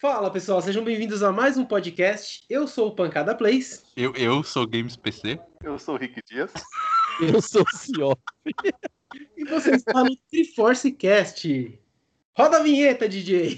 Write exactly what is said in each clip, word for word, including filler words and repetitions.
Fala pessoal, sejam bem-vindos a mais um podcast. Eu sou o Pancada Plays. Eu, eu sou o Games P C. Eu sou o Rick Dias. Eu sou o Cioff. E você está no Triforce Cast. Roda a vinheta, D J.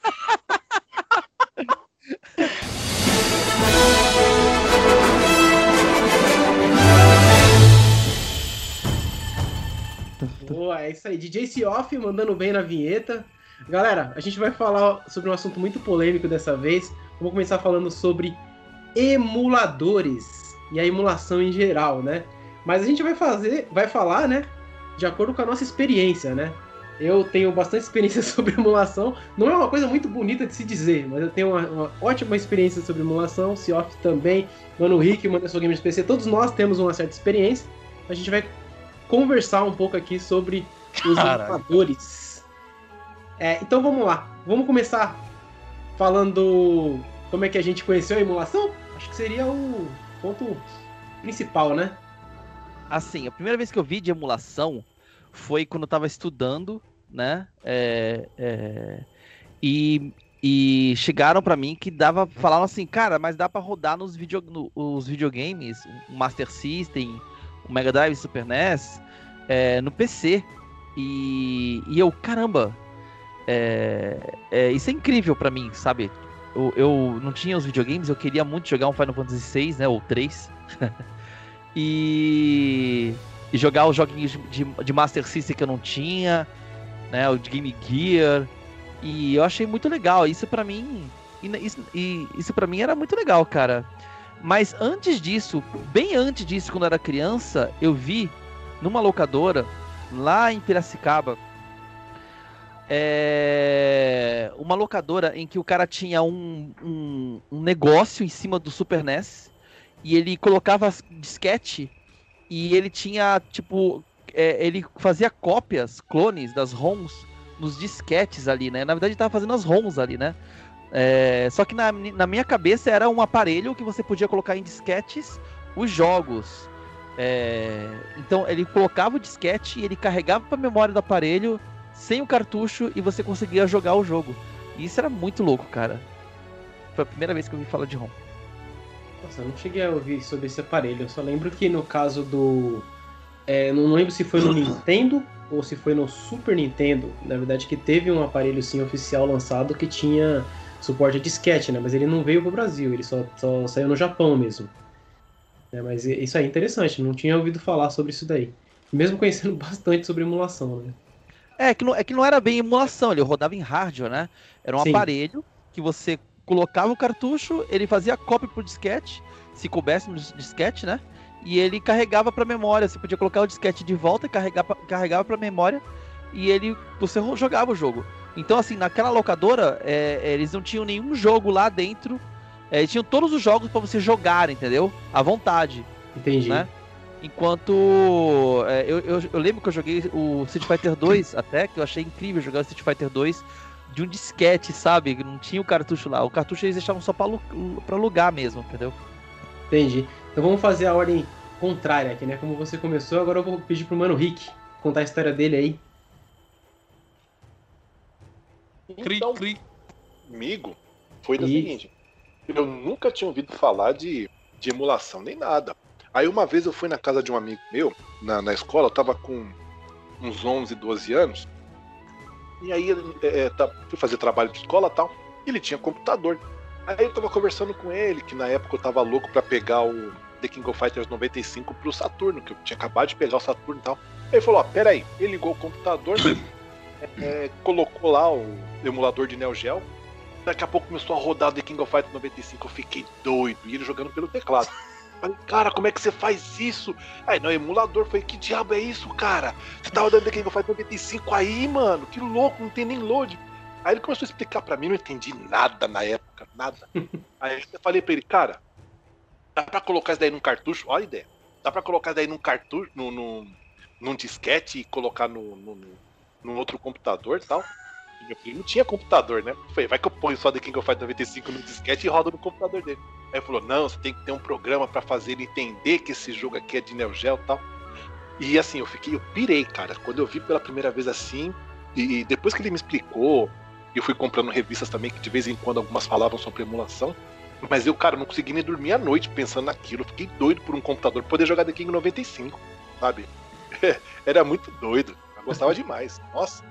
Boa, é isso aí. D J Cioff mandando bem na vinheta. Galera, a gente vai falar sobre um assunto muito polêmico dessa vez. Vamos começar falando sobre emuladores e a emulação em geral, né? Mas a gente vai fazer, vai falar, né, de acordo com a nossa experiência, né? Eu tenho bastante experiência sobre emulação. Não é uma coisa muito bonita de se dizer, mas eu tenho uma, uma ótima experiência sobre emulação. Cioff também, Mano Rick, Mano Sou Games P C, todos nós temos uma certa experiência. A gente vai conversar um pouco aqui sobre os Caralho. emuladores. É, então vamos lá, vamos começar falando como é que a gente conheceu a emulação? Acho que seria o ponto principal, né? Assim, a primeira vez que eu vi de emulação foi quando eu tava estudando, né? É, é, e, e chegaram pra mim que dava, falaram assim, cara, mas dá pra rodar nos video, no, os videogames, o Master System, o Mega Drive, Super N E S, é, no P C. E, e eu, caramba, é, é, isso é incrível pra mim, sabe? Eu, eu não tinha os videogames, eu queria muito jogar um Final Fantasy seis, né? Ou três. e, e jogar os joguinhos de, de Master System que eu não tinha, né? O de Game Gear. E eu achei muito legal. Isso pra mim. Isso, e, isso pra mim era muito legal, cara. Mas antes disso, bem antes disso, quando eu era criança, eu vi numa locadora lá em Piracicaba. É... uma locadora em que o cara tinha um, um, um negócio em cima do Super N E S e ele colocava disquete e ele tinha, tipo, é, ele fazia cópias, clones das ROMs nos disquetes ali, né? Na verdade ele tava fazendo as ROMs ali, né? É... Só que na, na minha cabeça era um aparelho que você podia colocar em disquetes os jogos. É... Então ele colocava o disquete e ele carregava para a memória do aparelho sem o cartucho e você conseguia jogar o jogo. E isso era muito louco, cara. Foi a primeira vez que eu ouvi falar de ROM. Nossa, eu não cheguei a ouvir sobre esse aparelho. Eu só lembro que no caso do... É, não lembro se foi no Nintendo ou se foi no Super Nintendo. Na verdade que teve um aparelho sim oficial lançado que tinha suporte a disquete, né? Mas ele não veio pro Brasil, ele só, só saiu no Japão mesmo. É, mas isso aí é interessante, não tinha ouvido falar sobre isso daí. Mesmo conhecendo bastante sobre emulação, né? É que, não, é que não era bem emulação, ele rodava em hardware, né? Era um Sim. aparelho que você colocava o cartucho, ele fazia cópia por disquete, se coubesse no disquete, né? E ele carregava para memória, você podia colocar o disquete de volta e carregar, carregava para memória e ele, você jogava o jogo. Então, assim, naquela locadora, é, eles não tinham nenhum jogo lá dentro, é, tinham todos os jogos para você jogar, entendeu? À vontade. Entendi. Né? Enquanto é, eu, eu, eu lembro que eu joguei o Street Fighter dois até, que eu achei incrível jogar o Street Fighter dois de um disquete, sabe? Não tinha o cartucho lá. O cartucho eles deixavam só pra, pra alugar mesmo, entendeu? Entendi. Então vamos fazer a ordem contrária aqui, né? Como você começou, agora eu vou pedir pro Mano Rick contar a história dele aí. Então, Cri, cri. comigo, foi do E... seguinte. Eu nunca tinha ouvido falar de, de emulação, nem nada. Aí uma vez eu fui na casa de um amigo meu, na, na escola, eu tava com uns onze, doze anos, e aí é, tá, fui fazer trabalho de escola e tal, e ele tinha computador. Aí eu tava conversando com ele, que na época eu tava louco pra pegar o The King of Fighters noventa e cinco pro Saturno, que eu tinha acabado de pegar o Saturno e tal. Aí ele falou, ó, peraí, ele ligou o computador, é, é, colocou lá o emulador de Neo Geo, daqui a pouco começou a rodar o The King of Fighters noventa e cinco, eu fiquei doido, e ele jogando pelo teclado. Falei, cara, como é que você faz isso? Aí, não, emulador. Falei, que diabo é isso, cara? Você tava dando The King of Fighters noventa e cinco aí, mano? Que louco, não tem nem load. Aí ele começou a explicar pra mim, não entendi nada na época, nada. Aí eu falei pra ele, cara, dá pra colocar isso daí num cartucho? Olha a ideia. Dá pra colocar isso daí num cartucho, num, num, num disquete e colocar no, no, no, num outro computador e tal? E meu filho não tinha computador, né? Eu falei, vai que eu ponho só The King of Fighters noventa e cinco no disquete e roda no computador dele. Aí ele falou, não, você tem que ter um programa pra fazer ele entender que esse jogo aqui é de Neo Geo e tal. E assim, eu fiquei, eu pirei, cara. Quando eu vi pela primeira vez assim, e depois que ele me explicou E fui comprando revistas também, que de vez em quando algumas falavam sobre emulação. Mas eu, cara, não consegui nem dormir à noite pensando naquilo. Eu fiquei doido por um computador poder jogar The King noventa e cinco, sabe? Era muito doido. Eu gostava demais. Nossa.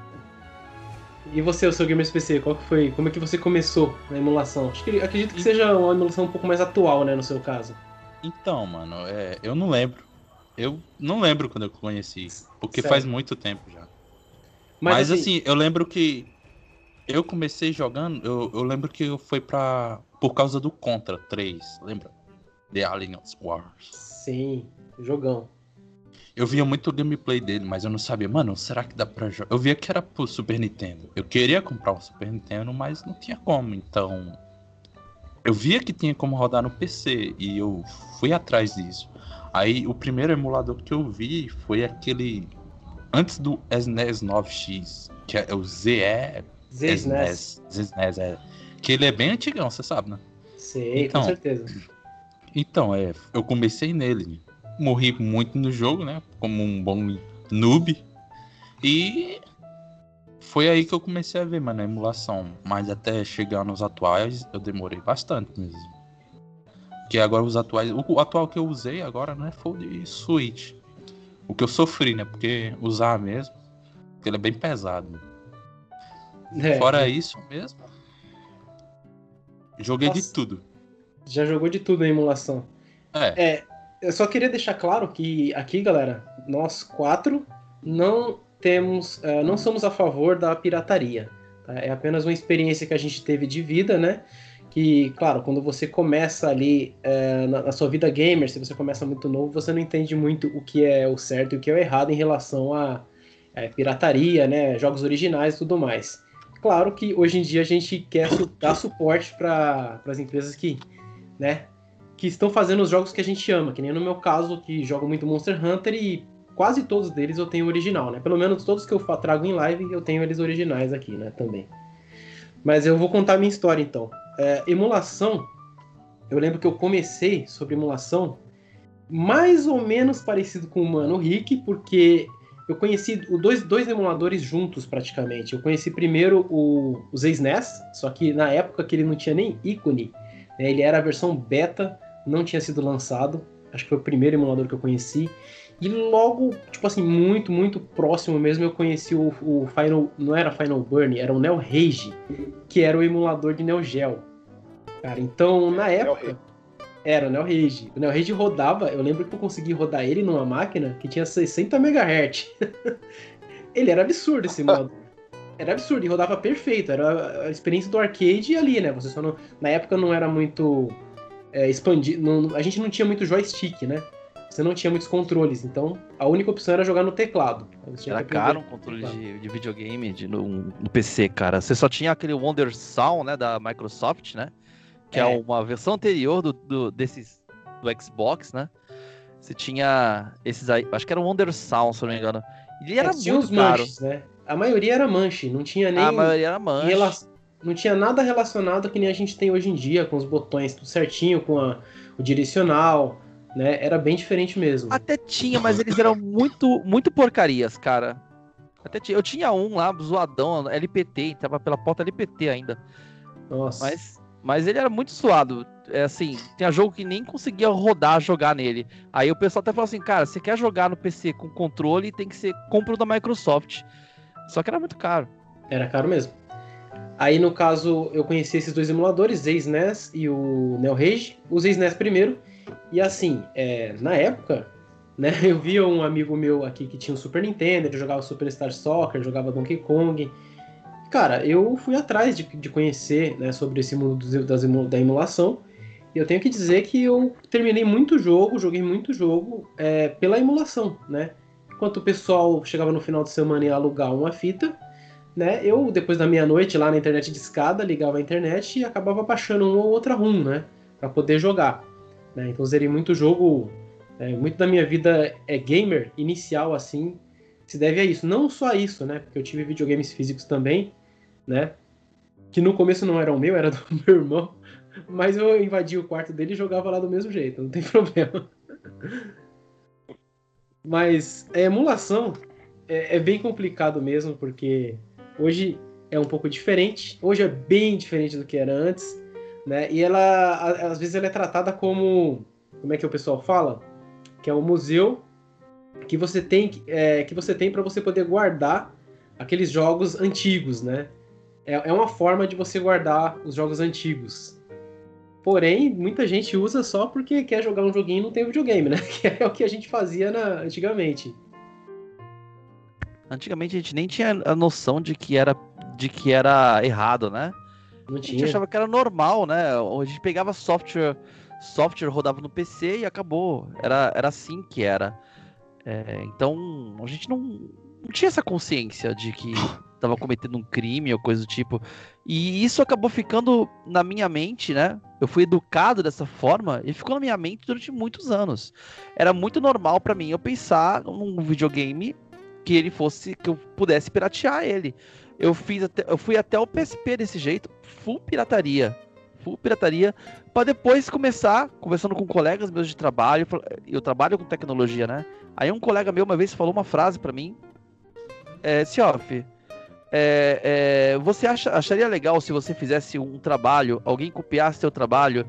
E você, o seu Gamers P C, qual que foi? Como é que você começou na emulação? Acho que acredito que seja uma emulação um pouco mais atual, né, no seu caso. Então, mano, é, eu não lembro. Eu não lembro quando eu conheci, porque Certo. faz muito tempo já. Mas, Mas, assim, assim, eu lembro que eu comecei jogando, eu, eu lembro que eu foi pra... por causa do Contra três, lembra? The Alliance Wars. sim, jogão. Eu via muito o gameplay dele, mas eu não sabia, mano, será que dá pra jogar? Eu via que era pro Super Nintendo. Eu queria comprar um Super Nintendo, mas não tinha como, então... Eu via que tinha como rodar no P C, e eu fui atrás disso. Aí, o primeiro emulador que eu vi foi aquele... Antes do S N E S nove X, que é o Z E... Z-S N E S. Z N E S, é. Que ele é bem antigão, você sabe, né? Sei, Então, com certeza. Então, é, eu comecei nele. Morri muito no jogo, né? Como um bom noob. E foi aí que eu comecei a ver, mano, a emulação. Mas até chegar nos atuais, eu demorei bastante mesmo. Porque agora os atuais... O atual que eu usei agora, né, foi o de Switch. O que eu sofri, né? Porque usar mesmo, porque ele é bem pesado. É, Fora já- isso mesmo, joguei Nossa. de tudo. Já jogou de tudo na emulação. É, É, eu só queria deixar claro que aqui, galera, nós quatro não temos, eh, não somos a favor da pirataria. Tá? É apenas uma experiência que a gente teve de vida, né? Que, claro, quando você começa ali eh, na, na sua vida gamer, se você começa muito novo, você não entende muito o que é o certo e o que é o errado em relação a eh, pirataria, né? Jogos originais e tudo mais. Claro que hoje em dia a gente quer su- dar suporte para as empresas que, né, que estão fazendo os jogos que a gente ama, que nem no meu caso, que jogo muito Monster Hunter e quase todos deles eu tenho original, né? Pelo menos todos que eu fa- trago em live eu tenho eles originais aqui, né, também. Mas eu vou contar a minha história então. É, emulação, eu lembro que eu comecei sobre emulação mais ou menos parecido com o Mano Rick, porque eu conheci os dois, dois emuladores juntos praticamente. Eu conheci primeiro o, o Z S N E S, só que na época que ele não tinha nem ícone, né, ele era a versão beta, não tinha sido lançado. Acho que foi o primeiro emulador que eu conheci. E logo, tipo assim, muito, muito próximo mesmo, eu conheci o, o Final... Não era Final Burn, era o Neo Rage, que era o emulador de Neo Geo. Cara, então, na Neo época... Era o Neo Rage. O Neo Rage rodava... Eu lembro que eu consegui rodar ele numa máquina que tinha sessenta megahertz. Ele era absurdo, esse emulador. Era absurdo, e rodava perfeito. Era a experiência do arcade ali, né? Você só não... Na época não era muito... É, expandido... Não... A gente não tinha muito joystick, né? Você não tinha muitos controles, então a única opção era jogar no teclado. Você tinha Era que aprender caro um no controle teclado. de, de videogame de, no, no P C, cara. Você só tinha aquele Wonder Sound, né, da Microsoft, né? Que é, É. uma versão anterior do, do, desses, do Xbox, né? Você tinha esses aí, acho que era o Wonder Sound, se eu não me engano. E ele era É, tinha muito os caro. manches, né? A maioria era manche, não tinha nem... A maioria era em manche. rela- Não tinha nada relacionado que nem a gente tem hoje em dia, com os botões tudo certinho, com a- o direcional, né? Era bem diferente mesmo. Até tinha, mas eles eram muito, muito porcarias, cara. Até tinha, eu tinha um lá, zoadão, L P T, tava pela porta L P T ainda. Nossa. Mas, mas ele era muito suado. É assim, tinha jogo que nem conseguia rodar, jogar nele. Aí o pessoal até falou assim, cara, você quer jogar no P C com controle, tem que ser compra o da Microsoft. Só que era muito caro. Era caro mesmo. Aí, no caso, eu conheci esses dois emuladores, Z S N E S e o Neo Rage. O Z S N E S primeiro. E assim, é, na época, né, eu via um amigo meu aqui que tinha um Super Nintendo, ele jogava Super Star Soccer, jogava Donkey Kong. Cara, eu fui atrás de, de conhecer, né, sobre esse mundo dos- das emu- da emulação. E eu tenho que dizer que eu terminei muito jogo, joguei muito jogo é, pela emulação, né? Enquanto o pessoal chegava no final de semana e ia alugar uma fita, né? Eu, depois da meia-noite, lá na internet de escada, ligava a internet e acabava baixando uma ou outra ROM, né? Pra poder jogar. Né? Então zerei muito jogo, é, muito da minha vida é gamer inicial, assim, se deve a isso. Não só a isso, né? Porque eu tive videogames físicos também, né? Que no começo não era o meu, era do meu irmão. Mas eu invadia o quarto dele e jogava lá do mesmo jeito, não tem problema. Mas a emulação é, é bem complicado mesmo, porque hoje é um pouco diferente. Hoje é bem diferente do que era antes, né? E ela, a- às vezes, ela é tratada como, como é que o pessoal fala? Que é um museu que você tem, é, que você tem para você poder guardar aqueles jogos antigos, né? É, é uma forma de você guardar os jogos antigos. Porém, muita gente usa só porque quer jogar um joguinho e não tem videogame, né? Que é o que a gente fazia na- antigamente. Antigamente a gente nem tinha a noção de que era, de que era errado, né? Não A gente tinha. achava que era normal, né? A gente pegava software, software rodava no P C e acabou. Era, era assim que era. É, então, a gente não, não tinha essa consciência de que estava cometendo um crime ou coisa do tipo. E isso acabou ficando na minha mente, né? Eu fui educado dessa forma e ficou na minha mente durante muitos anos. Era muito normal para mim eu pensar num videogame que ele fosse, que eu pudesse piratear ele. Eu fiz até, eu fui até o P S P desse jeito, full pirataria. Full pirataria, para depois começar, conversando com colegas meus de trabalho, eu trabalho com tecnologia, né? Aí um colega meu uma vez falou uma frase para mim, é, Siof, é, é, você acha, acharia legal se você fizesse um trabalho, alguém copiasse seu trabalho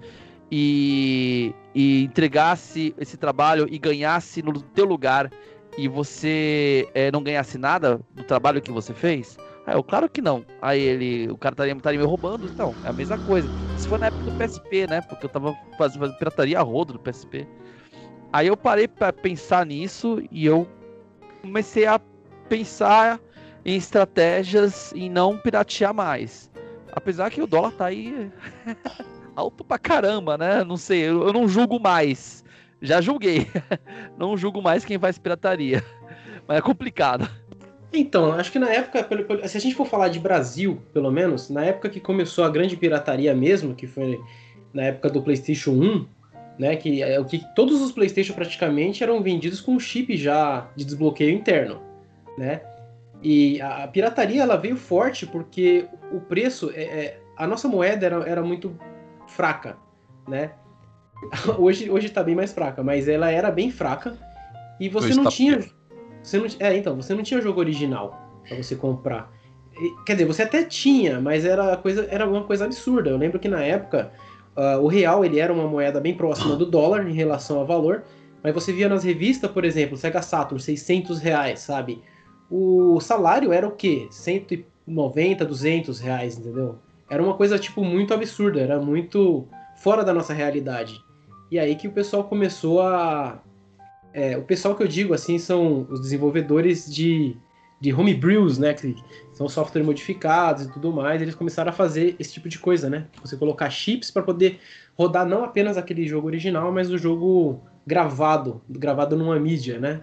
e, e entregasse esse trabalho e ganhasse no teu lugar e você é, não ganhasse nada do trabalho que você fez? Aí eu, claro que não. Aí ele, o cara estaria, estaria me roubando, então, é a mesma coisa. Isso foi na época do P S P, né? Porque eu tava fazendo, fazendo pirataria a rodo do P S P. Aí eu parei pra pensar nisso e eu comecei a pensar em estratégias em não piratear mais. Apesar que o dólar tá aí alto pra caramba, né? Não sei, eu, eu não julgo mais. Já julguei. Não julgo mais quem faz pirataria. Mas é complicado. Então, acho que na época, pelo- pelo- se a gente for falar de Brasil, pelo menos, na época que começou a grande pirataria mesmo, que foi na época do PlayStation um, né, que é o que todos os PlayStation praticamente eram vendidos com chip já de desbloqueio interno, né? E a, a pirataria ela veio forte porque o preço, é, é, a nossa moeda era, era muito fraca, né? Hoje, hoje tá bem mais fraca, mas ela era bem fraca e você Hoje não tá tinha. pior. Você não, é, então, você não tinha jogo original pra você comprar. E, quer dizer, você até tinha, mas era, coisa, era uma coisa absurda. Eu lembro que na época uh, o real ele era uma moeda bem próxima do dólar em relação ao valor, mas você via nas revistas, por exemplo, Sega Saturn, seiscentos reais, sabe? O salário era o quê? cento e noventa, duzentos reais, entendeu? Era uma coisa, tipo, muito absurda, era muito fora da nossa realidade. E aí que o pessoal começou a... É, o pessoal que eu digo, assim, são os desenvolvedores de, de homebrews, né? Que são software modificados e tudo mais. Eles começaram a fazer esse tipo de coisa, né? Você colocar chips para poder rodar não apenas aquele jogo original, mas o jogo gravado, gravado numa mídia, né?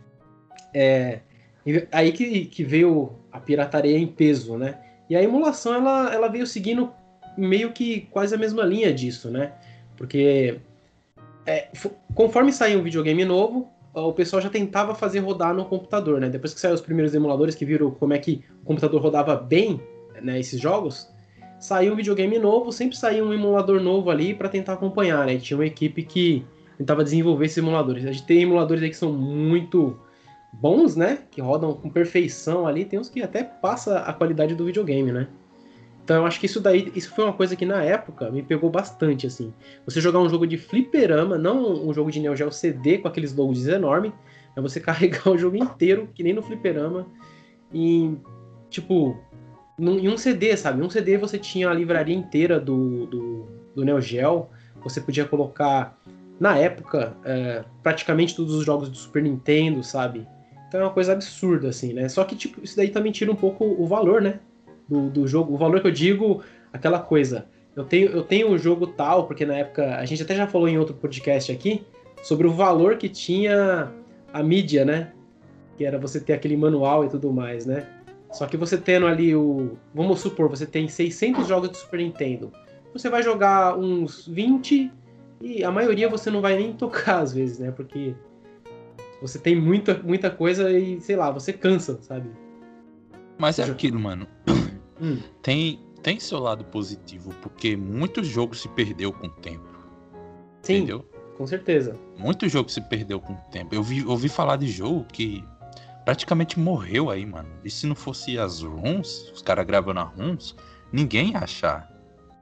É, aí que, que veio a pirataria em peso, né? E a emulação, ela, ela veio seguindo meio que quase a mesma linha disso, né? Porque é, conforme saía um videogame novo, o pessoal já tentava fazer rodar no computador, né? Depois que saíram os primeiros emuladores que viram como é que o computador rodava bem, né, esses jogos, saiu um videogame novo, sempre saía um emulador novo ali para tentar acompanhar, né? Tinha uma equipe que tentava desenvolver esses emuladores. A gente tem emuladores aí que são muito bons, né? Que rodam com perfeição ali, tem uns que até passa a qualidade do videogame, né? Então eu acho que isso daí, isso foi uma coisa que na época me pegou bastante, assim. Você jogar um jogo de fliperama, não um jogo de Neo Geo C D com aqueles loads enormes, é você carregar o jogo inteiro, que nem no fliperama, em, tipo, num, em um C D, sabe? Em um C D você tinha a livraria inteira do, do, do Neo Geo, você podia colocar, na época, é, praticamente todos os jogos do Super Nintendo, sabe? Então é uma coisa absurda, assim, né? Só que, tipo, isso daí também tira um pouco o valor, né? Do, do jogo, o valor que eu digo, aquela coisa, eu tenho, eu tenho o jogo tal, porque na época, a gente até já falou em outro podcast aqui, sobre o valor que tinha a mídia, né, que era você ter aquele manual e tudo mais, né, só que você tendo ali o, vamos supor, você tem seiscentos jogos de Super Nintendo, você vai jogar uns vinte, e a maioria você não vai nem tocar às vezes, né, porque você tem muita, muita coisa e, sei lá, você cansa, sabe. Mas é aquilo, mano. Hum. Tem, tem seu lado positivo, porque muito jogo se perdeu com o tempo. Sim, entendeu? Com certeza. Muito jogo se perdeu com o tempo. Eu vi, ouvi falar de jogo que praticamente morreu aí, mano. E se não fosse as runs, os caras gravando as runs, ninguém ia achar.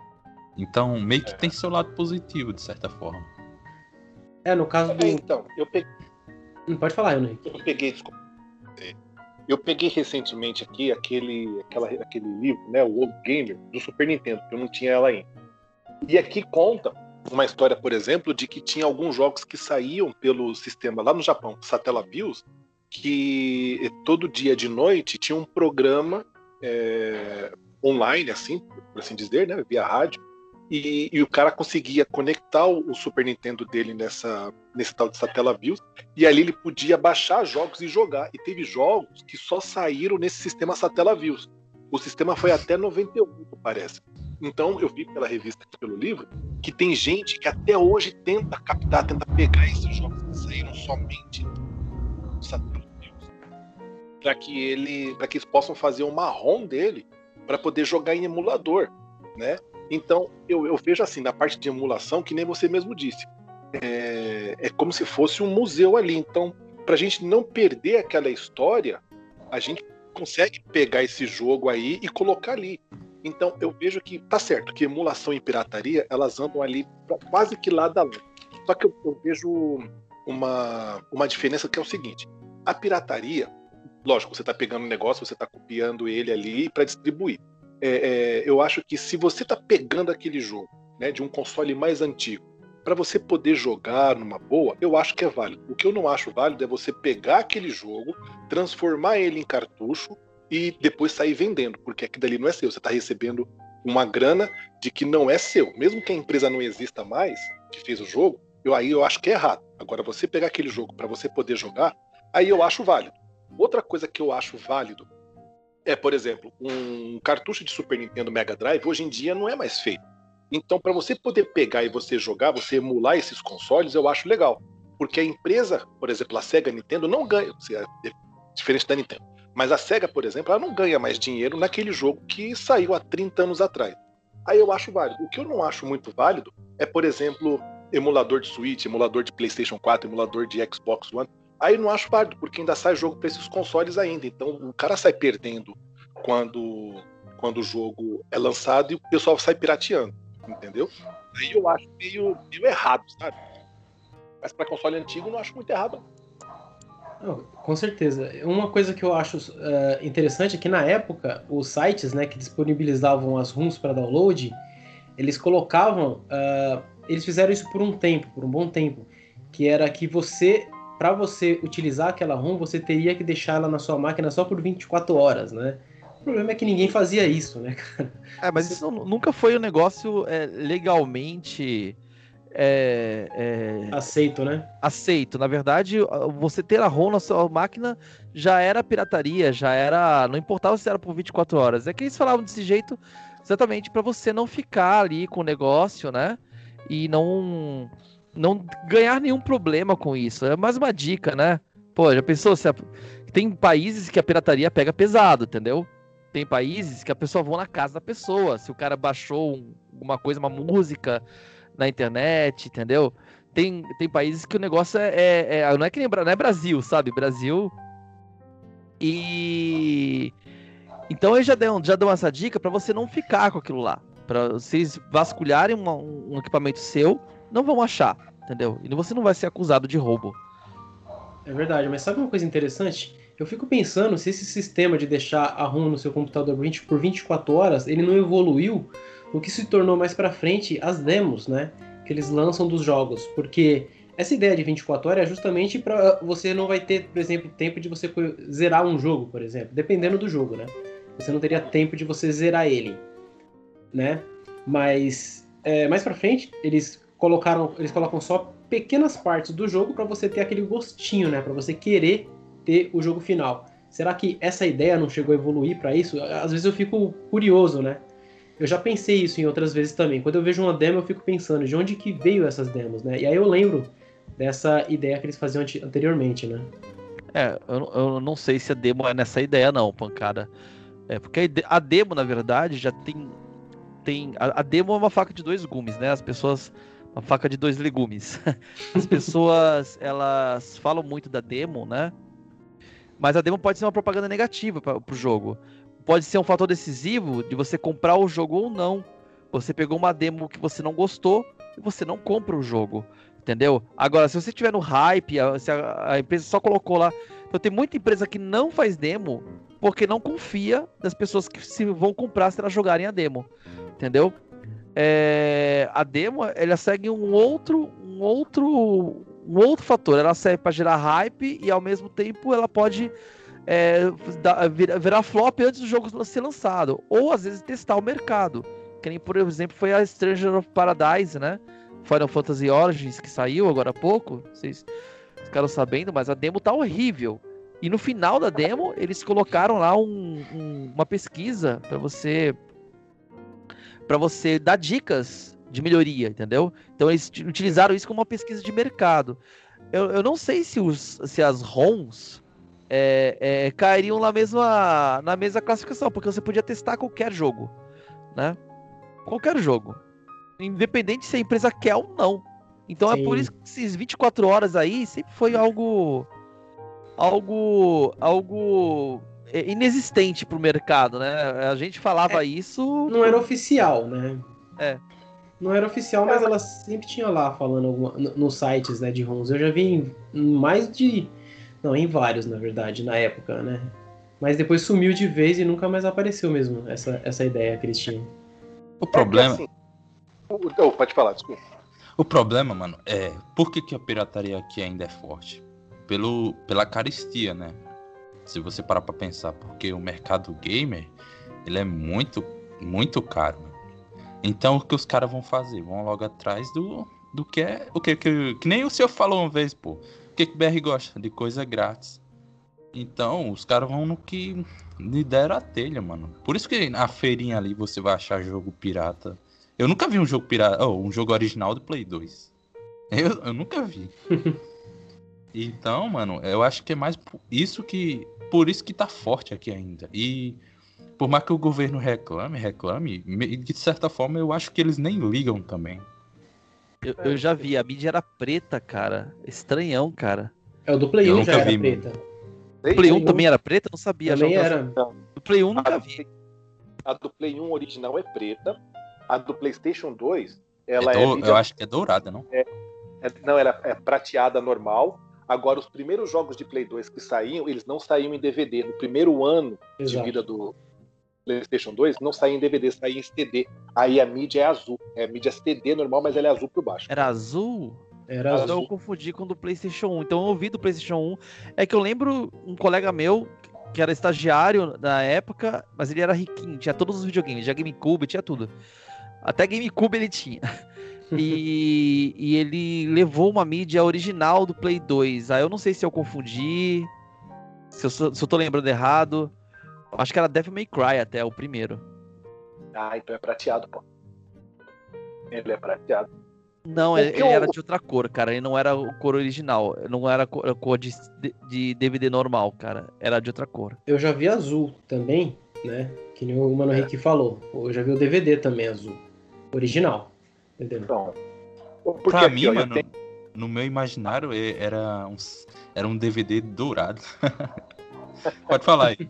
Então, meio que é. tem seu lado positivo, de certa forma. É, no caso do... É, então, eu peguei... Não pode falar, Henrique. Eu peguei, desculpa. Eu peguei recentemente aqui aquele, aquela, aquele livro, né, o Old Gamer, do Super Nintendo, que eu não tinha ela ainda. E aqui conta uma história, por exemplo, de que tinha alguns jogos que saíam pelo sistema lá no Japão, Satellaviews, que todo dia de noite tinha um programa é, online, assim, por assim dizer, né, via rádio, e, e o cara conseguia conectar o, o Super Nintendo dele nessa, nesse tal de Satellaviews, e ali ele podia baixar jogos e jogar. E teve jogos que só saíram nesse sistema Satellaviews. O sistema foi até noventa e oito, parece. Então eu vi pela revista, pelo livro, que tem gente que até hoje tenta captar, tenta pegar esses jogos que saíram somente no Satellaviews, para que ele, para que eles possam fazer uma ROM dele para poder jogar em emulador, né? Então eu, eu vejo assim, na parte de emulação, que nem você mesmo disse, é, é como se fosse um museu ali. Então, para a gente não perder aquela história, a gente consegue pegar esse jogo aí e colocar ali. Então eu vejo que tá certo, que emulação e pirataria, elas andam ali quase que lado a lado. Só que eu, eu vejo uma, uma diferença, que é o seguinte: a pirataria, lógico, você tá pegando um negócio, você tá copiando ele ali para distribuir. É, é, eu acho que se você tá pegando aquele jogo, né, de um console mais antigo, para você poder jogar numa boa, eu acho que é válido. O que eu não acho válido é você pegar aquele jogo, transformar ele em cartucho e depois sair vendendo, porque aquilo dali não é seu. Você está recebendo uma grana de que não é seu. Mesmo que a empresa não exista mais, que fez o jogo, eu, aí eu acho que é errado. Agora, você pegar aquele jogo para você poder jogar, aí eu acho válido. Outra coisa que eu acho válido é, por exemplo, um cartucho de Super Nintendo Mega Drive, hoje em dia não é mais feito. Então, para você poder pegar e você jogar, você emular esses consoles, eu acho legal. Porque a empresa, por exemplo, a Sega Nintendo, não ganha, é diferente da Nintendo, mas a Sega, por exemplo, ela não ganha mais dinheiro naquele jogo que saiu há trinta anos atrás. Aí eu acho válido. O que eu não acho muito válido é, por exemplo, emulador de Switch, emulador de PlayStation quatro, emulador de Xbox One. Aí eu não acho válido, porque ainda sai jogo para esses consoles ainda. Então o cara sai perdendo quando, quando o jogo é lançado e o pessoal sai pirateando, entendeu? Aí eu acho meio, meio errado, sabe? Mas para console antigo eu não acho muito errado. Não, com certeza. Uma coisa que eu acho uh, interessante é que na época os sites, né, que disponibilizavam as ROMs para download, eles colocavam, uh, eles fizeram isso por um tempo, por um bom tempo, que era que você, para você utilizar aquela ROM, você teria que deixar ela na sua máquina só por vinte e quatro horas, né? O problema é que ninguém fazia isso, né, cara? É, mas isso nunca foi um negócio é, legalmente é, é... aceito, né? Aceito. Na verdade, você ter a ROM na sua máquina já era pirataria, já era... Não importava se era por vinte e quatro horas. É que eles falavam desse jeito exatamente para você não ficar ali com o negócio, né? E não, não ganhar nenhum problema com isso. É mais uma dica, né? Pô, já pensou? Se a... Tem países que a pirataria pega pesado, entendeu? Tem países que a pessoa vai na casa da pessoa. Se o cara baixou um, uma coisa, uma música na internet, entendeu? Tem, tem países que o negócio é, é, é... Não é que nem não é Brasil, sabe? Brasil... E... Então eu já dei, já dei essa dica para você não ficar com aquilo lá. Para vocês vasculharem uma, um equipamento seu, não vão achar, entendeu? E você não vai ser acusado de roubo. É verdade, mas sabe uma coisa interessante? Eu fico pensando se esse sistema de deixar a ROM no seu computador por vinte e quatro horas, ele não evoluiu no que se tornou mais pra frente as demos, né? Que eles lançam dos jogos. Porque essa ideia de vinte e quatro horas é justamente para você não vai ter, por exemplo, tempo de você zerar um jogo, por exemplo. Dependendo do jogo, né? Você não teria tempo de você zerar ele, né? Mas é, mais pra frente eles colocaram, eles colocam só pequenas partes do jogo para você ter aquele gostinho, né? Para você querer ter o jogo final. Será que essa ideia não chegou a evoluir para isso? Às vezes eu fico curioso, né? Eu já pensei isso em outras vezes também. Quando eu vejo uma demo eu fico pensando de onde que veio essas demos, né? E aí eu lembro dessa ideia que eles faziam anteriormente, né? É, eu, eu não sei se a demo é nessa ideia não, pancada. É, porque a demo, na verdade, já tem... tem a, a demo é uma faca de dois gumes, né? As pessoas... Uma faca de dois legumes. As pessoas, elas falam muito da demo, né? Mas a demo pode ser uma propaganda negativa para o jogo. Pode ser um fator decisivo de você comprar o jogo ou não. Você pegou uma demo que você não gostou e você não compra o jogo. Entendeu? Agora, se você tiver no hype, a, se a, a empresa só colocou lá... Então tem muita empresa que não faz demo porque não confia nas pessoas que se vão comprar se elas jogarem a demo. Entendeu? É, a demo, ela segue um outro, um outro, um outro fator. Ela serve para gerar hype e ao mesmo tempo ela pode é, dar, virar, virar flop antes do jogo ser lançado. Ou às vezes testar o mercado. Que nem, por exemplo, foi a Stranger of Paradise, né? Final Fantasy Origins, que saiu agora há pouco. Vocês ficaram sabendo, mas a demo tá horrível. E no final da demo, eles colocaram lá um, um, uma pesquisa para você para você dar dicas de melhoria, entendeu? Então eles utilizaram isso como uma pesquisa de mercado. Eu, eu não sei se, os, se as ROMs é, é, cairiam na mesma, na mesma classificação, porque você podia testar qualquer jogo, né? Qualquer jogo. Independente se a empresa quer ou não. Então Sim. é por isso que esses vinte e quatro horas aí sempre foi algo... Algo... Algo... inexistente pro mercado, né? A gente falava é, isso... Não era oficial, né? É. Não era oficial, mas ela sempre tinha lá falando alguma, nos sites, né, de ROMs. Eu já vi em, em mais de... Não, em vários, na verdade, na época, né? Mas depois sumiu de vez e nunca mais apareceu mesmo essa, essa ideia que eles tinham. O problema... É assim, oh, pode falar, desculpa. O problema, mano, é... Por que, que a pirataria aqui ainda é forte? Pelo, pela carestia, né? Se você parar pra pensar, porque o mercado gamer, ele é muito, muito caro. Então, o que os caras vão fazer? Vão logo atrás do, do que é... O que, que, que nem o senhor falou uma vez, pô. O que que o B R gosta? De coisa grátis. Então, os caras vão no que lhe deram a telha, mano. Por isso que na feirinha ali você vai achar jogo pirata. Eu nunca vi um jogo pirata... Oh, um jogo original do Play dois. Eu, eu nunca vi. Então, mano, eu acho que é mais isso que... Por isso que tá forte aqui ainda. E por mais que o governo reclame, reclame, de certa forma eu acho que eles nem ligam também. Eu, eu já vi, a mídia era preta, cara. Estranhão, cara. É, o do Play um já era vi, preta. O Play um também era preta? Eu não sabia. Também já era. Do Play um nunca vi. A do Play um original é preta. A do PlayStation dois, ela é... é... Do... mídia... Eu acho que é dourada, não? É... É... Não, ela é prateada normal. Agora, os primeiros jogos de Play dois que saíam, eles não saíam em D V D. No primeiro ano Exato. de vida do PlayStation dois, não saía em D V D, saía em C D. Aí a mídia é azul. É a mídia C D normal, mas ela é azul por baixo. Era azul? Era azul. Então eu confundi com o do PlayStation um. Então eu ouvi do PlayStation um. É que eu lembro um colega meu, que era estagiário na época, mas ele era riquinho, tinha todos os videogames, tinha GameCube, tinha tudo. Até GameCube ele tinha. E, e ele levou uma mídia original do Play dois. Aí eu não sei se eu confundi, se eu, se eu tô lembrando errado. Acho que era Devil May Cry até, o primeiro. Ah, então é prateado, pô. Ele é prateado. Não, ele, ele era de outra cor, cara. Ele não era a cor original. Não era a cor de, de D V D normal, cara. Era de outra cor. Eu já vi azul também, né? Que nem o Mano Henrique falou. Eu já vi o D V D também azul. Original. Entendeu? Então, pra aqui, mim, ó, mano, tenho... no meu imaginário era um, era um D V D dourado. Pode falar aí.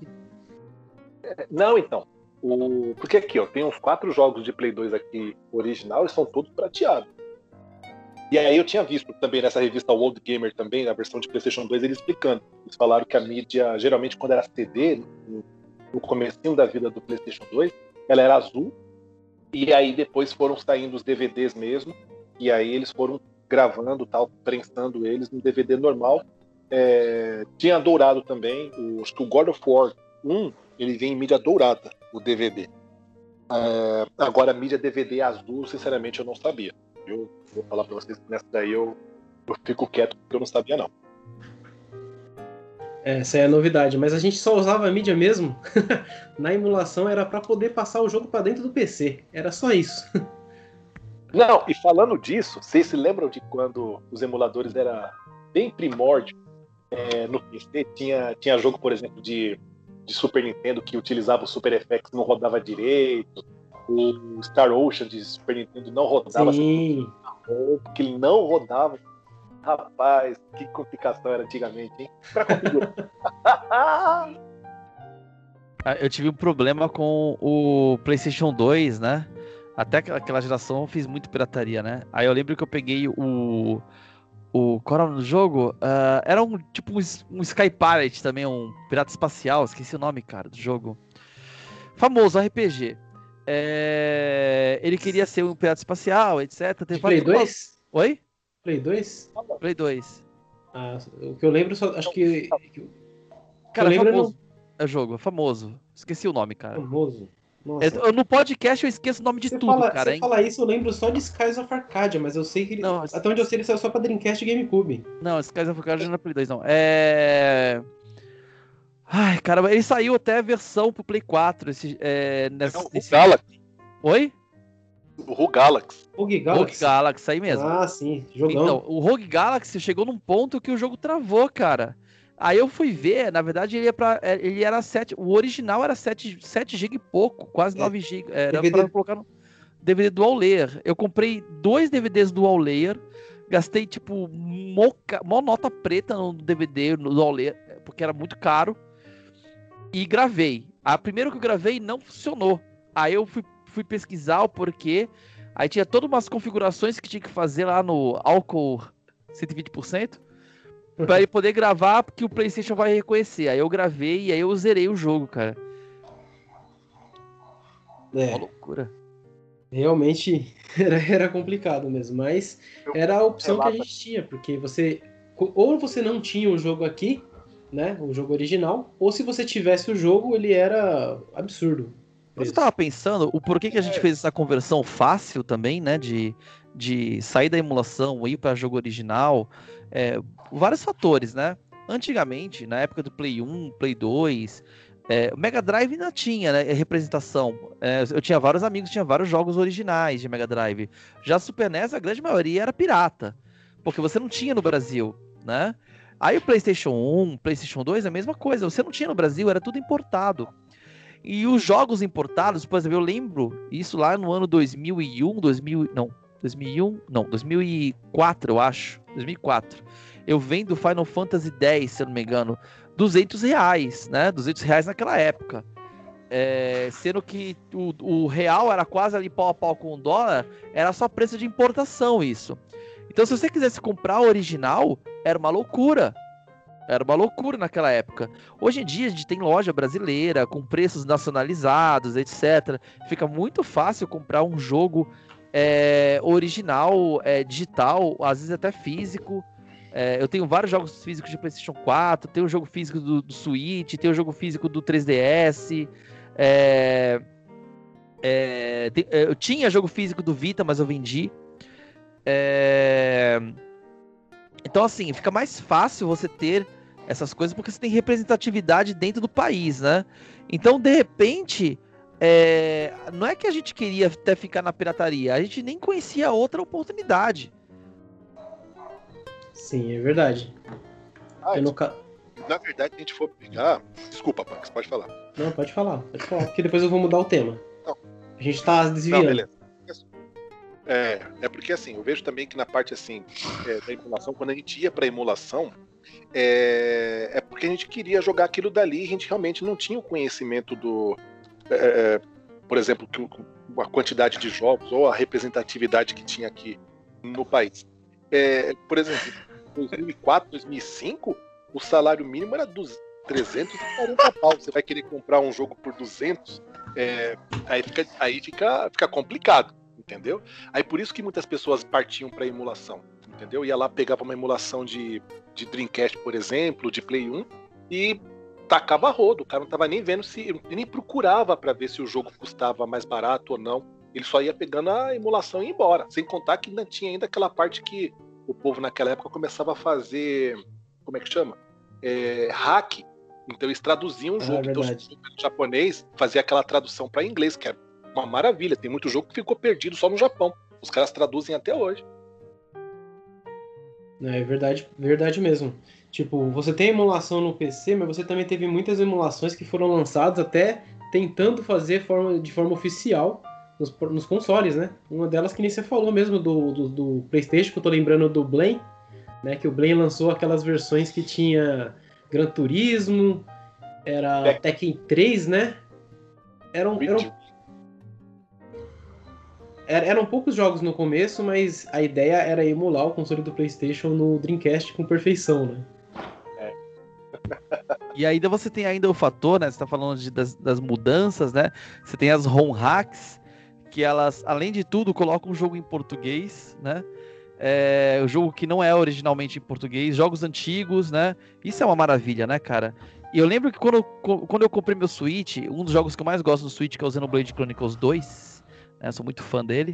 Não, então. O... Porque aqui, ó, tem uns quatro jogos de Play dois aqui original e são todos prateados. E aí eu tinha visto também nessa revista World Gamer também, na versão de PlayStation dois, eles explicando. Eles falaram que a mídia, geralmente quando era C D, no, no comecinho da vida do PlayStation dois, ela era azul. E aí depois foram saindo os D V Ds mesmo, e aí eles foram gravando, tal, prensando eles no D V D normal. É, tinha dourado também, o, acho que o God of War um, ele vem em mídia dourada, o D V D. É, agora a mídia D V D azul, sinceramente eu não sabia. Eu vou falar pra vocês que nessa daí eu, eu fico quieto porque eu não sabia não. Essa é a novidade, mas a gente só usava a mídia mesmo na emulação, era para poder passar o jogo para dentro do P C, era só isso. Não, e falando disso, vocês se lembram de quando os emuladores eram bem primórdio, é, no P C, tinha, tinha jogo, por exemplo, de, de Super Nintendo que utilizava o Super F X, não rodava direito, o Star Ocean de Super Nintendo não rodava, Sim. porque ele não rodava. Rapaz, que complicação era antigamente, hein? Pra configurar. Eu tive um problema com o PlayStation dois, né? Até aquela geração eu fiz muito pirataria, né? Aí eu lembro que eu peguei o... o qual era o nome do jogo? Uh, era um tipo um, um Sky Pirate também, um pirata espacial. Esqueci o nome, cara, do jogo. Famoso, R P G. É... Ele queria ser um pirata espacial, etcétera. De Play dois? Oi? Play dois? Play dois. Ah, o que eu lembro, só, acho que... Cara, eu lembro famoso. Não... É jogo, é famoso. Esqueci o nome, cara. Famoso. Nossa. Eu, no podcast eu esqueço o nome de você tudo, fala, cara. Você hein? fala isso, eu lembro só de Skies of Arcadia, mas eu sei que ele... Não, até onde eu sei ele saiu só pra Dreamcast e GameCube. Não, Skies of Arcadia não é Play dois, não. É... Ai, cara, ele saiu até a versão pro Play quatro. Esse, é, nessa, Não, o esse... Galaxy. Oi? O Rogue Galaxy. Rogue Galaxy? Rogue Galaxy, aí mesmo. Ah, sim, jogão. Então, o Rogue Galaxy chegou num ponto que o jogo travou, cara. Aí eu fui ver, na verdade ele, ia pra, ele era sete, o original era sete gigas e pouco, quase É. nove gigas, era D V D. pra colocar no D V D Dual Layer. Eu comprei dois D V Ds Dual Layer, gastei tipo moca, mó nota preta no D V D, no Dual Layer, porque era muito caro, e gravei. A primeira que eu gravei não funcionou, aí eu fui, fui pesquisar o porquê, aí tinha todas umas configurações que tinha que fazer lá no álcool cento e vinte por cento, pra ele poder gravar, porque o PlayStation vai reconhecer. Aí eu gravei e aí eu zerei o jogo, cara. É. Uma loucura. Realmente era, era complicado mesmo, mas era a opção que a gente tinha, porque você... Ou você não tinha o jogo aqui, né, o jogo original, ou se você tivesse o jogo, ele era absurdo. Você tava pensando o porquê que a gente fez essa conversão fácil também, né, de, de sair da emulação e ir para jogo original, é, vários fatores, né? Antigamente, na época do Play um, Play dois, é, o Mega Drive ainda tinha, né, representação. É, eu tinha vários amigos, tinha vários jogos originais de Mega Drive. Já Super N E S, a grande maioria era pirata, porque você não tinha no Brasil, né? Aí o PlayStation um, PlayStation dois, a mesma coisa. Você não tinha no Brasil, era tudo importado. E os jogos importados, por exemplo, eu lembro isso lá no ano dois mil e um, dois mil, não, dois mil e um, não, dois mil e quatro, eu acho, dois mil e quatro. Eu vendo Final Fantasy dez, se eu não me engano, duzentos reais, né? duzentos reais naquela época. É, sendo que o, o real era quase ali pau a pau com o dólar, era só preço de importação isso. Então, se você quisesse comprar o original, era uma loucura. Era uma loucura naquela época. Hoje em dia a gente tem loja brasileira com preços nacionalizados, etcétera. Fica muito fácil comprar um jogo é, original, é, digital, às vezes até físico. É, eu tenho vários jogos físicos de PlayStation quatro, tenho o jogo físico do, do Switch, tenho o jogo físico do três D S. É, é, tem, eu tinha jogo físico do Vita, mas eu vendi. É, então, assim, fica mais fácil você ter essas coisas porque você tem representatividade dentro do país, né? Então, de repente, é... não é que a gente queria até ficar na pirataria, a gente nem conhecia outra oportunidade. Sim, é verdade. Ah, Eu nunca... Na verdade, se a gente for pegar... Desculpa, Pax, pode falar. Não, pode falar, pode falar, porque depois eu vou mudar o tema. Não. A gente tá desviando. Não, beleza. É, é porque assim, eu vejo também que na parte assim, é, da emulação, quando a gente ia pra emulação, é, é porque a gente queria jogar aquilo dali e a gente realmente não tinha o conhecimento do, é, por exemplo, que, a quantidade de jogos ou a representatividade que tinha aqui no país. É, por exemplo, em dois mil e quatro, dois mil e cinco, o salário mínimo era dos trezentos e quarenta pau. Você vai querer comprar um jogo por duzentos, é, aí, fica, aí fica, fica complicado. Entendeu? Aí por isso que muitas pessoas partiam para emulação, entendeu? Ia lá, pegava uma emulação de, de Dreamcast, por exemplo, de Play um e tacava rodo. O cara não tava nem vendo se, nem procurava para ver se o jogo custava mais barato ou não. Ele só ia pegando a emulação e ia embora. Sem contar que ainda tinha ainda aquela parte que o povo naquela época começava a fazer, como é que chama? É, hack. Então eles traduziam o jogo. Ah, então o japonês fazia aquela tradução para inglês, que era uma maravilha. Tem muito jogo que ficou perdido só no Japão. Os caras traduzem até hoje. É verdade, verdade mesmo. Tipo, você tem emulação no P C, mas você também teve muitas emulações que foram lançadas até tentando fazer forma, de forma oficial nos, nos consoles, né? Uma delas que nem você falou mesmo do, do, do PlayStation, que eu tô lembrando do Blame, né? Que o Blame lançou aquelas versões que tinha Gran Turismo, era Tek- Tekken três, né? Eram, eram, era- eram poucos jogos no começo, mas a ideia era emular o console do PlayStation no Dreamcast com perfeição, né? E ainda você tem ainda o fator, né? Você tá falando de, das, das mudanças, né? Você tem as ROM hacks, que elas, além de tudo, colocam o jogo em português, né? É, o jogo que não é originalmente em português, jogos antigos, né? Isso é uma maravilha, né, cara? E eu lembro que quando eu, quando eu comprei meu Switch, um dos jogos que eu mais gosto do Switch, que é o Xenoblade Chronicles dois, né? Sou muito fã dele.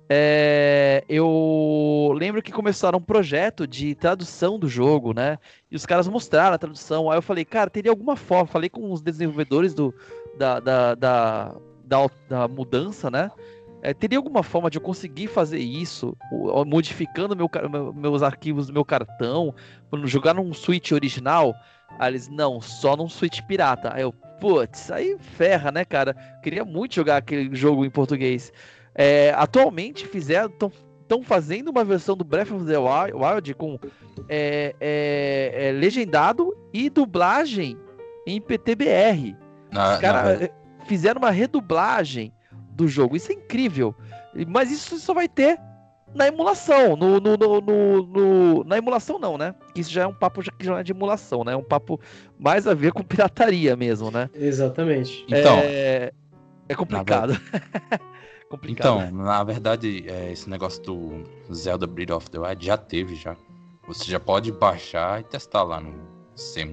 É, eu lembro que começaram um projeto de tradução do jogo, né? E os caras mostraram a tradução. Aí eu falei, cara, teria alguma forma. Falei com os desenvolvedores do, da, da, da, da, da mudança, né? É, teria alguma forma de eu conseguir fazer isso, o- modificando meu, ca- meu- meus arquivos do meu cartão, quando jogar num Switch original? Aí eles, não, só num Switch pirata. Aí eu, putz, aí ferra, né, cara? Queria muito jogar aquele jogo em português. É, atualmente fizeram, estão fazendo uma versão do Breath of the Wi- Wild com é, é, é, legendado e dublagem em P T B R. Na, Os caras na, eh, fizeram uma redublagem do jogo. Isso é incrível. Mas isso só vai ter na emulação. No, no, no, no- no- na emulação não, né? Isso já é um papo já, que já não é de emulação, né? É um papo mais a ver com pirataria mesmo, né? Exatamente. então, É, é complicado. complicado. então, na verdade, é, esse negócio do Zelda Breath of the Wild já teve, já. Você já pode baixar e testar lá no SEM.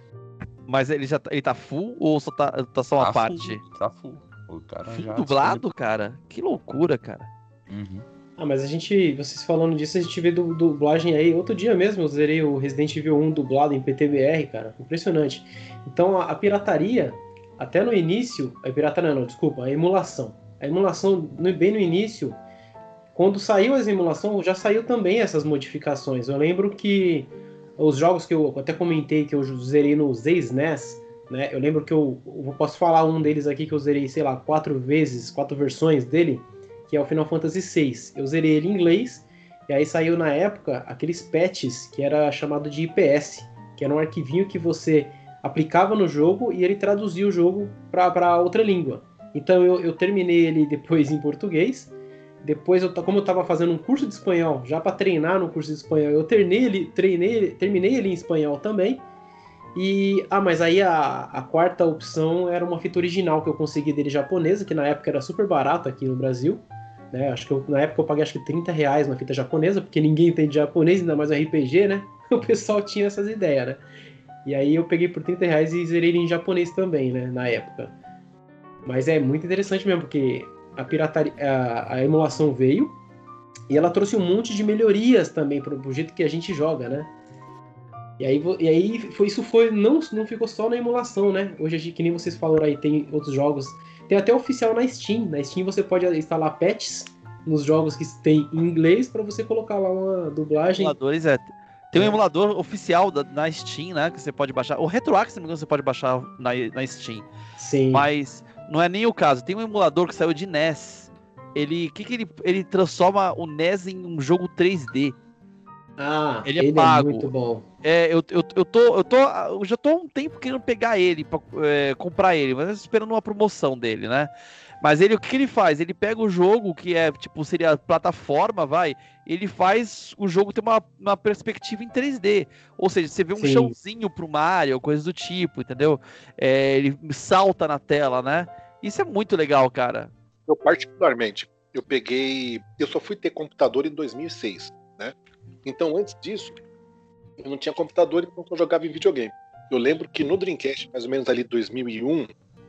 Mas ele já tá, ele tá full ou só tá, tá só uma Tá parte? full, tá full. O cara Full já dublado, cara? Que loucura, cara. Uhum. Ah, mas a gente, vocês falando disso, a gente vê du- dublagem aí. Outro dia mesmo eu zerei o Resident Evil um dublado em P T B R, cara. Impressionante. Então a, a pirataria, até no início, a pirataria não, desculpa, a emulação. A emulação, no- bem no início, quando saiu as emulações, já saiu também essas modificações. Eu lembro que os jogos que eu até comentei que eu zerei no Z S N E S, né? Eu lembro que eu, eu posso falar um deles aqui que eu zerei, sei lá, quatro vezes, quatro versões dele, que é o Final Fantasy seis. Eu zerei ele em inglês, e aí saiu na época aqueles patches que era chamado de I P S, que era um arquivinho que você aplicava no jogo e ele traduzia o jogo para outra língua. Então eu, eu terminei ele depois em português. Depois, eu, como eu estava fazendo um curso de espanhol, já para treinar no curso de espanhol, eu treinei ele, treinei, terminei ele em espanhol também. E, ah, mas aí a, a quarta opção era uma fita original que eu consegui dele japonesa, que na época era super barato aqui no Brasil. Né? Acho que eu, na época eu paguei acho que trinta reais na fita japonesa, porque ninguém entende japonês, ainda mais o R P G, né? O pessoal tinha essas ideias, né? E aí eu peguei por trinta reais e zerei ele em japonês também, né? Na época. Mas é muito interessante mesmo, porque a pirataria, a, a emulação veio e ela trouxe um monte de melhorias também pro, pro jeito que a gente joga, né? E aí, e aí foi, isso foi, não, não ficou só na emulação, né? Hoje, que nem vocês falaram aí, tem outros jogos. Tem até oficial na Steam. Na Steam você pode instalar patches nos jogos que tem em inglês para você colocar lá uma dublagem. Emuladores, é. Tem um É. emulador oficial da, na Steam, né? Que você pode baixar. O RetroArch, se não me engano, você pode baixar na, na Steam. Sim. Mas não é nem o caso. Tem um emulador que saiu de N E S. Ele, que que ele, ele transforma o N E S em um jogo três D. Ah, ele é ele pago. é muito bom. É, eu, eu, eu, tô, eu, tô, eu já tô há um tempo querendo pegar ele, pra é, comprar ele, mas esperando uma promoção dele, né? Mas ele, o que, que ele faz? Ele pega o jogo, que é, tipo, seria plataforma, vai, ele faz o jogo ter uma, uma perspectiva em três D. Ou seja, você vê um Sim. chãozinho pro Mario, coisas do tipo, entendeu? É, ele salta na tela, né? Isso é muito legal, cara. Eu, particularmente, eu peguei. Eu só fui ter computador em dois mil e seis, né? Então, antes disso, eu não tinha computador, então eu jogava em videogame. Eu lembro que no Dreamcast, mais ou menos ali dois mil e um,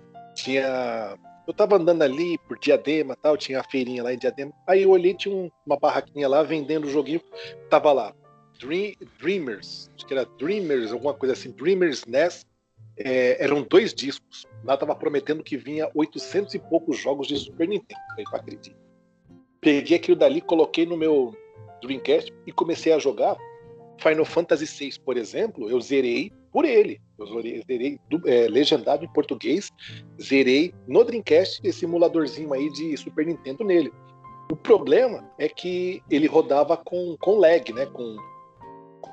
tinha. Eu tava andando ali por Diadema, tal, tinha a feirinha lá em Diadema. Aí eu olhei, tinha um- uma barraquinha lá vendendo o joguinho. Tava lá, Dream, Dreamers, acho que era Dreamers, alguma coisa assim, Dreamers N E S. É, eram dois discos. Lá tava prometendo que vinha oitocentos e poucos jogos de Super Nintendo. Aí eu acredito. Peguei aquilo dali, coloquei no meu Dreamcast e comecei a jogar. Final Fantasy seis, por exemplo, eu zerei por ele. Eu zerei, zerei é, legendado em português, zerei no Dreamcast esse emuladorzinho aí de Super Nintendo nele. O problema é que ele rodava com, com lag, né? Com,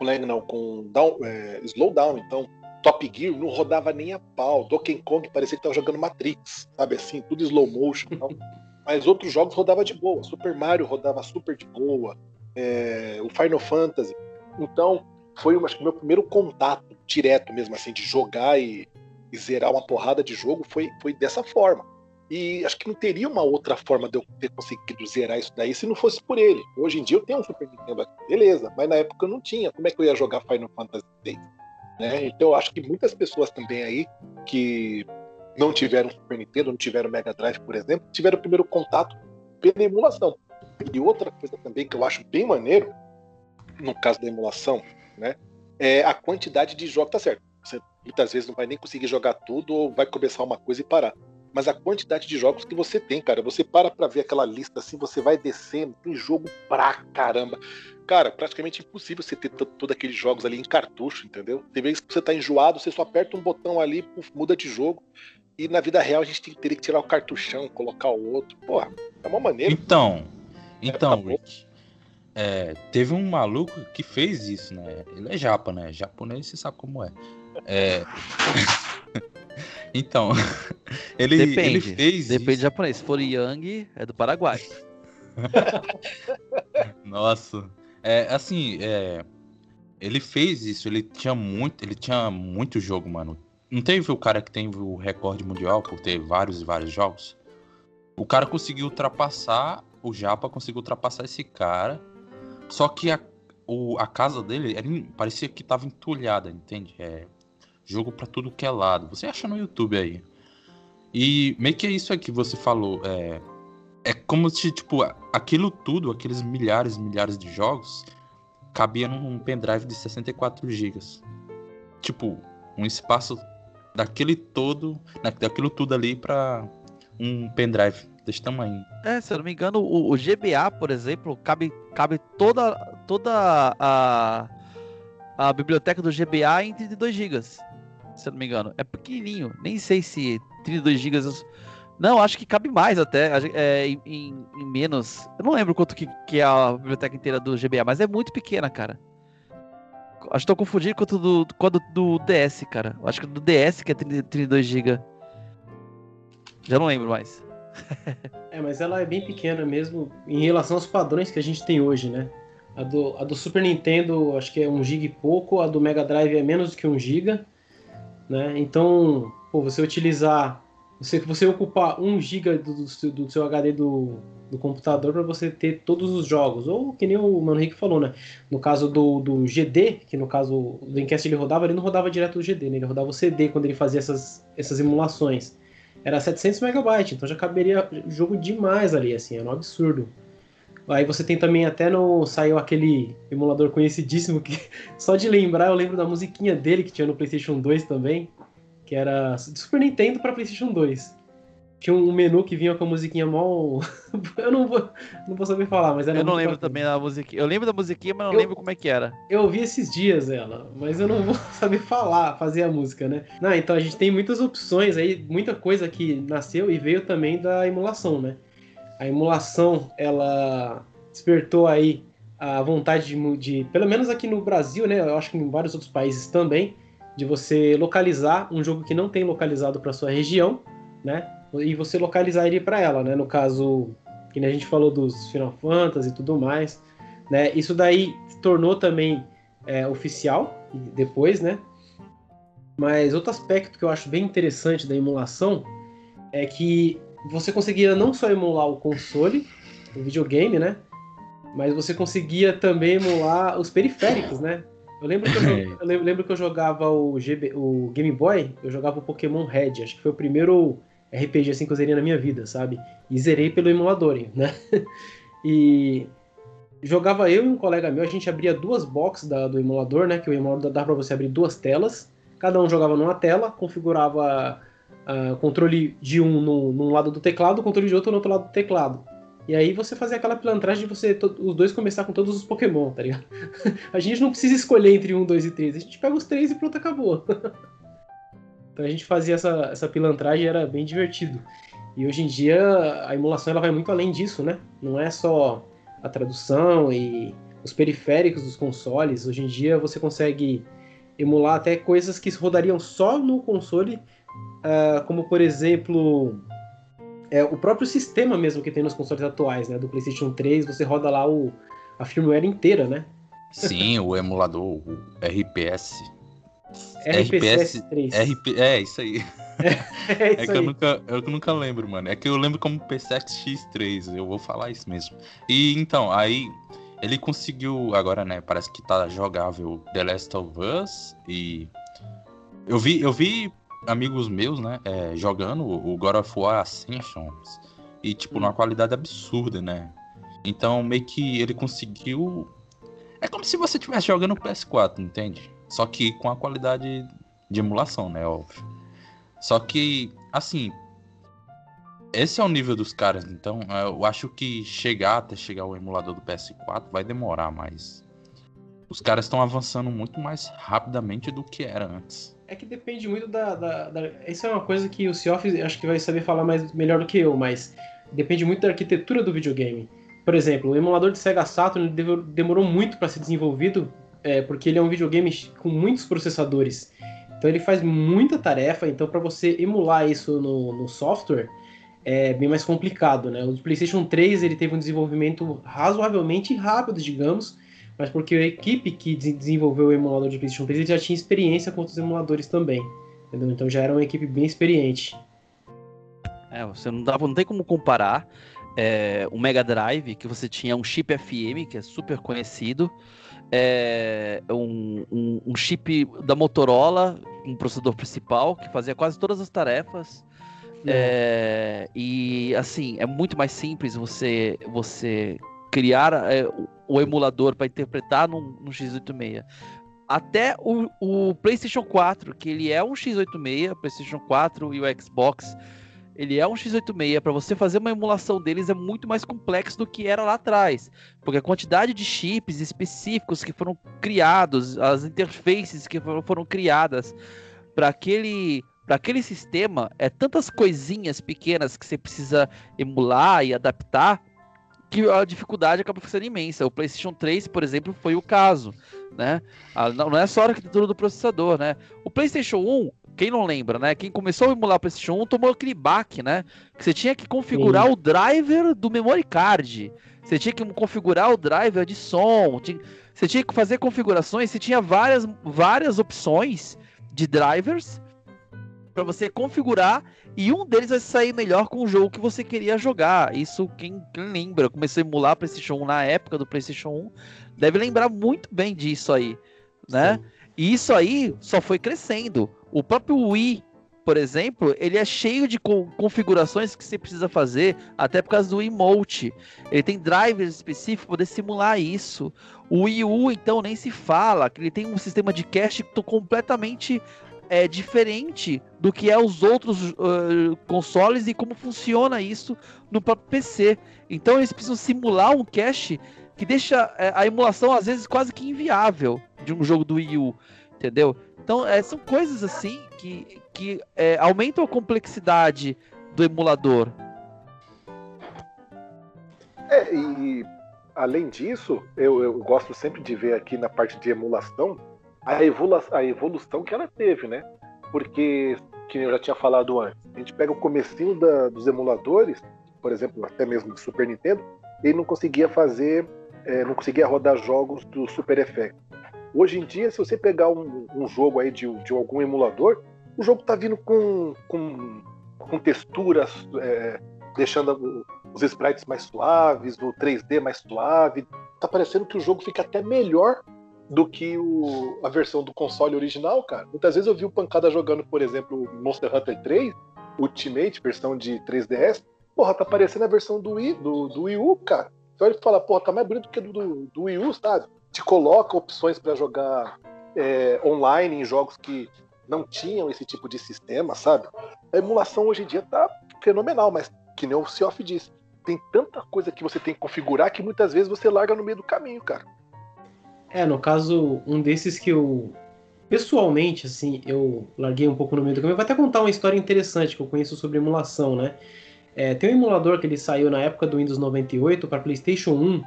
com lag não, com down, é, slowdown, então Top Gear não rodava nem a pau, Donkey Kong parecia que tava jogando Matrix, sabe assim, tudo slow motion e tal. Mas outros jogos rodava de boa, Super Mario rodava super de boa, é, o Final Fantasy. Então foi acho que o meu primeiro contato direto mesmo assim, de jogar e, e zerar uma porrada de jogo foi, foi dessa forma. E acho que não teria uma outra forma de eu ter conseguido zerar isso daí se não fosse por ele. Hoje em dia eu tenho um Super Nintendo aqui, beleza, mas na época eu não tinha. Como é que eu ia jogar Final Fantasy seis? Né? Então eu acho que muitas pessoas também aí que não tiveram Super Nintendo, não tiveram Mega Drive, por exemplo, tiveram o primeiro contato pela emulação. E outra coisa também que eu acho bem maneiro, no caso da emulação, né, é a quantidade de jogos. Tá certo, você muitas vezes não vai nem conseguir jogar tudo ou vai começar uma coisa e parar. Mas a quantidade de jogos que você tem, cara, você para pra ver aquela lista assim, você vai descendo, tem jogo pra caramba. Cara, praticamente impossível você ter todos aqueles jogos ali em cartucho, entendeu? Tem vezes que você tá enjoado, você só aperta um botão ali, puf, muda de jogo. E na vida real a gente tem, teria que tirar o cartuchão, colocar o outro. Porra, é uma maneira. Então, então, Rick, é, teve um maluco que fez isso, né? Ele é japa, né? Japonês, você sabe como é. É... Então, ele, Depende, ele fez depende isso. de japonês. Se for Yang, é do Paraguai. Nossa, é assim, é, ele fez isso, ele tinha muito, ele tinha muito jogo, mano. Não teve o cara que tem o recorde mundial por ter vários e vários jogos? O cara conseguiu ultrapassar, o Japa conseguiu ultrapassar esse cara, só que a, o, a casa dele era, parecia que tava entulhada, entende? É, jogo pra tudo que é lado. Você acha no YouTube aí. E meio que é isso aí que você falou. É, é como se, tipo, aquilo tudo, aqueles milhares e milhares de jogos, cabia num pendrive de sessenta e quatro gigas. Tipo, um espaço daquele todo, daquilo tudo ali pra um pendrive desse tamanho. É, se eu não me engano, o, o G B A, por exemplo, cabe, cabe toda, toda a, a biblioteca do G B A em trinta e dois gigas. Se eu não me engano. É pequenininho. Nem sei se trinta e dois gigas... Não, acho que cabe mais até. É, em, em menos... Eu não lembro quanto que, que é a biblioteca inteira do G B A, mas é muito pequena, cara. Acho que tô confundindo com a do, com a do, do D S, cara. Acho que do D S que é trinta e dois gigas. Já não lembro mais. É, mas ela é bem pequena mesmo em relação aos padrões que a gente tem hoje, né? A do, a do Super Nintendo acho que é um giga e pouco, a do Mega Drive é menos do que um giga, né? Então, pô, você utilizar, você, você ocupar um giga do, do, do seu H D do, do computador para você ter todos os jogos, ou que nem o Mano Henrique falou, né? No caso do, do G D, que no caso o Dreamcast ele rodava, ele não rodava direto do G D, né? Ele rodava o C D quando ele fazia essas, essas emulações. Era setecentos megabytes, então já caberia jogo demais ali, assim, era um absurdo. Aí você tem também até no... Saiu aquele emulador conhecidíssimo que só de lembrar eu lembro da musiquinha dele que tinha no PlayStation dois também, que era de Super Nintendo para PlayStation dois. Tinha um menu que vinha com a musiquinha mó... eu não vou, não vou saber falar, mas era Eu não muito lembro bacana. também da musiquinha. Eu lembro da musiquinha, mas não Eu- lembro como é que era. Eu ouvi esses dias ela, mas eu não vou saber falar, fazer a música, né? Não, então a gente tem muitas opções aí, muita coisa que nasceu e veio também da emulação, né? A emulação, ela despertou aí a vontade de, mu- de, pelo menos aqui no Brasil, né? Eu acho que em vários outros países também, de você localizar um jogo que não tem localizado para sua região, né? E você localizar ele para ela, né? No caso, que nem a gente falou dos Final Fantasy e tudo mais, né? Isso daí se tornou também é, oficial depois, né? Mas outro aspecto que eu acho bem interessante da emulação é que você conseguia não só emular o console, o videogame, né? Mas você conseguia também emular os periféricos, né? Eu lembro que eu, jo- eu lembro- lembro que eu jogava o, G B o Game Boy, eu jogava o Pokémon Red, acho que foi o primeiro R P G assim que eu zerei na minha vida, sabe? E zerei pelo emulador, né? E jogava eu e um colega meu, a gente abria duas boxes da- do emulador, né? Que o emulador dá pra você abrir duas telas. Cada um jogava numa tela, configurava ah, controle de um no, num lado do teclado, controle de outro no outro lado do teclado. E aí você fazia aquela pilantragem de você to- os dois começar com todos os Pokémon, tá ligado? A gente não precisa escolher entre um, dois e três, a gente pega os três e pronto, acabou. Então a gente fazia essa, essa pilantragem e era bem divertido. E hoje em dia a emulação ela vai muito além disso, né? Não é só a tradução e os periféricos dos consoles. Hoje em dia você consegue emular até coisas que rodariam só no console, uh, como por exemplo é, o próprio sistema mesmo que tem nos consoles atuais, né? Do PlayStation três, você roda lá o, a firmware inteira, né? Sim, o emulador, o R P S. R P S três. R P, é, isso aí. É, é isso é que aí. eu nunca, eu nunca lembro, mano. É que eu lembro como P C X três, eu vou falar isso mesmo. E então, aí ele conseguiu, agora, né, parece que tá jogável The Last of Us e eu vi, eu vi amigos meus, né, é, jogando o God of War Ascensions e, tipo, Hum. numa qualidade absurda, né. Então, meio que ele conseguiu... É como se você estivesse jogando P S quatro, entende? Só que com a qualidade de emulação, né, óbvio. Só que, assim, esse é o nível dos caras, então eu acho que chegar até chegar o emulador do P S quatro vai demorar, mas os caras estão avançando muito mais rapidamente do que era antes. É que depende muito da, da, da... Isso é uma coisa que o Cioff acho que vai saber falar mais, melhor do que eu, mas depende muito da arquitetura do videogame. Por exemplo, o emulador de Sega Saturn deve- demorou muito para ser desenvolvido, é, porque ele é um videogame com muitos processadores. Então ele faz muita tarefa, então para você emular isso no, no software é bem mais complicado, né? O de PlayStation três ele teve um desenvolvimento razoavelmente rápido, digamos, mas porque a equipe que de- desenvolveu o emulador de PlayStation três ele já tinha experiência com outros emuladores também, entendeu? Então já era uma equipe bem experiente. É, você não, dá, não tem como comparar é, o Mega Drive, que você tinha um chip F M, que é super conhecido, é, um, um, um chip da Motorola, um processador principal, que fazia quase todas as tarefas. É, e assim, é muito mais simples você, você criar é, o, o emulador para interpretar num, num X oitenta e seis. Até o, o PlayStation quatro, que ele é um X oitenta e seis, o PlayStation quatro e o Xbox, ele é um X oitenta e seis, para você fazer uma emulação deles é muito mais complexo do que era lá atrás, porque a quantidade de chips específicos que foram criados, as interfaces que foram, foram criadas para aquele, para aquele sistema, é tantas coisinhas pequenas que você precisa emular e adaptar, que a dificuldade acaba sendo imensa. O PlayStation três, por exemplo, foi o caso, né? Ah, não, não é só a arquitetura do processador, né? O PlayStation um, quem não lembra, né? Quem começou a emular o PlayStation um tomou aquele baque, né? Que você tinha que configurar Sim. o driver do memory card. Você tinha que configurar o driver de som. Tinha, você tinha que fazer configurações. Você tinha várias, várias opções de drivers para você configurar, e um deles vai sair melhor com o jogo que você queria jogar. Isso, quem, quem lembra, começou a emular PlayStation um na época do PlayStation um, deve lembrar muito bem disso aí, né? Sim. E isso aí só foi crescendo. O próprio Wii, por exemplo, ele é cheio de co- configurações que você precisa fazer, até por causa do emote. Ele tem drivers específicos para poder simular isso. O Wii U, então, nem se fala, que ele tem um sistema de cache completamente é, diferente do que é os outros uh, consoles e como funciona isso no próprio P C. Então eles precisam simular um cache que deixa é, a emulação às vezes quase que inviável de um jogo do Wii U, entendeu? Então é, são coisas assim que, que é, aumentam a complexidade do emulador. É, e além disso, eu, eu gosto sempre de ver aqui na parte de emulação a, evolu a evolução que ela teve, né? Porque, que eu já tinha falado antes, a gente pega o comecinho da, dos emuladores, por exemplo, até mesmo do Super Nintendo, ele não conseguia fazer, é, não conseguia rodar jogos do Super Effect. Hoje em dia, se você pegar um, um jogo aí de, de algum emulador, o jogo tá vindo com, com, com texturas, é, deixando os sprites mais suaves, o três D mais suave. Tá parecendo que o jogo fica até melhor do que o, a versão do console original, cara. Muitas vezes eu vi o Pancada jogando, por exemplo, Monster Hunter três, Ultimate, versão de três D S. Porra, tá parecendo a versão do Wii, do, do Wii U, cara. Então ele fala, porra, tá mais bonito que do, do, do Wii U, sabe? Te coloca opções pra jogar é, online em jogos que não tinham esse tipo de sistema, sabe? A emulação hoje em dia tá fenomenal, mas que nem o Cioff disse, tem tanta coisa que você tem que configurar que muitas vezes você larga no meio do caminho, cara. É, no caso, um desses que eu, pessoalmente, assim, eu larguei um pouco no meio do caminho. Eu vou até contar uma história interessante que eu conheço sobre emulação, né? É, tem um emulador que ele saiu na época do Windows noventa e oito para PlayStation um,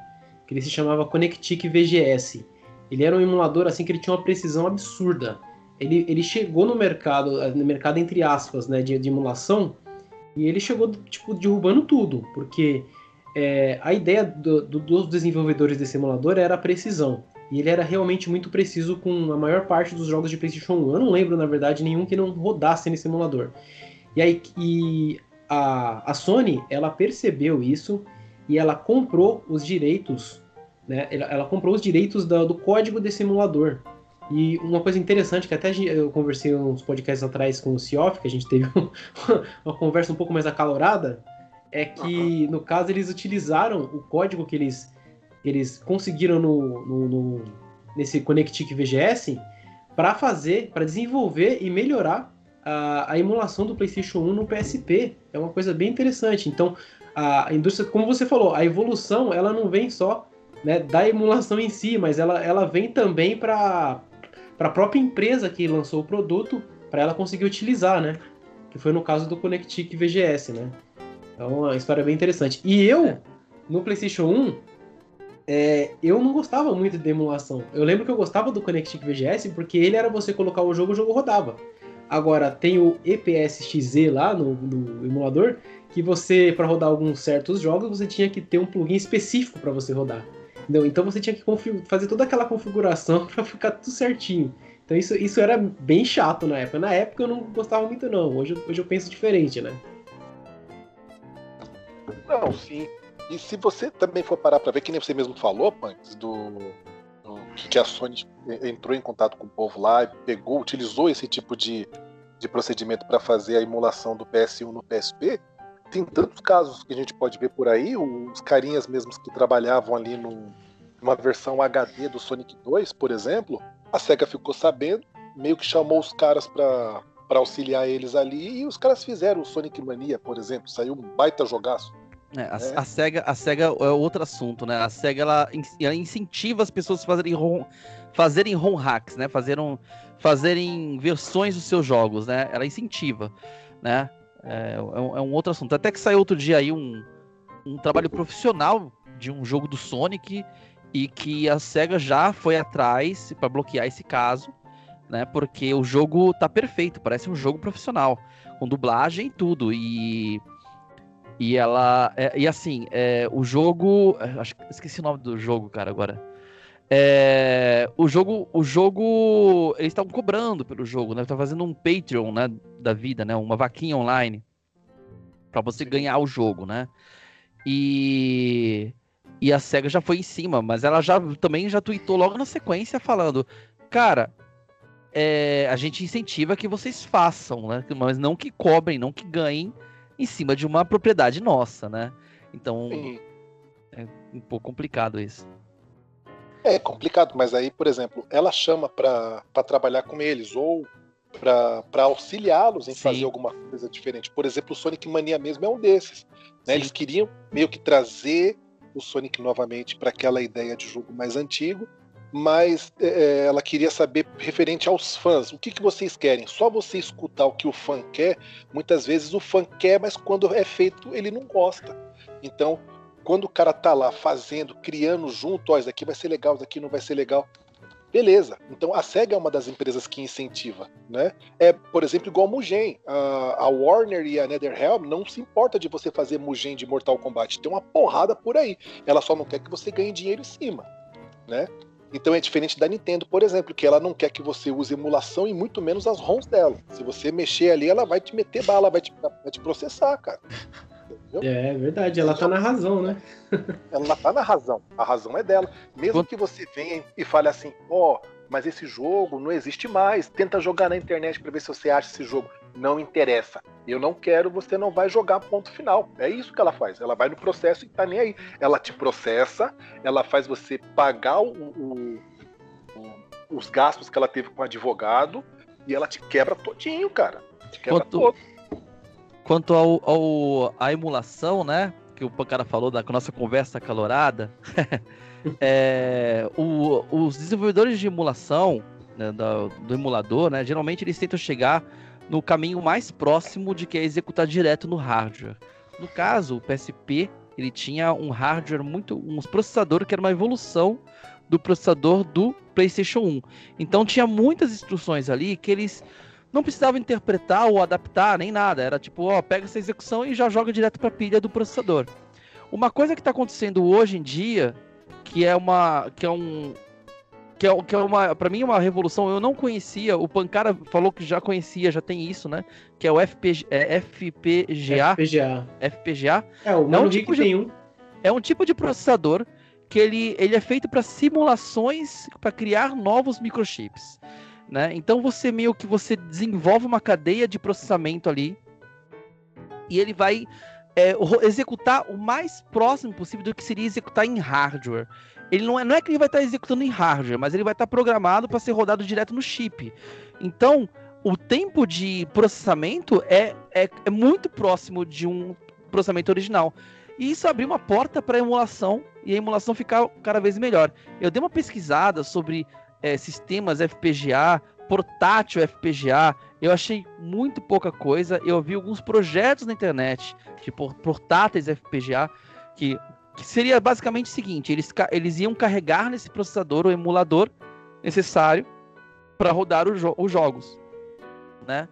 que ele se chamava Connectic V G S. Ele era um emulador assim que ele tinha uma precisão absurda. Ele, ele chegou no mercado, no mercado entre aspas, né, de, de emulação, e ele chegou tipo derrubando tudo, porque é, a ideia do, do, dos desenvolvedores desse emulador era a precisão. E ele era realmente muito preciso com a maior parte dos jogos de PlayStation um. Eu não lembro, na verdade, nenhum que não rodasse nesse emulador. E aí e a, a Sony, ela percebeu isso e ela comprou os direitos, né? Ela, ela comprou os direitos do, do código desse emulador. E uma coisa interessante, que até eu conversei uns podcasts atrás com o Cioff, que a gente teve uma conversa um pouco mais acalorada, é que, no caso, eles utilizaram o código que eles, que eles conseguiram no, no, no, nesse Connectic V G S para fazer, para desenvolver e melhorar a, a emulação do PlayStation um no P S P. É uma coisa bem interessante. Então, a indústria, como você falou, a evolução, ela não vem só, né, da emulação em si, mas ela, ela vem também para para a própria empresa que lançou o produto, para ela conseguir utilizar, né? Que foi no caso do Connectic V G S, né? Então, uma história bem interessante. E eu, no PlayStation um, é, eu não gostava muito de emulação. Eu lembro que eu gostava do Connectic V G S porque ele era você colocar o jogo, o jogo rodava. Agora, tem o E P S X Z lá no, no emulador, que você, para rodar alguns certos jogos, você tinha que ter um plugin específico para você rodar. Não, então você tinha que fazer toda aquela configuração para ficar tudo certinho. Então isso, isso era bem chato na época. Na época eu não gostava muito não, hoje, hoje eu penso diferente, né? Não, sim. E se você também for parar para ver, que nem você mesmo falou, Punks, do, do que a Sony entrou em contato com o povo lá, pegou, utilizou esse tipo de, de procedimento para fazer a emulação do P S um no P S P, tem tantos casos que a gente pode ver por aí, os carinhas mesmos que trabalhavam ali no, numa versão H D do Sonic dois, por exemplo, a SEGA ficou sabendo, meio que chamou os caras para para auxiliar eles ali, e os caras fizeram o Sonic Mania, por exemplo, saiu um baita jogaço. É, a, é. a, SEGA, a SEGA é outro assunto, né? A SEGA ela, ela incentiva as pessoas a fazerem ROM, fazerem ROM hacks, né? Fazerem, fazerem versões dos seus jogos, né? Ela incentiva, né? É, é, um, é um outro assunto. Até que saiu outro dia aí um, um trabalho profissional de um jogo do Sonic e que a SEGA já foi atrás para bloquear esse caso, né? Porque o jogo tá perfeito, parece um jogo profissional, com dublagem e tudo. E, e ela. É, e assim, é, o jogo. Acho que esqueci o nome do jogo, cara, agora. É, o jogo, o jogo, eles estavam cobrando pelo jogo, né? Estavam fazendo um Patreon, né, da vida, né? Uma vaquinha online para você ganhar o jogo, né? E e a SEGA já foi em cima, mas ela já também já tweetou logo na sequência falando, cara, é, a gente incentiva que vocês façam, né? Mas não que cobrem, não que ganhem em cima de uma propriedade nossa, né? Então Sim. é um pouco complicado isso. É complicado, mas aí, por exemplo, ela chama para trabalhar com eles ou para auxiliá-los em Sim. fazer alguma coisa diferente. Por exemplo, o Sonic Mania mesmo é um desses. Né? Eles queriam meio que trazer o Sonic novamente para aquela ideia de jogo mais antigo, mas é, ela queria saber referente aos fãs. O que, que vocês querem? Só você escutar o que o fã quer. Muitas vezes o fã quer, mas quando é feito ele não gosta. Então, quando o cara tá lá fazendo, criando junto, ó, isso daqui vai ser legal, isso daqui não vai ser legal. Beleza. Então a SEGA é uma das empresas que incentiva, né? É, por exemplo, igual a Mugen. A, a Warner e a NetherRealm não se importa de você fazer Mugen de Mortal Kombat. Tem uma porrada por aí. Ela só não quer que você ganhe dinheiro em cima, né? Então é diferente da Nintendo, por exemplo, que ela não quer que você use emulação e muito menos as ROMs dela. Se você mexer ali, ela vai te meter bala, vai te, vai te processar, cara. Entendeu? É verdade, ela tá na razão, né? Ela tá na razão, a razão é dela. Mesmo que você venha e fale assim, ó, oh, mas esse jogo não existe mais, tenta jogar na internet pra ver se você acha esse jogo. Não interessa, eu não quero, você não vai jogar, ponto final. É isso que ela faz, ela vai no processo e tá nem aí. Ela te processa, ela faz você pagar o, o, o, os gastos que ela teve com o advogado e ela te quebra todinho, cara. Te quebra Quanto... todo. Quanto ao, ao a emulação, né? Que o cara falou da nossa conversa acalorada, é, o, os desenvolvedores de emulação, né, do, do emulador, né? Geralmente eles tentam chegar no caminho mais próximo de que é executar direto no hardware. No caso, o P S P ele tinha um hardware muito, um processador que era uma evolução do processador do PlayStation um. Então tinha muitas instruções ali que eles não precisavam interpretar ou adaptar nem nada. Era tipo, ó, pega essa execução e já joga direto para a pilha do processador. Uma coisa que está acontecendo hoje em dia, que é uma, que é um, que é, que é uma, para mim é uma revolução. Eu não conhecia. O Pancara falou que já conhecia, já tem isso, né? Que é o F P G, é F P G A. F P G A. F P G A. É, o Mano um Rick tipo de, tem um. É um tipo de processador que ele, ele é feito para simulações, para criar novos microchips, né? Então você meio que você desenvolve uma cadeia de processamento ali e ele vai é, executar o mais próximo possível do que seria executar em hardware. Ele não é, não é que ele vai estar executando em hardware, mas ele vai estar programado para ser rodado direto no chip. Então o tempo de processamento é, é, é muito próximo de um processamento original. E isso abriu uma porta para a emulação e a emulação ficar cada vez melhor. Eu dei uma pesquisada sobre é, sistemas F P G A, portátil F P G A. Eu achei muito pouca coisa. Eu vi alguns projetos na internet de portáteis F P G A que, que seria basicamente o seguinte: eles, eles iam carregar nesse processador o emulador necessário para rodar os, jo- os jogos, né?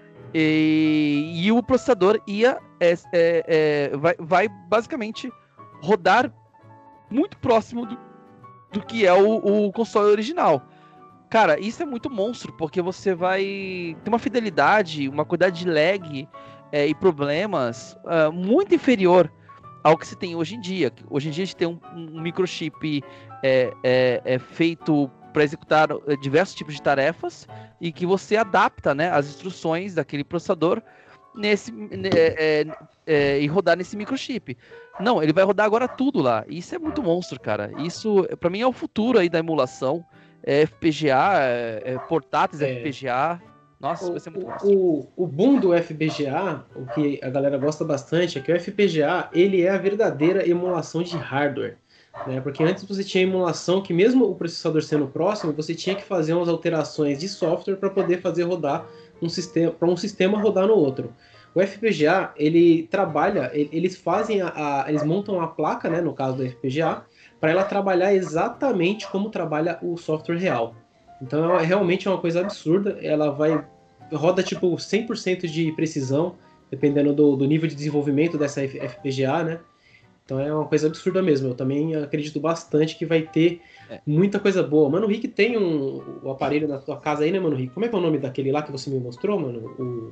E, e o processador ia é, é, é, vai, vai basicamente rodar muito próximo do, do que é o, o console original. Cara, isso é muito monstro, porque você vai ter uma fidelidade, uma quantidade de lag é, e problemas uh, muito inferior ao que se tem hoje em dia. Hoje em dia a gente tem um, um microchip é, é, é feito para executar diversos tipos de tarefas e que você adapta, né, as instruções daquele processador nesse, é, é, é, e rodar nesse microchip. Não, ele vai rodar agora tudo lá. Isso é muito monstro, cara. Isso, para mim, é o futuro aí da emulação. É F P G A, é, é portáteis é. F P G A. Nossa, o, vai ser muito o, monstro. O, o boom do F P G A, o que a galera gosta bastante, é que o F P G A ele é a verdadeira emulação de hardware. Né? Porque antes você tinha emulação que, mesmo o processador sendo próximo, você tinha que fazer umas alterações de software para poder fazer rodar um sistema, para um sistema rodar no outro. O F P G A, ele trabalha, eles fazem a, a eles montam a placa, né, no caso do F P G A, para ela trabalhar exatamente como trabalha o software real. Então é realmente uma coisa absurda. Ela vai roda tipo cem por cento de precisão, dependendo do, do nível de desenvolvimento dessa F P G A, né? Então é uma coisa absurda mesmo. Eu também acredito bastante que vai ter é. muita coisa boa. Mano, o Rick tem um, o aparelho na tua casa aí, né, Mano, Rick? Como é que é o nome daquele lá que você me mostrou, mano? O,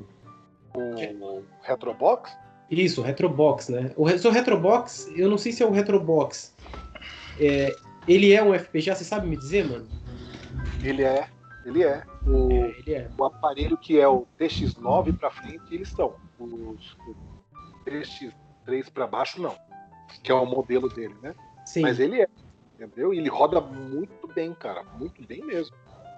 o Retrobox? Isso, o Retrobox, né? O seu Retrobox, eu não sei se é o Retrobox. É, ele é um F P G A, você sabe me dizer, mano? Ele é, ele é. O, é, ele é. o aparelho que é o T X nove pra frente, eles são. Os, o T X três pra baixo, não. Que é o modelo dele, né? Sim. Mas ele é, entendeu? E ele roda muito bem, cara. Muito bem mesmo.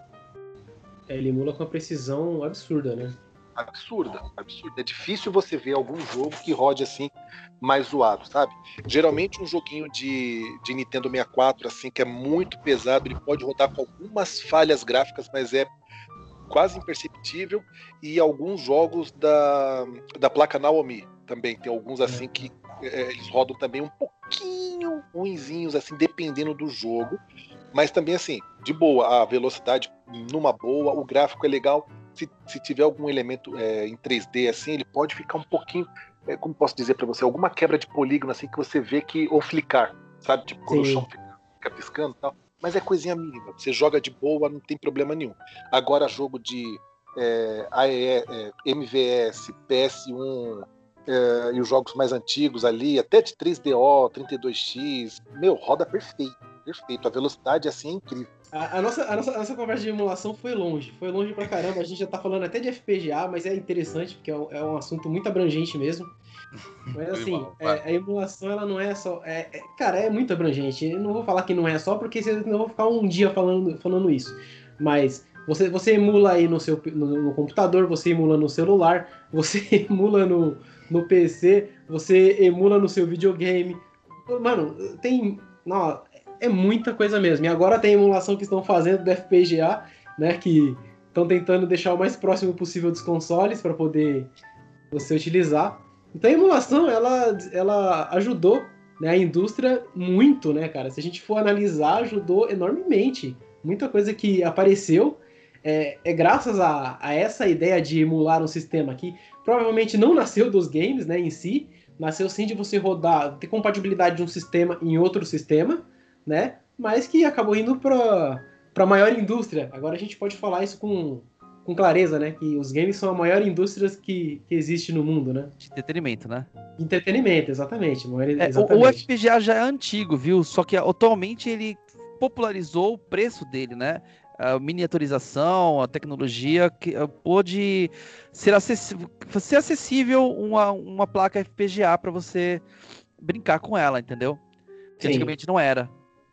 É, ele emula com uma precisão absurda, né? Absurda, absurda. É difícil você ver algum jogo que rode assim, mais zoado, sabe? Geralmente um joguinho de, de Nintendo sessenta e quatro, assim, que é muito pesado, ele pode rodar com algumas falhas gráficas, mas é quase imperceptível. E alguns jogos da, da placa Naomi também, tem alguns assim que é, eles rodam também um pouquinho ruinzinhos, assim, dependendo do jogo. Mas também, assim, de boa, a velocidade numa boa, o gráfico é legal. Se, se tiver algum elemento é, em três D, assim, ele pode ficar um pouquinho, é, como posso dizer pra você, alguma quebra de polígono, assim, que você vê que, ou flicar, sabe? Tipo, quando Sim. o chão fica, fica piscando e tal. Mas é coisinha mínima, você joga de boa, não tem problema nenhum. Agora, jogo de é, A E E, é, M V S, P S um é, e os jogos mais antigos ali, até de três D O, trinta e dois X, meu, roda perfeito, perfeito. A velocidade, assim, é incrível. A, a, nossa, a, nossa, a nossa conversa de emulação foi longe, foi longe pra caramba. A gente já tá falando até de F P G A, mas é interessante porque é um, é um assunto muito abrangente mesmo. Mas assim, é, a emulação ela não é só. É, é, cara, é muito abrangente. Eu não vou falar que não é só, porque eu não vou ficar um dia falando, falando isso. Mas você, você emula aí no seu no, no computador, você emula no celular, você emula no, no P C, você emula no seu videogame. Mano, tem. Não, é muita coisa mesmo. E agora tem a emulação que estão fazendo do F P G A, né? Que estão tentando deixar o mais próximo possível dos consoles para poder você utilizar. Então a emulação, ela, ela ajudou né, a indústria muito, né, cara? Se a gente for analisar, ajudou enormemente. Muita coisa que apareceu é, é graças a, a essa ideia de emular um sistema que provavelmente não nasceu dos games, né, em si, nasceu sim de você rodar, ter compatibilidade de um sistema em outro sistema, né, mas que acabou indo para a maior indústria. Agora a gente pode falar isso com, com clareza, né, que os games são a maior indústria que, que existe no mundo, né? De entretenimento, né? Entretenimento, exatamente. Maior, É, exatamente. o, o F P G A já é antigo, viu? Só que atualmente ele popularizou o preço dele, né? A miniaturização, a tecnologia que uh, pôde ser acessível, ser acessível uma, uma placa F P G A para você brincar com ela, entendeu? Que Sim. antigamente não era.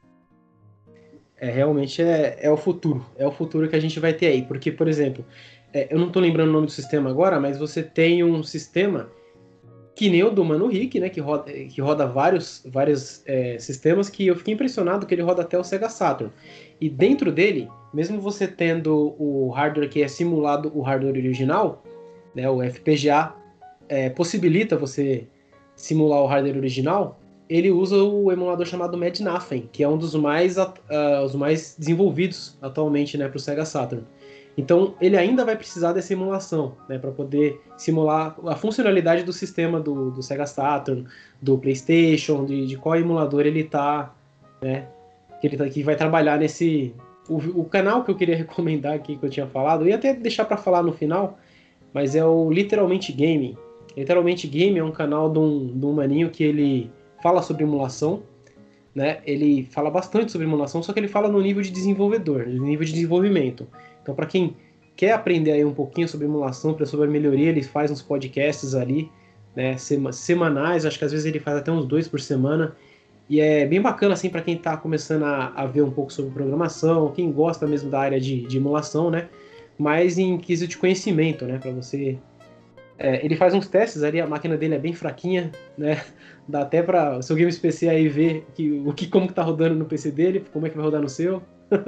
É, realmente é, é o futuro. É o futuro que a gente vai ter aí. Porque, por exemplo, é, eu não tô lembrando o nome do sistema agora, mas você tem um sistema que nem o do Mano Rick, né? Que roda, que roda vários, vários é, sistemas, que eu fiquei impressionado que ele roda até o Sega Saturn. E dentro dele, mesmo você tendo o hardware que é simulado o hardware original, né, o F P G A é, possibilita você simular o hardware original, ele usa o emulador chamado Madnafen, que é um dos mais, uh, os mais desenvolvidos atualmente, né, para o Sega Saturn. Então, ele ainda vai precisar dessa emulação, né, para poder simular a funcionalidade do sistema do, do Sega Saturn, do PlayStation, de, de qual emulador ele está, né, que ele tá, que vai trabalhar nesse... O, o canal que eu queria recomendar aqui, que eu tinha falado, eu ia até deixar para falar no final, mas é o Literalmente Gaming. Literalmente Gaming é um canal de um, de um maninho que ele fala sobre emulação, né? Ele fala bastante sobre emulação, só que ele fala no nível de desenvolvedor, no nível de desenvolvimento. Então, para quem quer aprender aí um pouquinho sobre emulação, sobre a melhoria, ele faz uns podcasts ali, né, semanais, acho que às vezes ele faz até uns dois por semana, e é bem bacana assim para quem está começando a, a ver um pouco sobre programação, quem gosta mesmo da área de, de emulação, né, mas em quesito de conhecimento, né, para você... É, ele faz uns testes ali, a máquina dele é bem fraquinha, né, dá até para o seu Games P C aí ver que, o que, como que tá rodando no P C dele, como é que vai rodar no seu.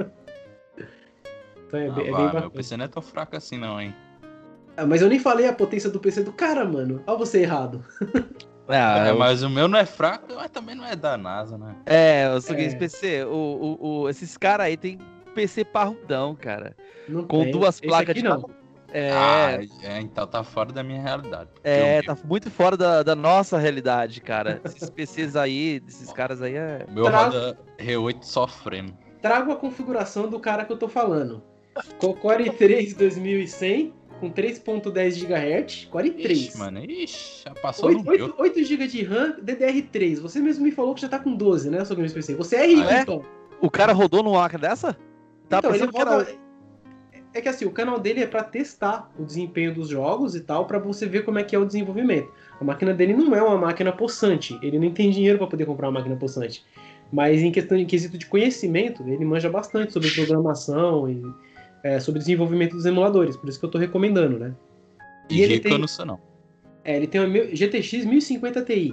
Então é, Ah, bem, é vá, bem bacana. meu P C não é tão fraco assim não, hein? Ah, mas eu nem falei a potência do P C do cara, mano. Olha você errado. Ah, É, eu- mas o meu não é fraco, mas também não é da NASA, né? É, o seu É. Games P C, o, o, o- esses caras aí tem P C parrudão, cara. Não Com tem. duas Esse placas aqui de não. É, Ah, é, então tá fora da minha realidade. Porque é, o tá muito fora da, da nossa realidade, cara. Esses P Cs aí, desses caras aí é. meu, meu Tra- roda R oito sofrendo. Trago a configuração do cara que eu tô falando. Co- Core i três dois mil e cem com três ponto dez gigahertz. Core i três. Ixi, mano, ixi, já passou no meu. oito, oito gigabytes de RAM, D D R três. Você mesmo me falou que já tá com doze, né, seu Games P C? Você é rico, Ah, é? então. O cara rodou numa máquina dessa? Tá Então, ele pensando que era roda... É que assim, o canal dele é pra testar o desempenho dos jogos e tal, pra você ver como é que é o desenvolvimento. A máquina dele não é uma máquina possante, ele não tem dinheiro pra poder comprar uma máquina possante. Mas em questão de quesito de conhecimento, ele manja bastante sobre programação e é, sobre desenvolvimento dos emuladores, por isso que eu tô recomendando, né? E, E ele rico tem- eu não sou, não. É, ele tem uma mil- G T X mil e cinquenta Ti.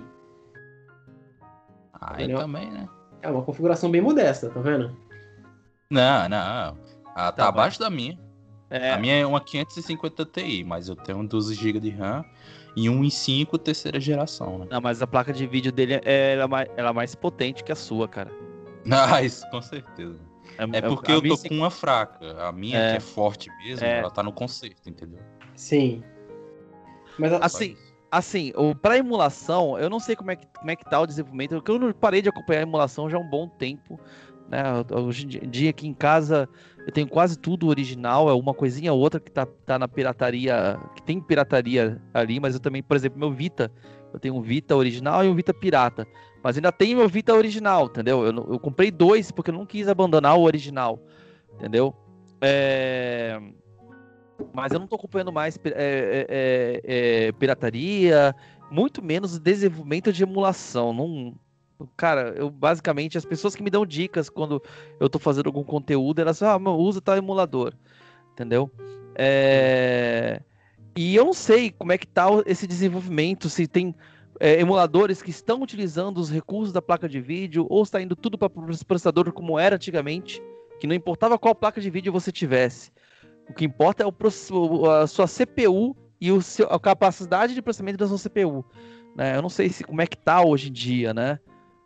Aí Entendeu? também, né? É uma configuração bem modesta, tá vendo? Não, não. Ah, tá Tá abaixo da minha. É, A minha é uma quinhentos e cinquenta Ti, mas eu tenho doze gigas de RAM e um i cinco terceira geração, né? não, mas a placa de vídeo dele é, ela é mais, ela é mais potente que a sua, cara. Ah, isso com certeza. É porque a eu tô minha- com uma fraca. A minha, É. que é forte mesmo, É. ela tá no conserto, entendeu? Sim. Mas a- Assim, assim, o, pra emulação, eu não sei como é, que, como é que tá o desenvolvimento, porque eu não parei de acompanhar a emulação já há um bom tempo, né? Hoje em dia aqui em casa eu tenho quase tudo original, é uma coisinha ou outra que tá, tá na pirataria, que tem pirataria ali, mas eu também, por exemplo, meu Vita, eu tenho um Vita original e um Vita pirata, mas ainda tem meu Vita original, entendeu? Eu, não- eu comprei dois porque eu não quis abandonar o original, entendeu? É... Mas eu não tô acompanhando mais pi- é, é, é, é, pirataria, muito menos desenvolvimento de emulação. Não, cara, eu basicamente, as pessoas que me dão dicas quando eu tô fazendo algum conteúdo, elas falam, ah, meu, usa tal emulador, entendeu? É, E eu não sei como é que tá o- esse desenvolvimento, se tem é, emuladores que estão utilizando os recursos da placa de vídeo, ou está indo tudo para o processador como era antigamente, que não importava qual placa de vídeo você tivesse. O que importa é o, proce- o- a sua C P U e o seu- a capacidade de processamento da sua C P U. Né? Eu não sei se, como é que tá hoje em dia, né?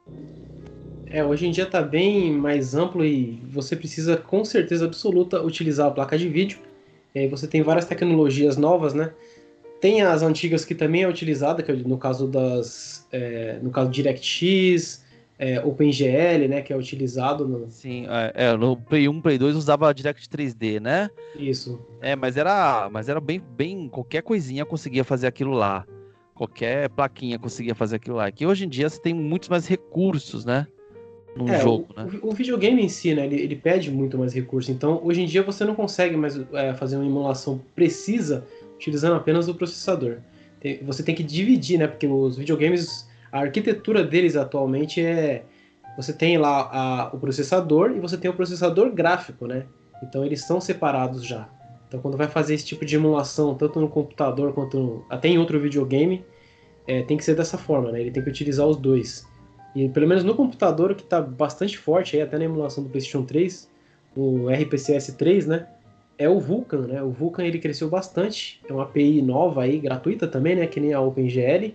É, hoje em dia tá bem mais amplo e você precisa com certeza absoluta utilizar a placa de vídeo. E aí você tem várias tecnologias novas, né? Tem as antigas que também é utilizada, que é no caso das, é, no caso DirectX, é, OpenGL, né, que é utilizado no... Sim, é, é, no Play um, Play dois usava Direct três D, né? Isso. É, mas era, mas era bem, bem, qualquer coisinha conseguia fazer aquilo lá. Qualquer plaquinha conseguia fazer aquilo lá. Que hoje em dia você tem muitos mais recursos, né? Num É, jogo, o, né? o videogame em si, né, ele, ele pede muito mais recurso. Então, hoje em dia você não consegue mais é, fazer uma emulação precisa utilizando apenas o processador. Tem- você tem que dividir, né, porque os videogames, a arquitetura deles atualmente é... Você tem lá a- o processador e você tem o processador gráfico, né? Então, eles são separados já. Então, quando vai fazer esse tipo de emulação, tanto no computador quanto no- até em outro videogame, é, tem que ser dessa forma, né? Ele tem que utilizar os dois. E pelo menos no computador, que está bastante forte, aí, até na emulação do PlayStation três, o R P C S três, né? É o Vulkan, né? O Vulkan ele cresceu bastante, é uma A P I nova aí, gratuita também, né? Que nem a OpenGL,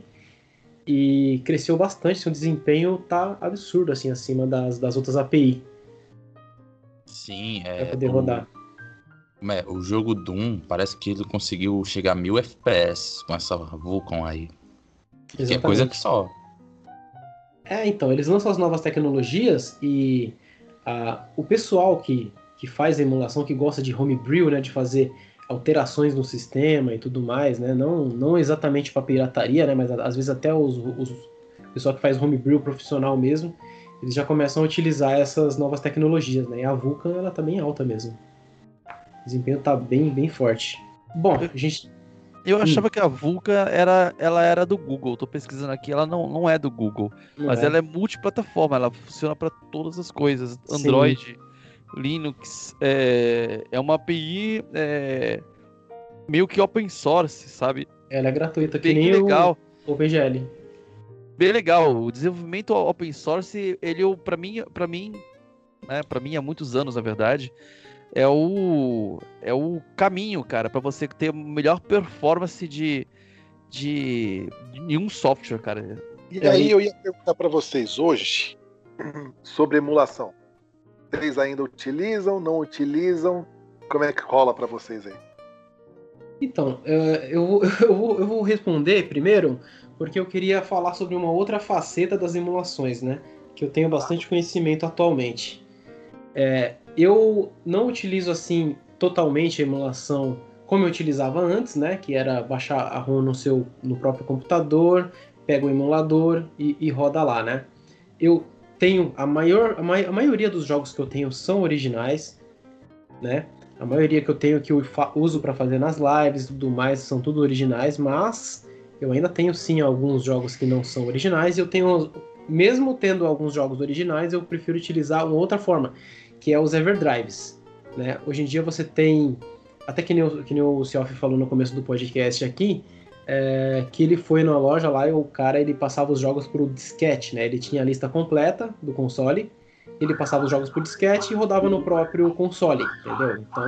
e cresceu bastante, seu desempenho tá absurdo, assim, acima das, das outras A P I Sim, para é poder o, rodar. como é, o jogo Doom parece que ele conseguiu chegar a mil F P S com essa Vulkan aí. Que é coisa que Exatamente. só. É, então, eles lançam as novas tecnologias e ah, o pessoal que, que faz a emulação, que gosta de homebrew, né, de fazer alterações no sistema e tudo mais, né, não, não exatamente para pirataria, né, mas às vezes até os, os o pessoal que faz homebrew profissional mesmo, eles já começam a utilizar essas novas tecnologias, né, e a Vulkan, ela tá bem alta mesmo. O desempenho tá bem, bem forte. Bom, a gente... Eu Hum, achava que a Vulkan era, ela era do Google. Tô pesquisando aqui, ela não, não é do Google, não mas é? ela é multiplataforma, ela funciona para todas as coisas. Sim, Android, Linux, é, é uma A P I é, meio que open source, sabe? ela é gratuita, que Bem nem o legal, OpenGL. bem legal. O desenvolvimento open source, ele para mim, para mim, né, para mim há muitos anos, na verdade, é o é o caminho, cara, para você ter melhor performance de de, de nenhum software, cara. E É, aí e- eu ia perguntar para vocês hoje sobre emulação. Vocês ainda utilizam, não utilizam? Como é que rola para vocês aí? Então, eh, eu, vou- eu, vou, eu vou responder primeiro, porque eu queria falar sobre uma outra faceta das emulações, né? Que eu tenho bastante conhecimento atualmente. É, eu não utilizo assim totalmente a emulação como eu utilizava antes, né? Que era baixar a ROM no seu no próprio computador, pega o emulador e, e roda lá, né? Eu tenho a maior a, mai, a maioria dos jogos que eu tenho são originais, né? A maioria que eu tenho que eu uso para fazer nas lives e tudo mais são tudo originais, mas eu ainda tenho sim alguns jogos que não são originais e eu tenho, mesmo tendo alguns jogos originais, eu prefiro utilizar uma outra forma, que é os Everdrives, né? Hoje em dia você tem, até que nem, o- que nem o Selfie falou no começo do podcast aqui, é, que ele foi na loja lá e o cara ele passava os jogos por disquete, né? Ele tinha a lista completa do console, ele passava os jogos por disquete e rodava no próprio console, entendeu? Então,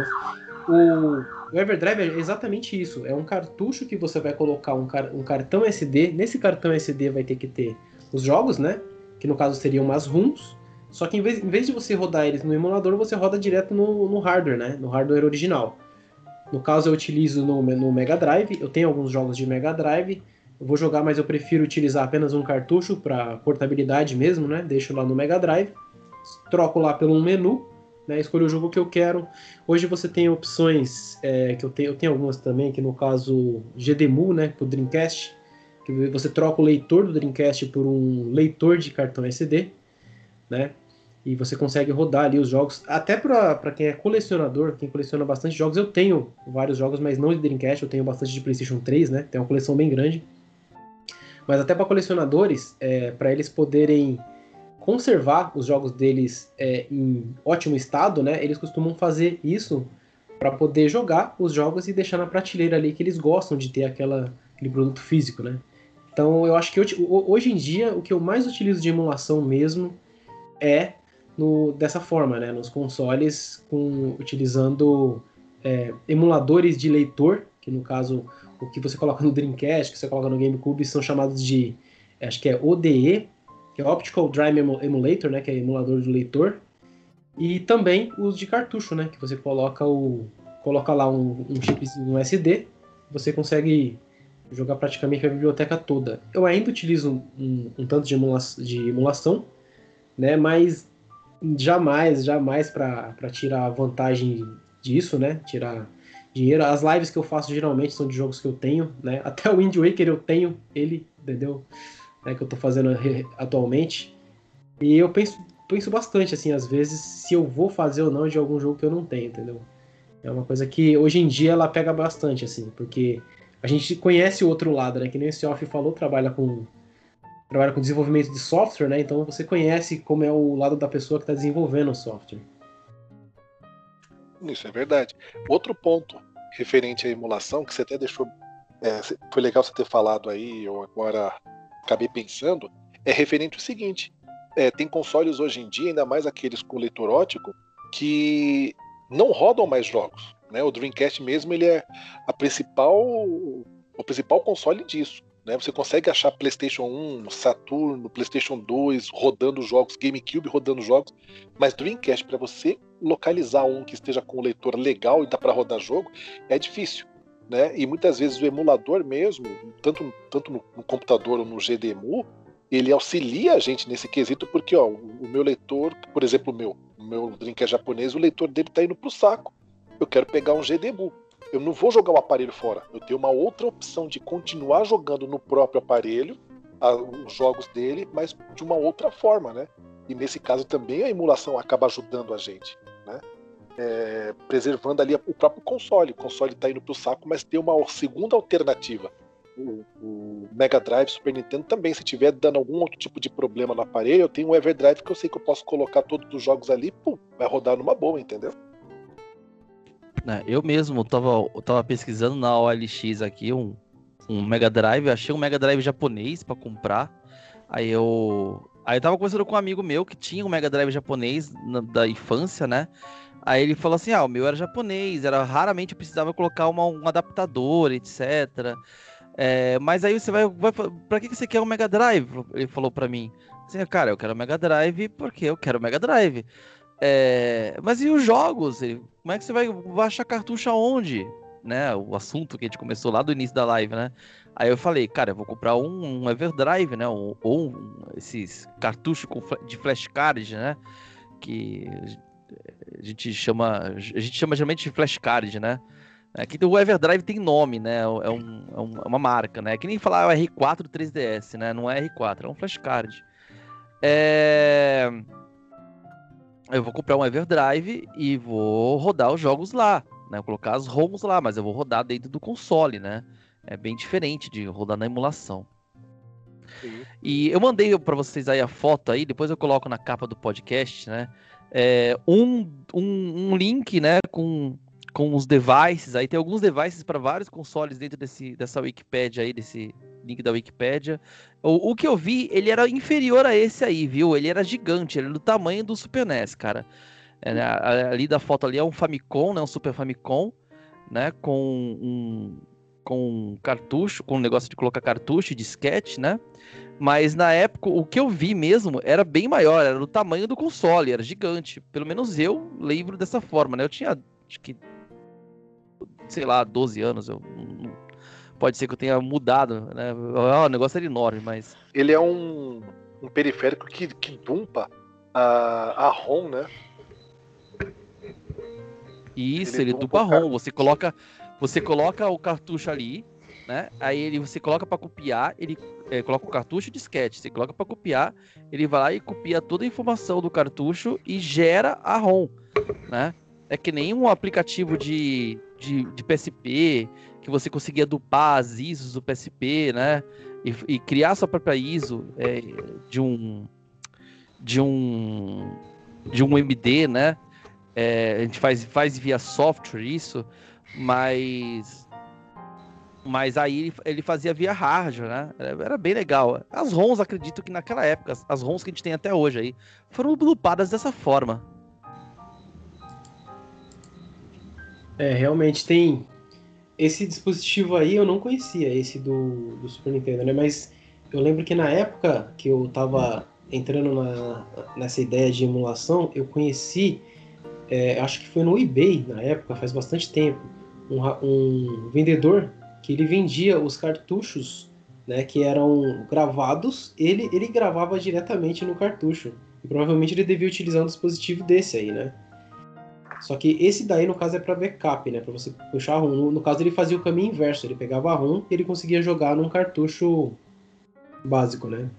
o, o Everdrive é exatamente isso. É um cartucho que você vai colocar um, car, um cartão S D. Nesse cartão S D vai ter que ter os jogos, né? Que no caso seriam umas ROMs. Só que em vez, em vez de você rodar eles no emulador, você roda direto no, no hardware, né? No hardware original. No caso, eu utilizo no, no Mega Drive. Eu tenho alguns jogos de Mega Drive. Eu vou jogar, mas eu prefiro utilizar apenas um cartucho para portabilidade mesmo, né? Deixo lá no Mega Drive. Troco lá pelo menu, né? Escolho o jogo que eu quero. Hoje você tem opções é, que eu tenho, eu tenho algumas também, que no caso G D M U, né? Pro Dreamcast. Que você troca o leitor do Dreamcast por um leitor de cartão S D, né? E você consegue rodar ali os jogos. Até para quem é colecionador, quem coleciona bastante jogos, eu tenho vários jogos, mas não de Dreamcast, eu tenho bastante de PlayStation três, né? Tem uma coleção bem grande. Mas até para colecionadores, é, para eles poderem conservar os jogos deles é, em ótimo estado, né? Eles costumam fazer isso para poder jogar os jogos e deixar na prateleira ali que eles gostam de ter aquela, aquele produto físico, né? Então eu acho que eu, hoje em dia o que eu mais utilizo de emulação mesmo é no, dessa forma, né? Nos consoles, com, utilizando é, emuladores de leitor, que no caso o que você coloca no Dreamcast, que você coloca no GameCube, são chamados de, acho que é O D E, que é Optical Drive Emulator, né, que é emulador do leitor, e também os de cartucho, né, que você coloca o coloca lá um, um chipzinho um S D, você consegue jogar praticamente a biblioteca toda. Eu ainda utilizo um, um, um tanto de, emula de emulação, né, mas jamais, jamais para tirar vantagem disso, né, tirar dinheiro. As lives que eu faço geralmente são de jogos que eu tenho, né, até o Wind Waker eu tenho ele, entendeu? É, que eu tô fazendo atualmente. E eu penso, penso bastante, assim, às vezes, se eu vou fazer ou não de algum jogo que eu não tenho, entendeu? É uma coisa que hoje em dia ela pega bastante, assim, porque a gente conhece o outro lado, né? Que nem o Seoff falou, trabalha com, trabalha com desenvolvimento de software, né? Então você conhece como é o lado da pessoa que está desenvolvendo o software. Isso é verdade. Outro ponto referente à emulação, que você até deixou. É, foi legal você ter falado aí, eu agora acabei pensando, é referente ao seguinte: é, tem consoles hoje em dia, ainda mais aqueles com leitor óptico, que não rodam mais jogos, né? O Dreamcast mesmo, ele é a principal, o principal console disso, né? Você consegue achar PlayStation um, Saturno, PlayStation dois rodando jogos, GameCube rodando jogos, mas Dreamcast, para você localizar um que esteja com um leitor legal e dá para rodar jogo, é difícil, né? E muitas vezes o emulador mesmo, tanto, tanto no, no computador ou no G D E M U, ele auxilia a gente nesse quesito, porque ó, o, o meu leitor, por exemplo, o meu, o meu Dreamcast japonês, o leitor dele tá indo pro saco. Eu quero pegar um G D E M U. Eu não vou jogar o aparelho fora. Eu tenho uma outra opção de continuar jogando no próprio aparelho a, os jogos dele, mas de uma outra forma, né? E nesse caso também a emulação acaba ajudando a gente, né? É, preservando ali o próprio console. O console está indo pro saco, mas tem uma segunda alternativa. O, o Mega Drive, Super Nintendo também, se tiver dando algum outro tipo de problema no aparelho, eu tenho um Everdrive que eu sei que eu posso colocar todos os jogos ali, pum, vai rodar numa boa, entendeu? Eu mesmo tava, eu tava pesquisando na O L X aqui um, um Mega Drive, achei um Mega Drive japonês pra comprar. Aí eu, aí eu tava conversando com um amigo meu que tinha um Mega Drive japonês na, da infância, né? Aí ele falou assim, ah, o meu era japonês, era raramente eu precisava colocar uma, um adaptador, etcétera. É, mas aí você vai, vai, pra que você quer um Mega Drive? Ele falou pra mim, assim, cara, eu quero um Mega Drive porque eu quero um Mega Drive. É, mas e os jogos? Como é que você vai baixar cartucho aonde? Né? O assunto que a gente começou lá do início da live, né? Aí eu falei, cara, eu vou comprar um, um Everdrive, né? Ou um, um, esses cartuchos com, de flashcard, né? Que a gente chama, a gente chama geralmente de flashcard, né? Aqui o Everdrive tem nome, né? É, um, é, um, é uma marca, né? É que nem falar o R quatro três D S, né? Não é R quatro, é um flashcard. É... Eu vou comprar um Everdrive e vou rodar os jogos lá, né? Vou colocar as ROMs lá, mas eu vou rodar dentro do console, né? É bem diferente de rodar na emulação. Sim. E eu mandei para vocês aí a foto aí, depois eu coloco na capa do podcast, né? É, um, um, um link, né? Com, com os devices. Aí tem alguns devices para vários consoles dentro desse, dessa Wikipédia aí, desse link da Wikipédia. O, o que eu vi, ele era inferior a esse aí, viu? Ele era gigante, ele era do tamanho do Super N E S, cara. É, né? Ali da foto ali é um Famicom, né? Um Super Famicom, né? Com um, com um cartucho, com um negócio de colocar cartucho e disquete, né? Mas na época, o que eu vi mesmo era bem maior, era do tamanho do console, era gigante. Pelo menos eu lembro dessa forma, né? Eu tinha, acho que, sei lá, doze anos, eu pode ser que eu tenha mudado, né? O negócio era enorme, mas... Ele é um, um periférico que, que dumpa a, a ROM, né? Isso, ele, ele dumpa a ROM. Você coloca, você coloca o cartucho ali, né? Aí ele, você coloca para copiar, ele é, coloca o cartucho e disquete. Você coloca para copiar, ele vai lá e copia toda a informação do cartucho e gera a ROM, né? É que nem um aplicativo de, de, de P S P... que você conseguia dupar as I S Os do P S P, né? E, e criar sua própria I S O é, de um de um de um M D, né? É, a gente faz, faz via software isso, mas mas aí ele, ele fazia via hardware, né? Era, era bem legal. As ROMs, acredito que naquela época, as, as ROMs que a gente tem até hoje aí, foram dupadas dessa forma. É, realmente tem... Esse dispositivo aí eu não conhecia, esse do, do Super Nintendo, né? Mas eu lembro que na época que eu tava entrando na, nessa ideia de emulação, eu conheci, é, acho que foi no eBay na época, faz bastante tempo, um, um vendedor que ele vendia os cartuchos, né, que eram gravados, ele, ele gravava diretamente no cartucho. E provavelmente ele devia utilizar um dispositivo desse aí, né? Só que esse daí, no caso, é para backup, né? Para você puxar a ROM. No, no caso, ele fazia o caminho inverso. Ele pegava a ROM e ele conseguia jogar num cartucho básico, né?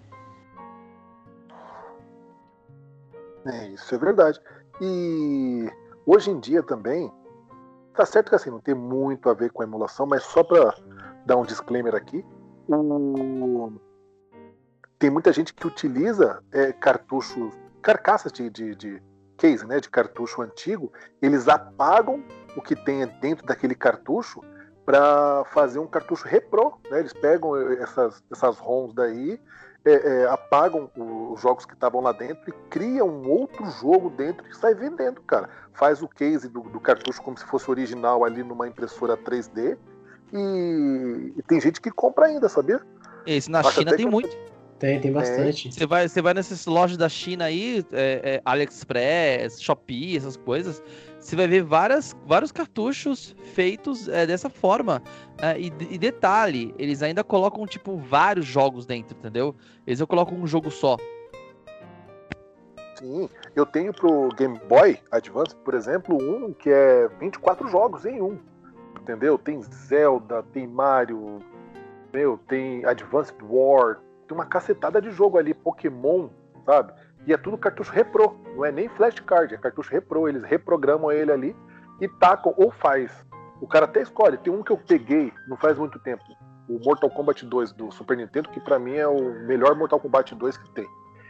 É, isso é verdade. E hoje em dia também, tá certo que assim, não tem muito a ver com a emulação, mas só para dar um disclaimer aqui, o... tem muita gente que utiliza é, cartuchos, carcaças de, de, de case, né, de cartucho antigo, eles apagam o que tem dentro daquele cartucho para fazer um cartucho repro, né? Eles pegam essas, essas ROMs daí, é, é, apagam os jogos que estavam lá dentro e criam um outro jogo dentro e sai vendendo, cara. Faz o case do, do cartucho como se fosse original ali numa impressora três D e, e tem gente que compra ainda, sabia? Esse na China tem muito. Tem, tem bastante. Você vai, você vai nessas lojas da China aí, é, é, AliExpress, Shopee, essas coisas, você vai ver várias, vários cartuchos feitos é, dessa forma. É, e, e detalhe, eles ainda colocam, tipo, vários jogos dentro, entendeu? Eles não colocam um jogo só. Sim, eu tenho pro Game Boy Advance, por exemplo, um que é vinte e quatro jogos em um, entendeu? Tem Zelda, tem Mario, meu, tem Advanced War, tem uma cacetada de jogo ali, Pokémon, sabe? E é tudo cartucho repro, não é nem flashcard, é cartucho repro, eles reprogramam ele ali e tacam, ou faz. O cara até escolhe, tem um que eu peguei não faz muito tempo, o Mortal Kombat dois do Super Nintendo, que pra mim é o melhor Mortal Kombat dois que tem.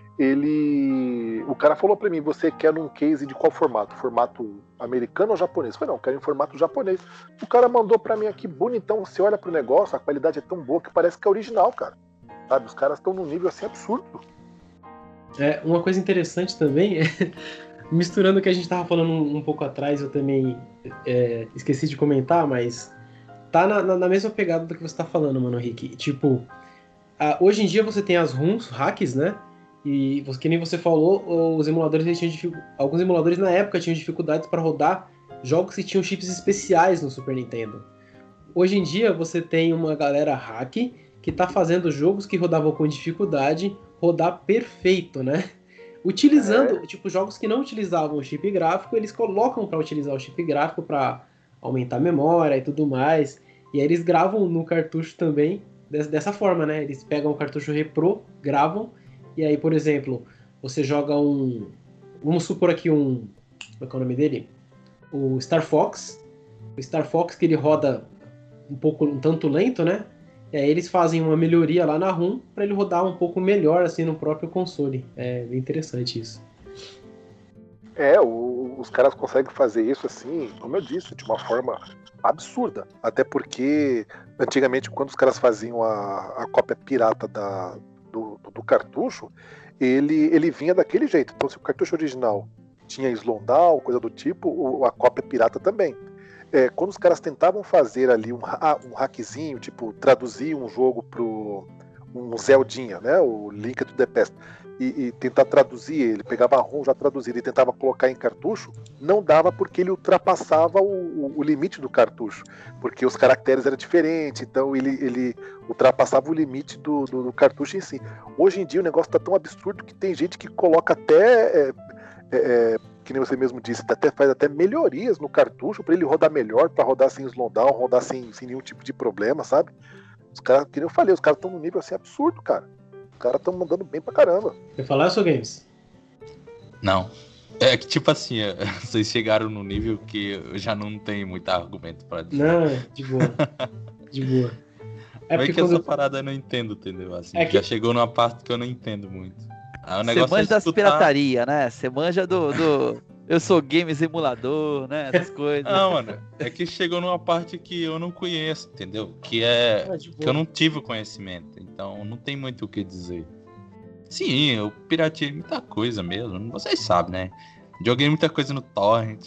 Ele... O cara falou pra mim, você quer num case de qual formato? Formato americano ou japonês? Eu falei, não, eu quero em formato japonês. O cara mandou pra mim aqui, bonitão, você olha pro negócio, a qualidade é tão boa que parece que é original, cara. Sabe, os caras estão num nível assim absurdo. É, uma coisa interessante também, é, misturando o que a gente estava falando um, um pouco atrás, eu também é, esqueci de comentar, mas tá na, na, na mesma pegada do que você está falando, mano, Rick. Tipo, a, hoje em dia você tem as ROMs, hacks, né? E que nem você falou, os emuladores eles tinham dific... alguns emuladores na época tinham dificuldades para rodar jogos que tinham chips especiais no Super Nintendo. Hoje em dia você tem uma galera hack que está fazendo jogos que rodavam com dificuldade rodar perfeito, né? Utilizando, é. tipo, jogos que não utilizavam o chip gráfico, eles colocam para utilizar o chip gráfico para aumentar a memória e tudo mais. E aí eles gravam no cartucho também dessa forma, né? Eles pegam o cartucho repro, gravam, e aí, por exemplo, você joga um... Vamos supor aqui um... Como é que é o nome dele? O Star Fox. O Star Fox que ele roda um pouco, um tanto lento, né? E aí eles fazem uma melhoria lá na ROM para ele rodar um pouco melhor assim no próprio console. É bem interessante isso. É, o, os caras conseguem fazer isso assim, como eu disse, de uma forma absurda. Até porque antigamente quando os caras faziam a, a cópia pirata da, do, do, do cartucho, ele, ele vinha daquele jeito. Então se o cartucho original tinha slowdown, coisa do tipo, a cópia pirata também. É, quando os caras tentavam fazer ali um, um hackzinho, tipo, traduzir um jogo pro um Zeldinha, né, o Link to the Past, e, e tentar traduzir ele, pegava a ROM já traduzida e tentava colocar em cartucho, não dava porque ele ultrapassava o, o, o limite do cartucho, porque os caracteres eram diferentes, então ele, ele ultrapassava o limite do, do, do cartucho em si. Hoje em dia o negócio tá tão absurdo que tem gente que coloca até... É, é, que nem você mesmo disse, até, faz até melhorias no cartucho para ele rodar melhor, para rodar sem slowdown, rodar sem, sem nenhum tipo de problema, sabe? Os caras, que nem eu falei, os caras estão num nível assim absurdo, cara. Os caras estão mandando bem pra caramba. Quer falar, seu Games? Não. É que tipo assim, vocês chegaram no nível que eu já não tenho muito argumento pra dizer. Não, de boa. De boa. É porque que quando... essa parada eu não entendo, entendeu? Assim, é que... Já chegou numa parte que eu não entendo muito. Você manja é das pirataria, né? Você manja do, do... Eu sou games emulador, né? Essas coisas. Não, mano. É que chegou numa parte que eu não conheço, entendeu? Que é... Ah, que eu não tive o conhecimento. Então, não tem muito o que dizer. Sim, eu pirateei muita coisa mesmo. Vocês sabem, né? Joguei muita coisa no torrent.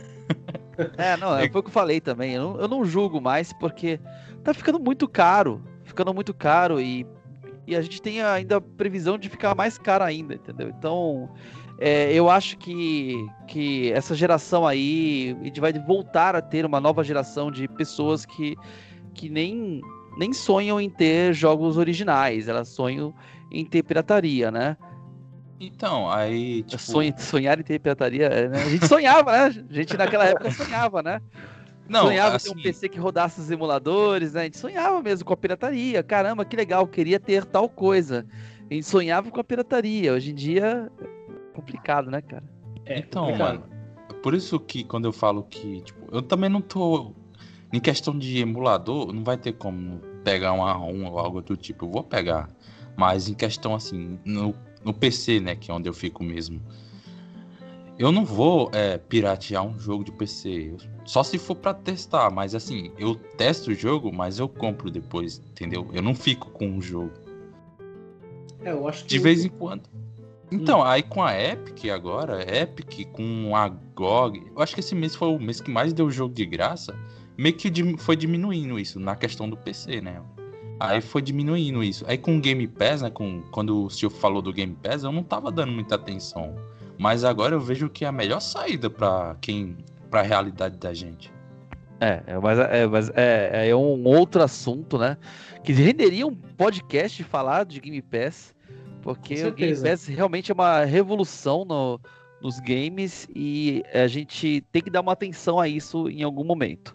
É, não, é, foi o que eu falei também. Eu não, eu não julgo mais porque tá ficando muito caro. Ficando muito caro e... e a gente tem ainda a previsão de ficar mais caro ainda, entendeu? Então, é, eu acho que, que essa geração aí, a gente vai voltar a ter uma nova geração de pessoas que, que nem, nem sonham em ter jogos originais, elas sonham em ter pirataria, né? Então, aí, tipo... Sonha, sonhar em ter pirataria, né? A gente sonhava, né? A gente naquela época sonhava, né? Não, sonhava assim... ter um P C que rodasse os emuladores, né? A gente sonhava mesmo com a pirataria. Caramba, que legal, queria ter tal coisa. A gente sonhava com a pirataria. Hoje em dia, é complicado, né, cara? É, então, complicado. mano, por isso que quando eu falo que, tipo, eu também não tô... Em questão de emulador, não vai ter como pegar um A um ou algo do tipo. Eu vou pegar. Mas em questão, assim, no, no P C, né, que é onde eu fico mesmo... Eu não vou é, piratear um jogo de P C, só se for pra testar, mas assim, eu testo o jogo, mas eu compro depois, entendeu? Eu não fico com o jogo. É, eu acho que... De vez em quando. Então, hum. aí com a Epic agora, Epic com a G O G, eu acho que esse mês foi o mês que mais deu jogo de graça, meio que foi diminuindo isso, na questão do P C, né? Aí foi diminuindo isso. Aí com o Game Pass, né, com, quando o senhor falou do Game Pass, eu não tava dando muita atenção. Mas agora eu vejo que é a melhor saída para quem, para a realidade da gente. É, é mas, é, mas é, é um outro assunto, né? Que renderia um podcast falar de Game Pass, porque o Game Pass realmente é uma revolução no, nos games e a gente tem que dar uma atenção a isso em algum momento.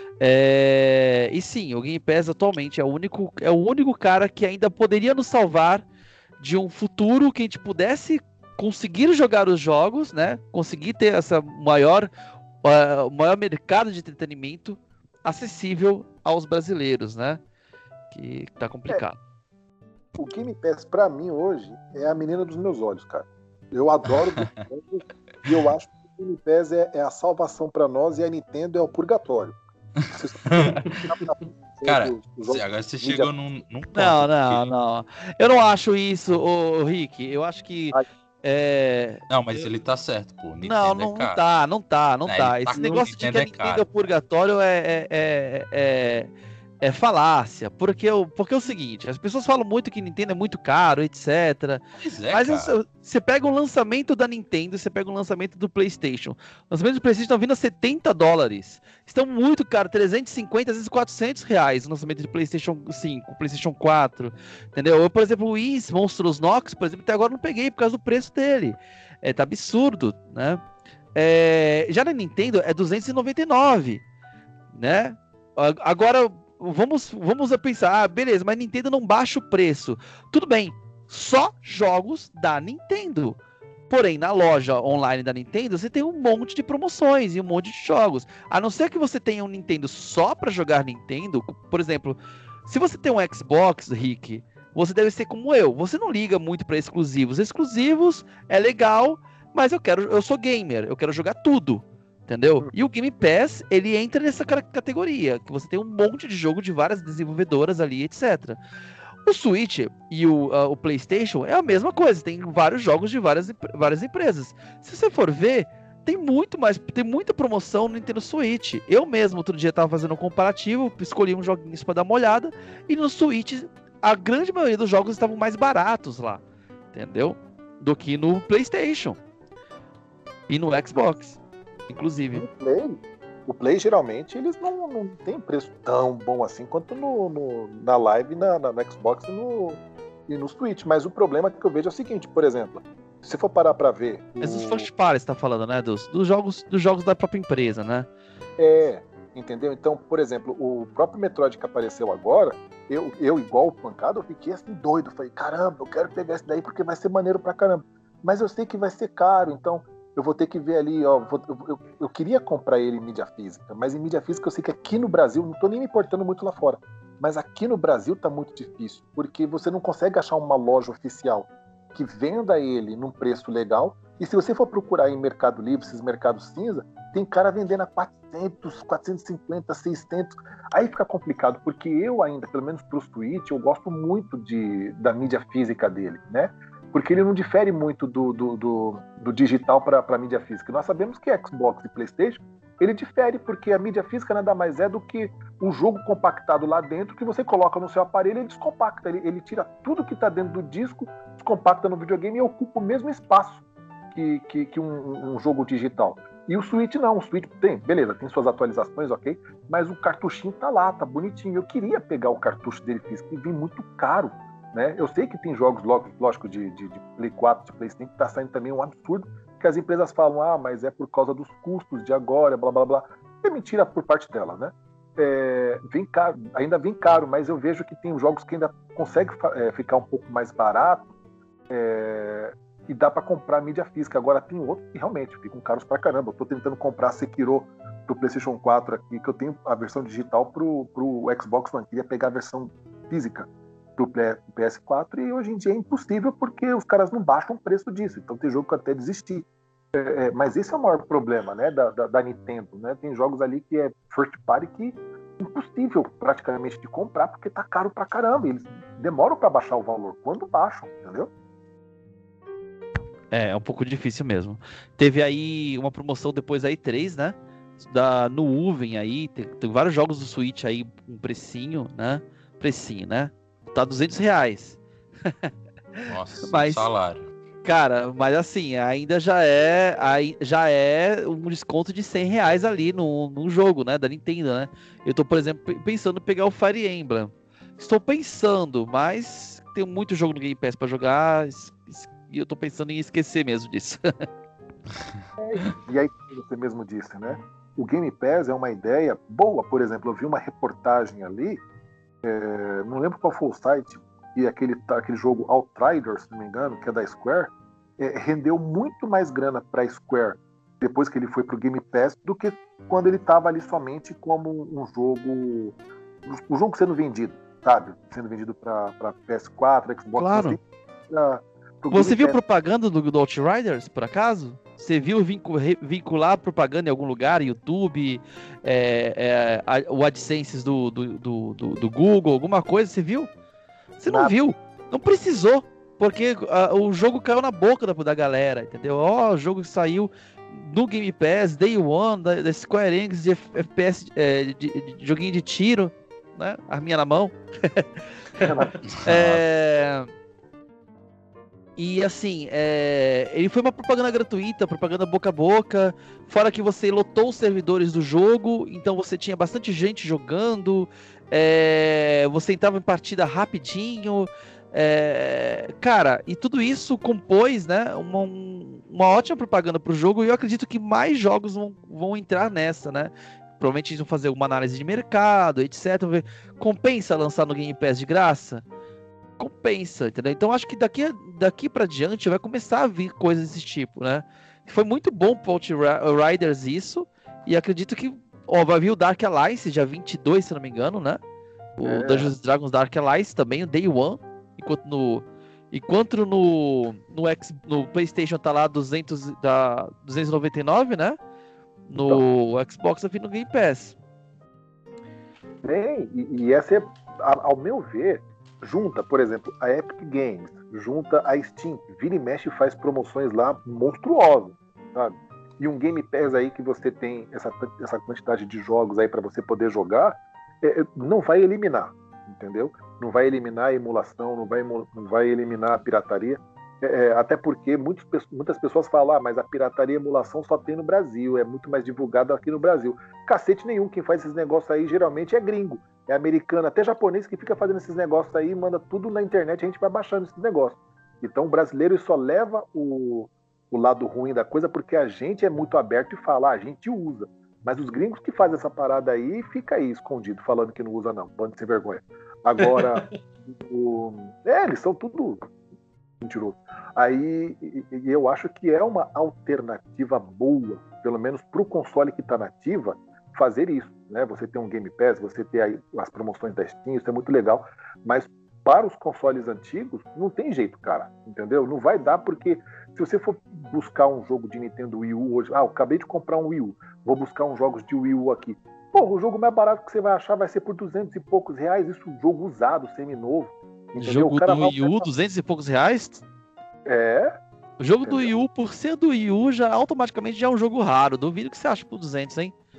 É, e sim, o Game Pass atualmente é o único, é o único cara que ainda poderia nos salvar de um futuro que a gente pudesse conseguir jogar os jogos, né? Conseguir ter essa maior, uh, maior mercado de entretenimento acessível aos brasileiros, né? Que tá complicado. É, o Game Pass, pra mim, hoje, é a menina dos meus olhos, cara. Eu adoro o Game Pass e eu acho que o Game Pass é, é a salvação pra nós e a Nintendo é o purgatório. Cara, agora você chegou num, num ponto. Não, não, porque... não. Eu não acho isso, ô, Rick. Eu acho que... Ai. É... Não, mas ele tá certo, pô. Nintendo não, não, é não tá, não tá, não, não tá. Esse tá negócio de que a é Nintendo é purgatório é, é, é, é, é falácia. Porque, porque é o seguinte, as pessoas falam muito que Nintendo é muito caro, etcétera. Pois é, mas cara. Você pega o lançamento da Nintendo, você pega o lançamento do PlayStation. O lançamento do PlayStation estão vindo a setenta dólares. Estão muito caro, trezentos e cinquenta, às vezes quatrocentos reais o lançamento de PlayStation cinco, PlayStation quatro, entendeu? Eu, por exemplo, o Wii Monstros Nox, por exemplo, até agora não peguei por causa do preço dele. É, tá absurdo, né? É, já na Nintendo é duzentos e noventa e nove, né? Agora, vamos, vamos a pensar, ah, beleza, mas Nintendo não baixa o preço. Tudo bem, só jogos da Nintendo. Porém, na loja online da Nintendo, você tem um monte de promoções e um monte de jogos. A não ser que você tenha um Nintendo só para jogar Nintendo, por exemplo, se você tem um Xbox, Rick, você deve ser como eu. Você não liga muito para exclusivos. Exclusivos é legal, mas eu quero, eu sou gamer, eu quero jogar tudo, entendeu? E o Game Pass, ele entra nessa categoria, que você tem um monte de jogo de várias desenvolvedoras ali, etcétera. O Switch e o, uh, o PlayStation é a mesma coisa, tem vários jogos de várias, várias empresas. Se você for ver, tem muito mais, tem muita promoção no Nintendo Switch. Eu mesmo, outro dia, estava fazendo um comparativo, escolhi um joguinho para dar uma olhada, e no Switch, a grande maioria dos jogos estavam mais baratos lá, entendeu? Do que no PlayStation e no Xbox, inclusive. O Play, o Play geralmente, eles não, não tem preço tão bom assim quanto no, no, na Live, na, na, no Xbox e no, e no Switch. Mas o problema que eu vejo é o seguinte, por exemplo, se você for parar pra ver... Esses o... first party, você tá falando, né? Dos, dos, jogos, dos jogos da própria empresa, né? É, entendeu? Então, por exemplo, o próprio Metroid que apareceu agora, eu, eu igual o Pancada, eu fiquei assim doido. Falei, caramba, eu quero pegar esse daí porque vai ser maneiro pra caramba. Mas eu sei que vai ser caro, então... eu vou ter que ver ali, ó, vou, eu, eu, eu queria comprar ele em mídia física, mas em mídia física eu sei que aqui no Brasil, não tô nem me importando muito lá fora, mas aqui no Brasil tá muito difícil, porque você não consegue achar uma loja oficial que venda ele num preço legal, e se você for procurar em Mercado Livre, esses mercados cinza, tem cara vendendo a quatrocentos, quatrocentos e cinquenta, seiscentos, aí fica complicado, porque eu ainda, pelo menos pro Switch, eu gosto muito de, da mídia física dele, né? Porque ele não difere muito do, do, do, do digital para a mídia física. Nós sabemos que Xbox e PlayStation ele difere, porque a mídia física nada mais é do que o jogo compactado lá dentro, que você coloca no seu aparelho e ele descompacta. Ele, ele tira tudo que está dentro do disco, descompacta no videogame e ocupa o mesmo espaço que, que, que um, um jogo digital. E o Switch não, o Switch tem, beleza, tem suas atualizações, ok, mas o cartuchinho tá lá, tá bonitinho. Eu queria pegar o cartucho dele físico e vem muito caro, né? Eu sei que tem jogos, lógico, de, de, de Play quatro, de Play cinco, que tá saindo também um absurdo, que as empresas falam, ah, mas é por causa dos custos de agora, blá, blá, blá. É mentira por parte delas, né? É, vem caro, ainda vem caro, mas eu vejo que tem jogos que ainda conseguem é, ficar um pouco mais barato, é, e dá para comprar mídia física. Agora tem outros que realmente ficam caros pra caramba. Eu tô tentando comprar Sekiro pro PlayStation quatro aqui, que eu tenho a versão digital pro, pro Xbox One. Queria pegar a versão física pro P S quatro e hoje em dia é impossível porque os caras não baixam o preço disso. Então tem jogo que eu até desisti. É, é, mas esse é o maior problema, né, da, da, da Nintendo, né? Tem jogos ali que é first party que é impossível praticamente de comprar porque tá caro pra caramba. Eles demoram pra baixar o valor. Quando baixam, entendeu? É, é um pouco difícil mesmo. Teve aí uma promoção depois da E três, né? Da, no Uven aí, tem, tem vários jogos do Switch aí, um precinho, né? Precinho, né? Tá duzentos reais. Nossa, mas, salário. Cara, mas assim, ainda já é, aí, já é um desconto de cem reais ali no, no jogo, né? Da Nintendo, né? Eu tô, por exemplo, pensando em pegar o Fire Emblem. Estou pensando, mas tem muito jogo no Game Pass pra jogar e eu tô pensando em esquecer mesmo disso. É, e aí, como você mesmo disse, né? O Game Pass é uma ideia boa. Por exemplo, eu vi uma reportagem ali, é, não lembro qual foi o site, e aquele, aquele jogo Outriders, se não me engano, que é da Square, é, rendeu muito mais grana para a Square depois que ele foi para o Game Pass do que quando ele estava ali somente como um jogo, o jogo sendo vendido, sabe? Sendo vendido para P S quatro, Xbox. Claro. Pra, Você viu Pass. Propaganda do, do Outriders, por acaso? Você viu vincular propaganda em algum lugar, YouTube, é, é, a, o AdSense do, do, do, do Google, alguma coisa, você viu? Você não Nada. viu, não precisou, porque uh, o jogo caiu na boca da, da galera, entendeu? Ó, oh, o jogo saiu no Game Pass, Day One, da, da Square Enix, de F P S, é, de, de, de joguinho de tiro, né? Arminha na mão. é... E assim, é... ele foi uma propaganda gratuita, propaganda boca a boca, fora que você lotou os servidores do jogo, então você tinha bastante gente jogando, é... você entrava em partida rapidinho, é... cara, e tudo isso compôs, né, uma, uma ótima propaganda para o jogo, e eu acredito que mais jogos vão, vão entrar nessa, né? Provavelmente eles vão fazer uma análise de mercado, etcétera. Compensa lançar no Game Pass de graça? Compensa, entendeu? Então acho que daqui, daqui pra diante vai começar a vir coisas desse tipo, né? Foi muito bom pro Outriders isso, e acredito que ó, vai vir o Dark Alliance, dia vinte e dois, se não me engano, né? O é. Dungeons and Dragons Dark Alliance também, o Day One, enquanto no enquanto no no, X, no PlayStation tá lá duzentos, tá duzentos e noventa e nove, né? No então. Xbox tá vindo no Game Pass. Bem, e, e essa é, ao meu ver, junta, por exemplo, a Epic Games, junta a Steam, vira e mexe e faz promoções lá monstruosas, sabe? E um Game Pass aí que você tem essa, essa quantidade de jogos aí para você poder jogar, é, não vai eliminar, entendeu? Não vai eliminar a emulação, não vai, não vai eliminar a pirataria, é, até porque muitos, muitas pessoas falam, ah, mas a pirataria e emulação só tem no Brasil, é muito mais divulgado aqui no Brasil. Cacete nenhum, quem faz esses negócios aí geralmente é gringo. É americano, até japonês que fica fazendo esses negócios aí, manda tudo na internet, a gente vai baixando esses negócios. Então o brasileiro só leva o, o lado ruim da coisa porque a gente é muito aberto e fala, ah, a gente usa. Mas os gringos que fazem essa parada aí, fica aí escondido, falando que não usa não, bando de sem vergonha. Agora, o... é, eles são tudo mentiroso. Aí e, e eu acho que é uma alternativa boa, pelo menos para o console que está nativa, fazer isso, né? Você tem um Game Pass, você tem aí as promoções da Steam, isso é muito legal, mas para os consoles antigos não tem jeito, cara, entendeu? Não vai dar porque se você for buscar um jogo de Nintendo Wii U hoje, ah, eu acabei de comprar um Wii U, vou buscar uns jogos de Wii U aqui, pô, o jogo mais barato que você vai achar vai ser por duzentos e poucos reais, isso um jogo usado, seminovo, entendeu? Jogo o cara do Wii U, duzentos e poucos reais? É. O jogo entendeu? Do Wii U, por ser do Wii U, já automaticamente já é um jogo raro, duvido que você ache por duzentos, hein?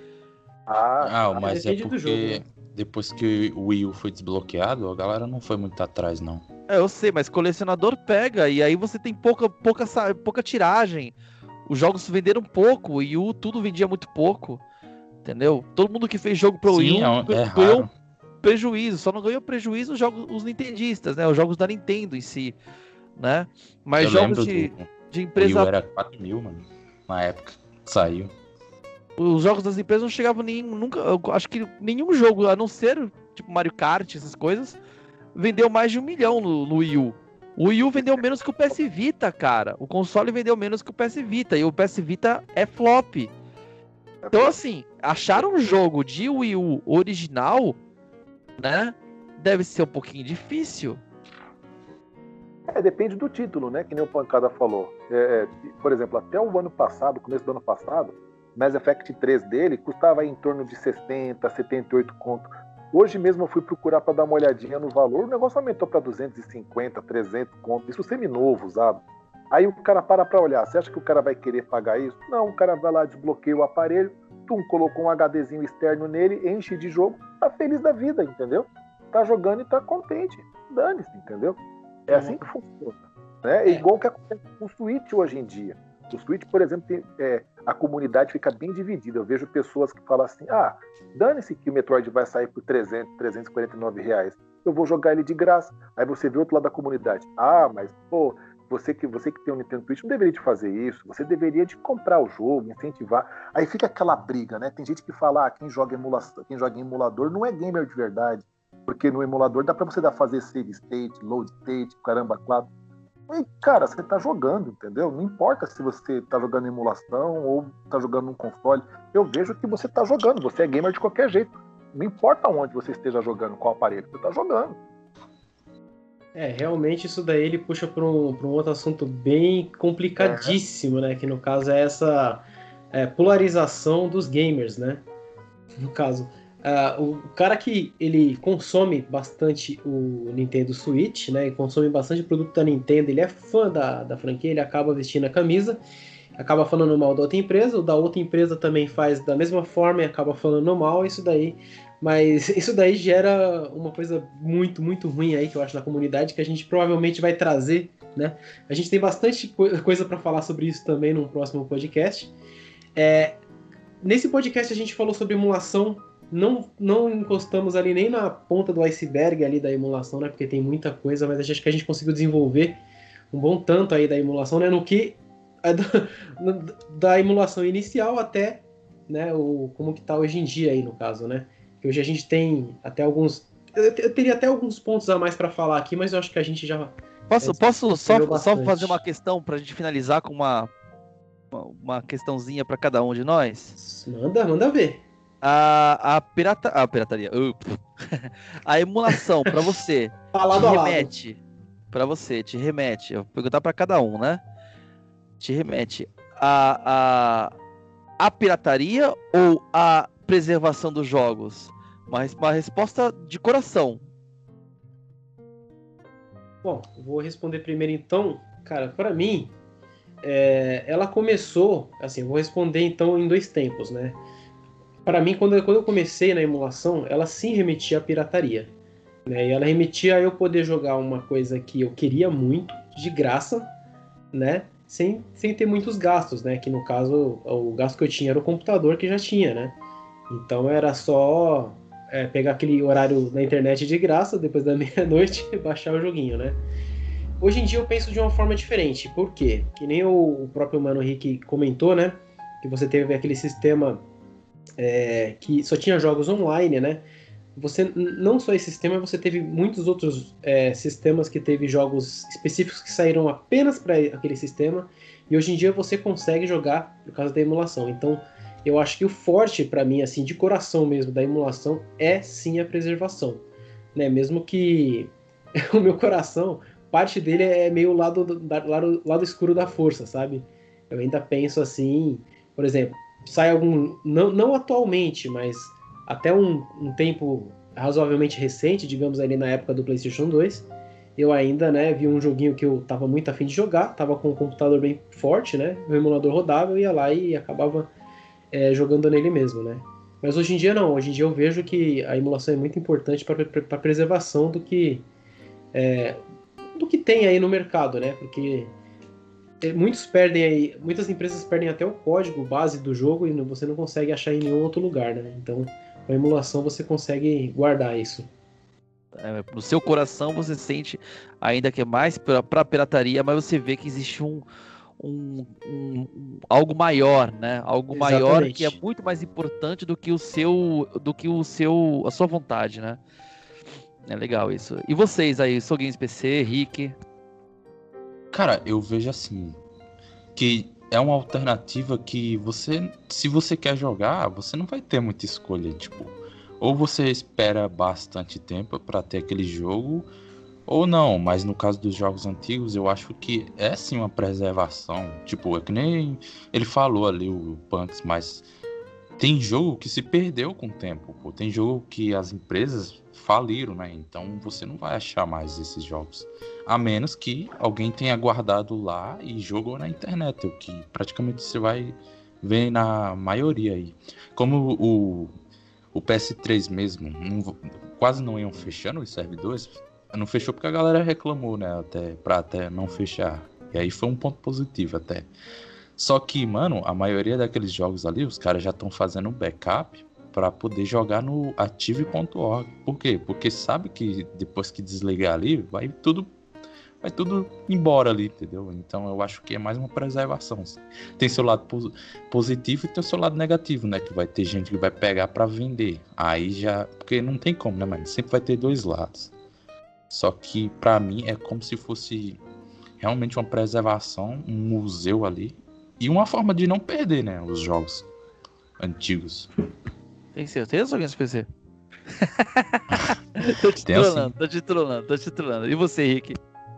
Ah, Ah, mas é depende do porque jogo, né? depois que o Wii U foi desbloqueado, a galera não foi muito atrás, não. É, eu sei, mas colecionador pega, e aí você tem pouca, pouca, sa- pouca tiragem. Os jogos venderam pouco, o Wii U tudo vendia muito pouco, entendeu? Todo mundo que fez jogo pro Wii Sim, é, U um- é ga- ganhou raro. prejuízo, só não ganhou prejuízo os jogos, os nintendistas, né? Os jogos da Nintendo em si, né? Mas Eu jogos lembro do de, de Wii U empresa, era quatro mil, mano, na época que saiu. os jogos das empresas não chegavam nenhum, nunca, eu acho que nenhum jogo, a não ser tipo Mario Kart, essas coisas, vendeu mais de um milhão no, no Wii U. O Wii U vendeu menos que o P S Vita, cara. O console vendeu menos que o P S Vita. E o P S Vita é flop. Então, assim, achar um jogo de Wii U original, né? Deve ser um pouquinho difícil. É, depende do título, né? Que nem o Pancada falou. É, é, por exemplo, até o ano passado, começo do ano passado, Mass Effect três dele custava aí em torno de sessenta, setenta e oito conto. Hoje mesmo eu fui procurar para dar uma olhadinha no valor, o negócio aumentou para duzentos e cinquenta, trezentos conto. Isso seminovo, usado. Aí o cara para para olhar. Você acha que o cara vai querer pagar isso? Não, o cara vai lá, desbloqueia o aparelho, tum, colocou um HDzinho externo nele, enche de jogo, tá feliz da vida, entendeu? Tá jogando e tá contente. Dane-se, entendeu? É assim que funciona. Né? É igual o que acontece com o Switch hoje em dia. O Switch, por exemplo, tem, é, a comunidade fica bem dividida. Eu vejo pessoas que falam assim, ah, dane-se que o Metroid vai sair por trezentos, trezentos e quarenta e nove reais. Eu vou jogar ele de graça. Aí você vê outro lado da comunidade. Ah, mas, pô, você que, você que tem um Nintendo Switch não deveria de fazer isso. Você deveria de comprar o jogo, incentivar. Aí fica aquela briga, né? Tem gente que fala, ah, quem joga, emulação, quem joga em emulador não é gamer de verdade. Porque no emulador dá pra você dar, fazer save state, load state, caramba, quatro. E, cara, você tá jogando, entendeu? Não importa se você tá jogando em emulação ou tá jogando num console. Eu vejo que você tá jogando. Você é gamer de qualquer jeito. Não importa onde você esteja jogando, qual aparelho. Você tá jogando. É, realmente isso daí ele puxa para um, pra um outro assunto bem complicadíssimo, né? Que no caso é essa é, polarização dos gamers, né? No caso, uh, o cara que ele consome bastante o Nintendo Switch, né? E consome bastante produto da Nintendo, ele é fã da, da franquia, ele acaba vestindo a camisa, acaba falando mal da outra empresa, o da outra empresa também faz da mesma forma e acaba falando mal, isso daí. Mas isso daí gera uma coisa muito, muito ruim aí que eu acho na comunidade, que a gente provavelmente vai trazer, né? A gente tem bastante coisa para falar sobre isso também no próximo podcast. É, nesse podcast a gente falou sobre emulação, não, não encostamos ali nem na ponta do iceberg ali da emulação, né? Porque tem muita coisa, mas acho que a gente conseguiu desenvolver um bom tanto aí da emulação, né? No que da, da emulação inicial até, né? O, como que tá hoje em dia aí no caso, né? Que hoje a gente tem até alguns... Eu teria até alguns pontos a mais para falar aqui, mas eu acho que a gente já... Posso, é, posso só, só bastante. fazer uma questão pra gente finalizar com uma, uma, uma questãozinha pra cada um de nós? Manda, manda ver. A, a, pirata, a pirataria. Uh, a emulação, pra você, Lado te a lado. remete. Pra você, te remete. Eu vou perguntar pra cada um, né? Te remete a, a, a pirataria ou a preservação dos jogos? Uma, uma resposta de coração. Bom, vou responder primeiro então. Cara, para mim, é, ela começou, assim, vou responder então em dois tempos, né? Para mim, quando eu, quando eu comecei na emulação, ela sim remetia à pirataria, né? E ela remetia a eu poder jogar uma coisa que eu queria muito, de graça, né? Sem, sem ter muitos gastos, né? Que no caso, o gasto que eu tinha era o computador que já tinha, né? Então era só é, pegar aquele horário na internet de graça, depois da meia-noite, e baixar o joguinho, né? Hoje em dia eu penso de uma forma diferente. Por quê? Que nem o, o próprio Mano Henrique comentou, né? Que você teve aquele sistema é, que só tinha jogos online, né? Você, não só esse sistema, você teve muitos outros é, sistemas que teve jogos específicos que saíram apenas para aquele sistema, e hoje em dia você consegue jogar por causa da emulação. Então, eu acho que o forte para mim, assim, de coração mesmo, da emulação é sim a preservação, né? Mesmo que o meu coração, parte dele é meio o lado, lado, lado escuro da força, sabe? Eu ainda penso assim, por exemplo, sai algum, não, não atualmente, mas até um, um tempo razoavelmente recente, digamos ali na época do PlayStation dois, eu ainda, né, vi um joguinho que eu tava muito afim de jogar, tava com um computador bem forte, né, o emulador rodava, eu ia lá e acabava é, jogando nele mesmo, né. Mas hoje em dia não, hoje em dia eu vejo que a emulação é muito importante para a preservação do que, é, do que tem aí no mercado, né? Porque muitos perdem aí, muitas empresas perdem até o código base do jogo e você não consegue achar em nenhum outro lugar, né? Então, com a emulação você consegue guardar isso. É, no seu coração você sente ainda que é mais para pirataria, mas você vê que existe um, um, um, um algo maior, né? Algo Exatamente. maior que é muito mais importante do que o seu, do que o seu, a sua vontade, né? É legal isso. E vocês aí, Soul Games P C, Rick? Cara, eu vejo assim, que é uma alternativa que você, se você quer jogar, você não vai ter muita escolha, tipo, ou você espera bastante tempo pra ter aquele jogo, ou não, mas no caso dos jogos antigos, eu acho que é sim uma preservação, tipo, é que nem ele falou ali, o Punks, mas tem jogo que se perdeu com o tempo, pô, tem jogo que as empresas faliram, né, então você não vai achar mais esses jogos. A menos que alguém tenha guardado lá e jogou na internet, o que praticamente você vai ver na maioria aí. Como o, o P S três mesmo, não, quase não iam fechando os servidores, não fechou porque a galera reclamou, né, até, pra até não fechar. E aí foi um ponto positivo até. Só que, mano, a maioria daqueles jogos ali, os caras já estão fazendo um backup para poder jogar no ative ponto org. Por quê? Porque sabe que depois que desligar ali, vai tudo vai tudo embora ali, entendeu? Então eu acho que é mais uma preservação. Tem seu lado pos- positivo e tem seu lado negativo, né? Que vai ter gente que vai pegar pra vender. Aí já... Porque não tem como, né, mano? Sempre vai ter dois lados. Só que pra mim é como se fosse realmente uma preservação, um museu ali. E uma forma de não perder, né? Os jogos antigos. Tem certeza, Soul Games P C? tô te Tenho trollando, sim. tô te trollando, tô te trollando. E você, Rick?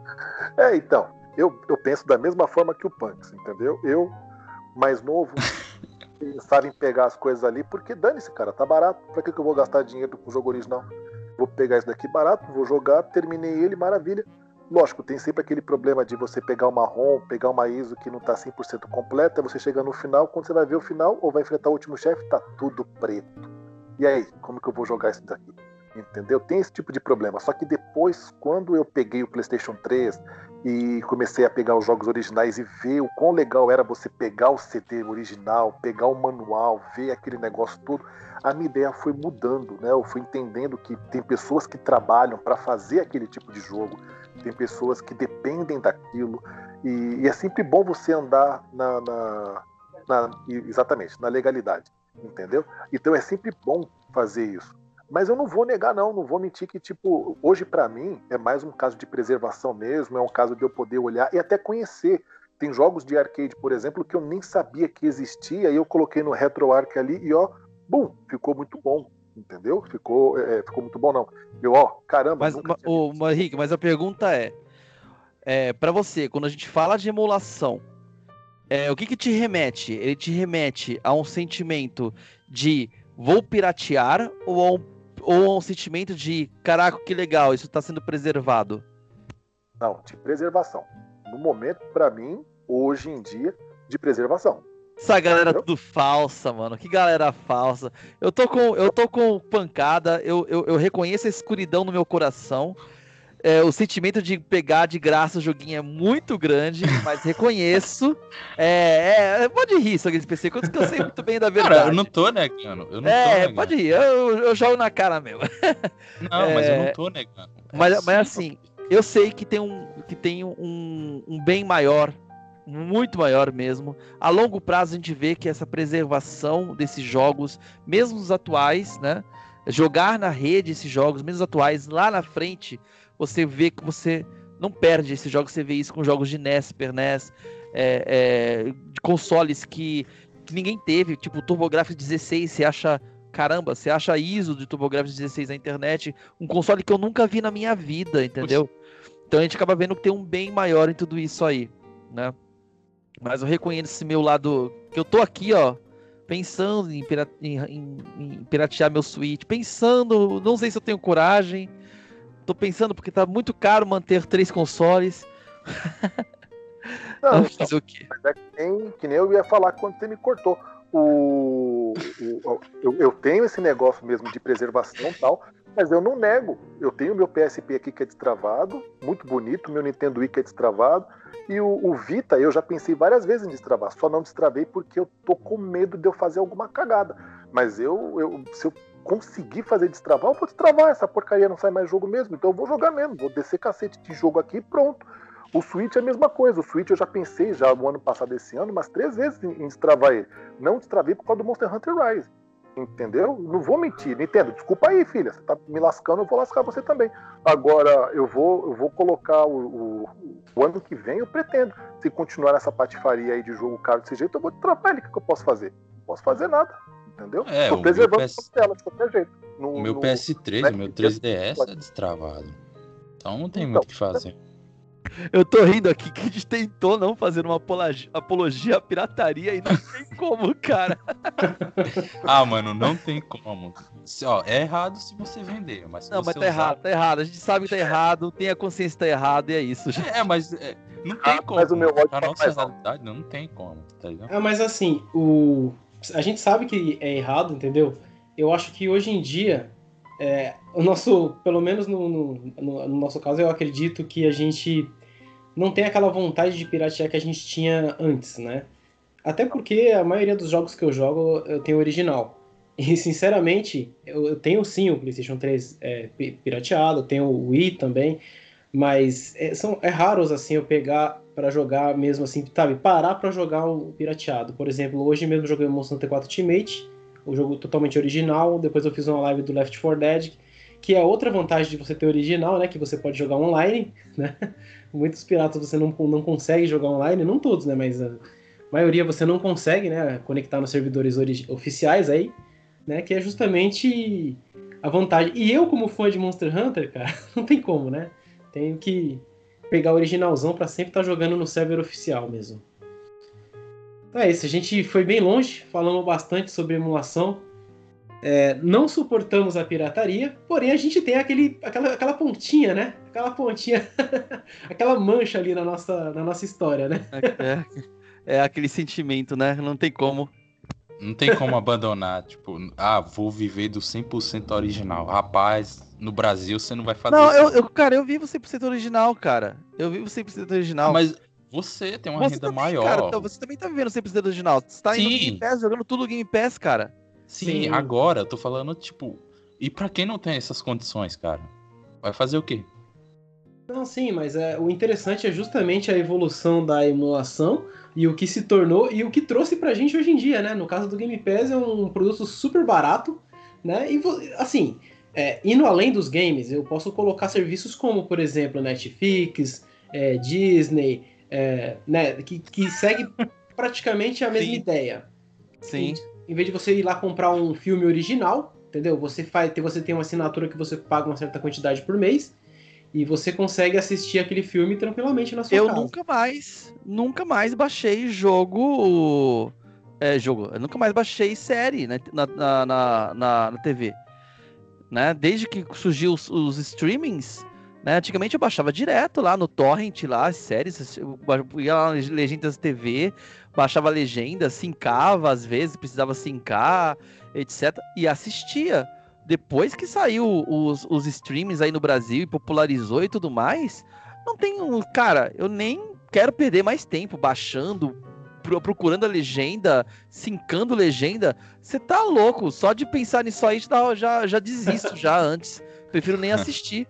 É, então, eu, eu penso da mesma forma que o Punks, entendeu? Eu, mais novo, pensava em pegar as coisas ali, porque dane-se, cara, tá barato. Pra que, que eu vou gastar dinheiro com o jogo original? Vou pegar isso daqui barato, vou jogar, terminei ele, maravilha. Lógico, tem sempre aquele problema de você pegar uma ROM, pegar uma I S O que não tá cem por cento completa, você chega no final, quando você vai ver o final, ou vai enfrentar o último chefe, tá tudo preto. E aí, como que eu vou jogar isso daqui? Entendeu? Tem esse tipo de problema. Só que depois, quando eu peguei o PlayStation três e comecei a pegar os jogos originais e ver o quão legal era você pegar o C D original, pegar o manual, ver aquele negócio todo, a minha ideia foi mudando, né? Eu fui entendendo que tem pessoas que trabalham para fazer aquele tipo de jogo, tem pessoas que dependem daquilo, e, e é sempre bom você andar na, na, na, exatamente, na legalidade, entendeu? Então é sempre bom fazer isso. Mas eu não vou negar, não, não vou mentir que, tipo, hoje pra mim é mais um caso de preservação mesmo, é um caso de eu poder olhar e até conhecer. Tem jogos de arcade, por exemplo, que eu nem sabia que existia e eu coloquei no RetroArch ali e, ó, bum, ficou muito bom, entendeu? Ficou, é, ficou muito bom, não. Eu, ó, caramba... Mas, nunca ma, o, mas, Rick, mas a pergunta é, é, pra você, quando a gente fala de emulação, é, o que que te remete? Ele te remete a um sentimento de vou piratear ou a um ou um sentimento de, caraca, que legal, isso tá sendo preservado? Não, de preservação. No momento, pra mim, hoje em dia, de preservação. Essa galera Entendeu? tudo falsa, mano. Que galera falsa. Eu tô com, eu tô com pancada, eu, eu, eu reconheço a escuridão no meu coração. É, o sentimento de pegar de graça o joguinho é muito grande, mas reconheço. É, é, pode rir, Soul Games P C, quanto que eu sei muito bem da verdade. Cara, eu não tô negando. Eu não é, tô negando. pode rir, eu, eu jogo na cara mesmo. Não, É, mas eu não tô negando. É Mas, mas assim, eu sei que tem, um, que tem um, um bem maior, muito maior mesmo. A longo prazo a gente vê que essa preservação desses jogos, mesmo os atuais, né? Jogar na rede esses jogos, mesmo os atuais, lá na frente, você vê que você não perde esses jogos. Você vê isso com jogos de N E S, Super N E S, é, é, de consoles que, que ninguém teve, tipo o TurboGrafx dezesseis, você acha... Caramba, você acha I S O de TurboGrafx dezesseis na internet, um console que eu nunca vi na minha vida, entendeu? Poxa. Então a gente acaba vendo que tem um bem maior em tudo isso aí, né? Mas eu reconheço esse meu lado, que eu tô aqui, ó, pensando em, pira... em, em, em piratear meu Switch, pensando, não sei se eu tenho coragem, tô pensando porque tá muito caro manter três consoles. Não, fazer o quê? Mas é que nem, que nem eu ia falar quando você me cortou. O, o, eu, eu tenho esse negócio mesmo de preservação e tal, mas eu não nego. Eu tenho meu P S P aqui que é destravado, muito bonito, meu Nintendo Wii que é destravado, e o, o Vita eu já pensei várias vezes em destravar, só não destravei porque eu tô com medo de eu fazer alguma cagada. Mas eu, eu se eu conseguir fazer destravar, eu vou destravar, essa porcaria não sai mais jogo mesmo, então eu vou jogar mesmo, vou descer cacete de jogo aqui e pronto. O Switch é a mesma coisa, o Switch eu já pensei já no ano passado, esse ano, umas três vezes em, em destravar ele. Não destravei por causa do Monster Hunter Rise, entendeu? Não vou mentir, Nintendo, desculpa aí, filha, você tá me lascando, eu vou lascar você também. Agora, eu vou, eu vou colocar o, o, o ano que vem, eu pretendo, se continuar nessa patifaria aí de jogo caro desse jeito, eu vou destravar ele, o que, que eu posso fazer? Não posso fazer nada, entendeu? É, tô o preservando meu P S... tela de qualquer jeito. No, o meu no... P S três, o meu três D S é destravado. Então não tem então, muito o que fazer. Eu tô rindo aqui que a gente tentou não fazer uma apologia, apologia à pirataria e não tem como, cara. Ah, mano, não tem como. Se, ó, é errado se você vender, mas se Não, você mas tá usar... errado, tá errado. A gente sabe que tá errado, tem a consciência que tá errado e é isso. Gente. É, mas é, não tem ah, como. Mas o meu ódio a tá nossa mais realidade não tem como, tá ligado? Ah, mas assim, o... a gente sabe que é errado, entendeu? Eu acho que hoje em dia, é, o nosso, pelo menos no, no, no, no nosso caso, eu acredito que a gente não tem aquela vontade de piratear que a gente tinha antes, né? Até porque a maioria dos jogos que eu jogo eu tenho original. E, sinceramente, eu, eu tenho sim o PlayStation três é, pirateado, tenho o Wii também, mas é, são, é raros assim eu pegar para jogar mesmo assim, sabe? Parar para jogar o pirateado. Por exemplo, hoje mesmo eu joguei o Monster Hunter quatro Ultimate, o jogo totalmente original, depois eu fiz uma live do Left four Dead, que é outra vantagem de você ter original, né? Que você pode jogar online, né? Muitos piratas você não, não consegue jogar online, não todos, né? Mas a maioria você não consegue, né? Conectar nos servidores oficiais aí, né? Que é justamente a vantagem. E eu, como fã de Monster Hunter, cara, não tem como, né? Tenho que pegar o originalzão pra sempre estar jogando no server oficial mesmo. Então é isso, a gente foi bem longe, falamos bastante sobre emulação. É, não suportamos a pirataria, porém a gente tem aquele, aquela, aquela pontinha, né? Aquela pontinha, aquela mancha ali na nossa, na nossa história, né? É, é aquele sentimento, né? Não tem como. Não tem como abandonar, tipo, ah, vou viver do cem por cento original. Rapaz, no Brasil você não vai fazer não, isso. Não, eu, eu, cara, eu vivo cem por cento original, cara. Eu vivo cem por cento original. Ah, mas você tem uma você renda também, maior. Cara, então, você também tá vivendo cem por cento original. Você tá indo no Game Pass, jogando tudo no Game Pass, cara. Sim, Sim, agora eu tô falando, tipo... E pra quem não tem essas condições, cara? Vai fazer o quê? Não, sim, mas é, o interessante é justamente a evolução da emulação e o que se tornou e o que trouxe pra gente hoje em dia, né? No caso do Game Pass é um produto super barato, né? E, assim, é, indo além dos games, eu posso colocar serviços como, por exemplo, Netflix, é, Disney, é, né? Que, que segue praticamente a mesma Sim. ideia. Sim. Em vez de você ir lá comprar um filme original, entendeu? Você, faz, você tem uma assinatura que você paga uma certa quantidade por mês e você consegue assistir aquele filme tranquilamente na sua eu casa. Eu nunca mais, nunca mais baixei jogo... É, jogo. Eu nunca mais baixei série na, na, na, na, na T V. Né? Desde que surgiu os, os streamings, né? Antigamente eu baixava direto lá no torrent, lá, as séries, eu ia lá nas legendas T V, baixava a legenda, sincava às vezes, precisava sincar, etcétera. E assistia. Depois que saiu os, os streams aí no Brasil e popularizou e tudo mais, não tem um... Cara, eu nem quero perder mais tempo baixando, procurando a legenda, sincando legenda. Você tá louco, só de pensar nisso aí já, já, já desisto já antes. Prefiro nem assistir.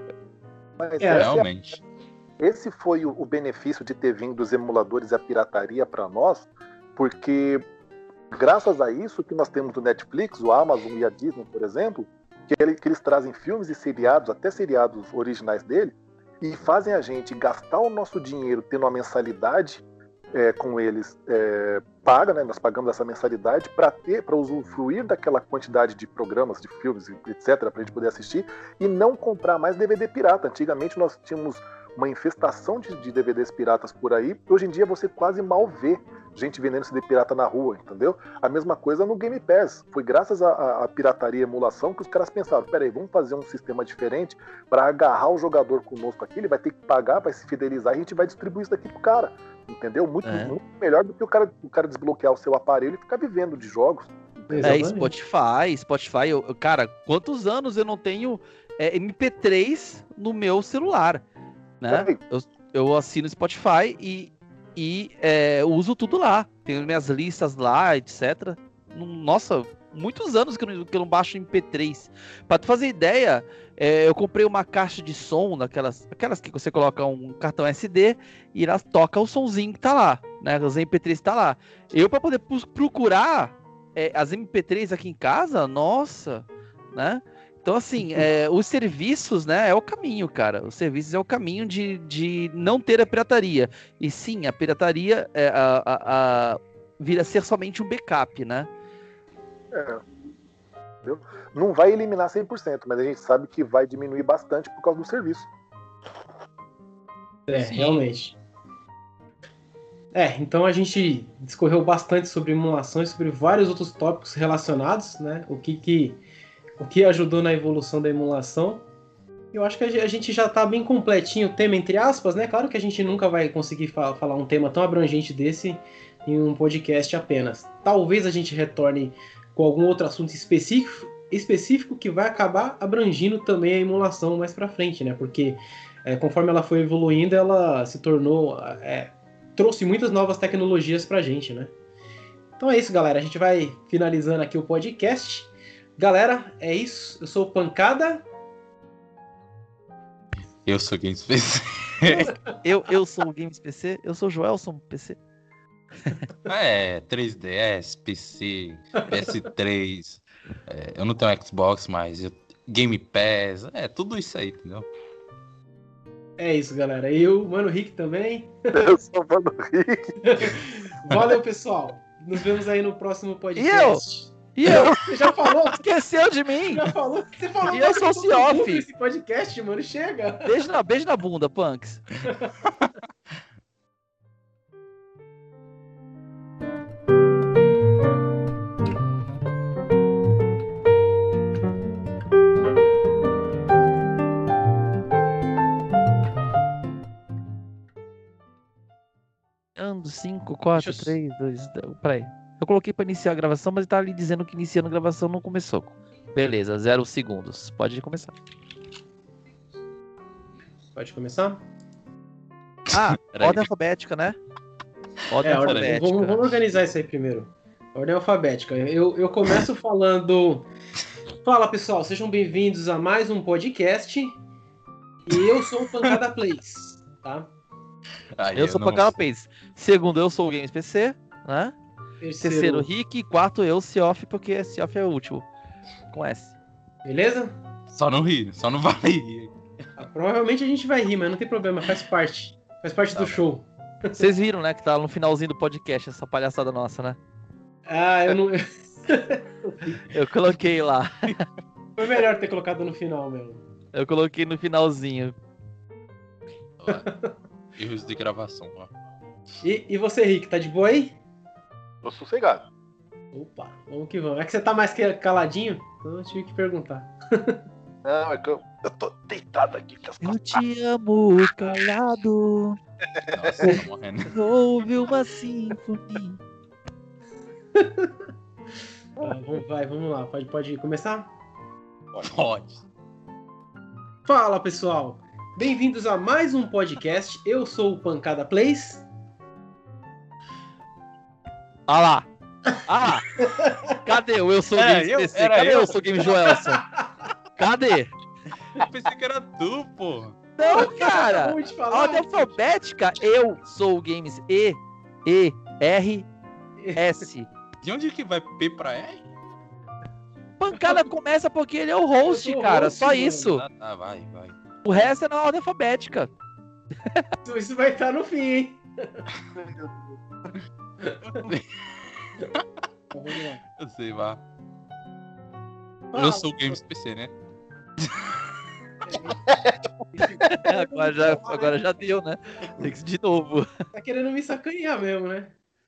Mas é, realmente. É, esse foi o, o benefício de ter vindo os emuladores e a pirataria para nós, porque graças a isso que nós temos o Netflix, o Amazon e a Disney, por exemplo, que, ele, que eles trazem filmes e seriados, até seriados originais dele, e fazem a gente gastar o nosso dinheiro tendo uma mensalidade é, com eles é, paga, né? Nós pagamos essa mensalidade para ter, para usufruir daquela quantidade de programas, de filmes, etcétera, para a gente poder assistir e não comprar mais D V D pirata. Antigamente nós tínhamos uma infestação de, de D V Ds piratas por aí. Hoje em dia você quase mal vê gente vendendo C D pirata na rua, entendeu? A mesma coisa no Game Pass. Foi graças à pirataria e emulação que os caras pensaram, peraí, vamos fazer um sistema diferente para agarrar o jogador conosco aqui, ele vai ter que pagar, vai se fidelizar e a gente vai distribuir isso daqui pro cara, entendeu? Muito, é. muito melhor do que o cara, o cara desbloquear o seu aparelho e ficar vivendo de jogos, É, Spotify, Spotify, eu, eu- cara, quantos anos eu não tenho é, M P três no meu celular, né? Peraí. Eu, eu assino Spotify e, e é, uso tudo lá. Tenho minhas listas lá, etcétera. Nossa, muitos anos que eu não, que eu não baixo M P três. Pra tu fazer ideia, é, eu comprei uma caixa de som, daquelas, aquelas que você coloca um cartão S D e ela toca o sonzinho que tá lá, né? Os M P três tá lá. Eu, pra poder pu- procurar é, as M P três aqui em casa, nossa, né? Então, assim, é, os serviços, né, é o caminho, cara. Os serviços é o caminho de, de não ter a pirataria. E sim, a pirataria é, a, a, a, vira a ser somente um backup, né? É. Entendeu? Não vai eliminar cem por cento, mas a gente sabe que vai diminuir bastante por causa do serviço. É, Sim. realmente. É, então a gente discorreu bastante sobre emulações, sobre vários outros tópicos relacionados, né? O que, que, o que ajudou na evolução da emulação. Eu acho que a gente já tá bem completinho o tema, entre aspas, né? Claro que a gente nunca vai conseguir fa- falar um tema tão abrangente desse em um podcast apenas. Talvez a gente retorne com algum outro assunto específico, específico que vai acabar abrangindo também a emulação mais pra frente, né? Porque é, conforme ela foi evoluindo, ela se tornou... é, trouxe muitas novas tecnologias pra gente, né? Então é isso, galera. A gente vai finalizando aqui o podcast. Galera, é isso. Eu sou o Pancada. Eu sou Games P C. Eu, eu sou o Games P C, eu sou o Joelson P C. É, três D S, P C, P S três. É, eu não tenho Xbox, mas eu, Game Pass. É, tudo isso aí, entendeu? É isso, galera. Eu, Mano Rick também. Eu sou o Mano Rick. Valeu, pessoal. Nos vemos aí no próximo podcast. E eu? Você já falou? Esqueceu de mim? Já falou? Você falou E eu sou o todo mundo Cioff. nesse podcast, mano. Chega. Beijo na, beijo na bunda, Punks. Ando, cinco, quatro, Deixa eu- três, dois, peraí. Eu coloquei pra iniciar a gravação, mas tá ali dizendo que iniciando a gravação não começou. Beleza, zero segundos. Pode começar. Pode começar? Ah, Peraí. ordem alfabética, né? Ordem É, ordem, alfabética. vamos, vamos organizar isso aí primeiro. Ordem alfabética. Eu, eu começo falando... Fala, pessoal. Sejam bem-vindos a mais um podcast. E eu sou o Pancada Plays, tá? Aí Eu sou não- Pancada Plays. Segundo, eu sou o Games P C, né? Terceiro, Terceiro, Rick. Quarto, eu, Cioff, porque Cioff é o último. Com S. beleza? Só não ri, só não vai rir. Ah, provavelmente a gente vai rir, mas não tem problema. Faz parte. Faz parte Tá do bom. show. Vocês viram, né, que tá no finalzinho do podcast, essa palhaçada nossa, né? Ah, eu não... Eu coloquei lá. Foi melhor ter colocado no final mesmo. Eu coloquei no finalzinho. Ó, erros de gravação, ó. E, e você, Rick, tá de boa aí? Tô sossegado. Opa, vamos que vamos. É que você tá mais que caladinho, então eu tive que perguntar. Não, é que eu, eu tô deitado aqui com as Eu costas. te amo calado, Nossa, tô morrendo. ouve uma sinfonia. Tá, vamos, vai, vamos lá. Pode, pode começar? Pode. Fala, pessoal. Bem-vindos a mais um podcast. Eu sou o Pancada Plays. Ah lá. Ah lá. Cadê o Eu Sou Era Games eu? P C? Era Cadê eu? Eu Sou Games Joelson? Cadê? Eu pensei que era tu, pô. Não, cara. Vamos te A falar. ordem alfabética, eu sou o Games E, E, R, S. De onde que vai P pra R? Pancada começa porque ele é o host, Eu sou o cara. host, Só mano. isso. Ah, tá, vai, vai. O resto é na ordem alfabética. Isso, isso vai estar no fim, hein? Então, vamos lá. Eu sei, vá. Fala. Eu sou o Games P C, né? Agora já, agora já deu, né? Tem que ser de novo. Tá querendo me sacanear mesmo, né?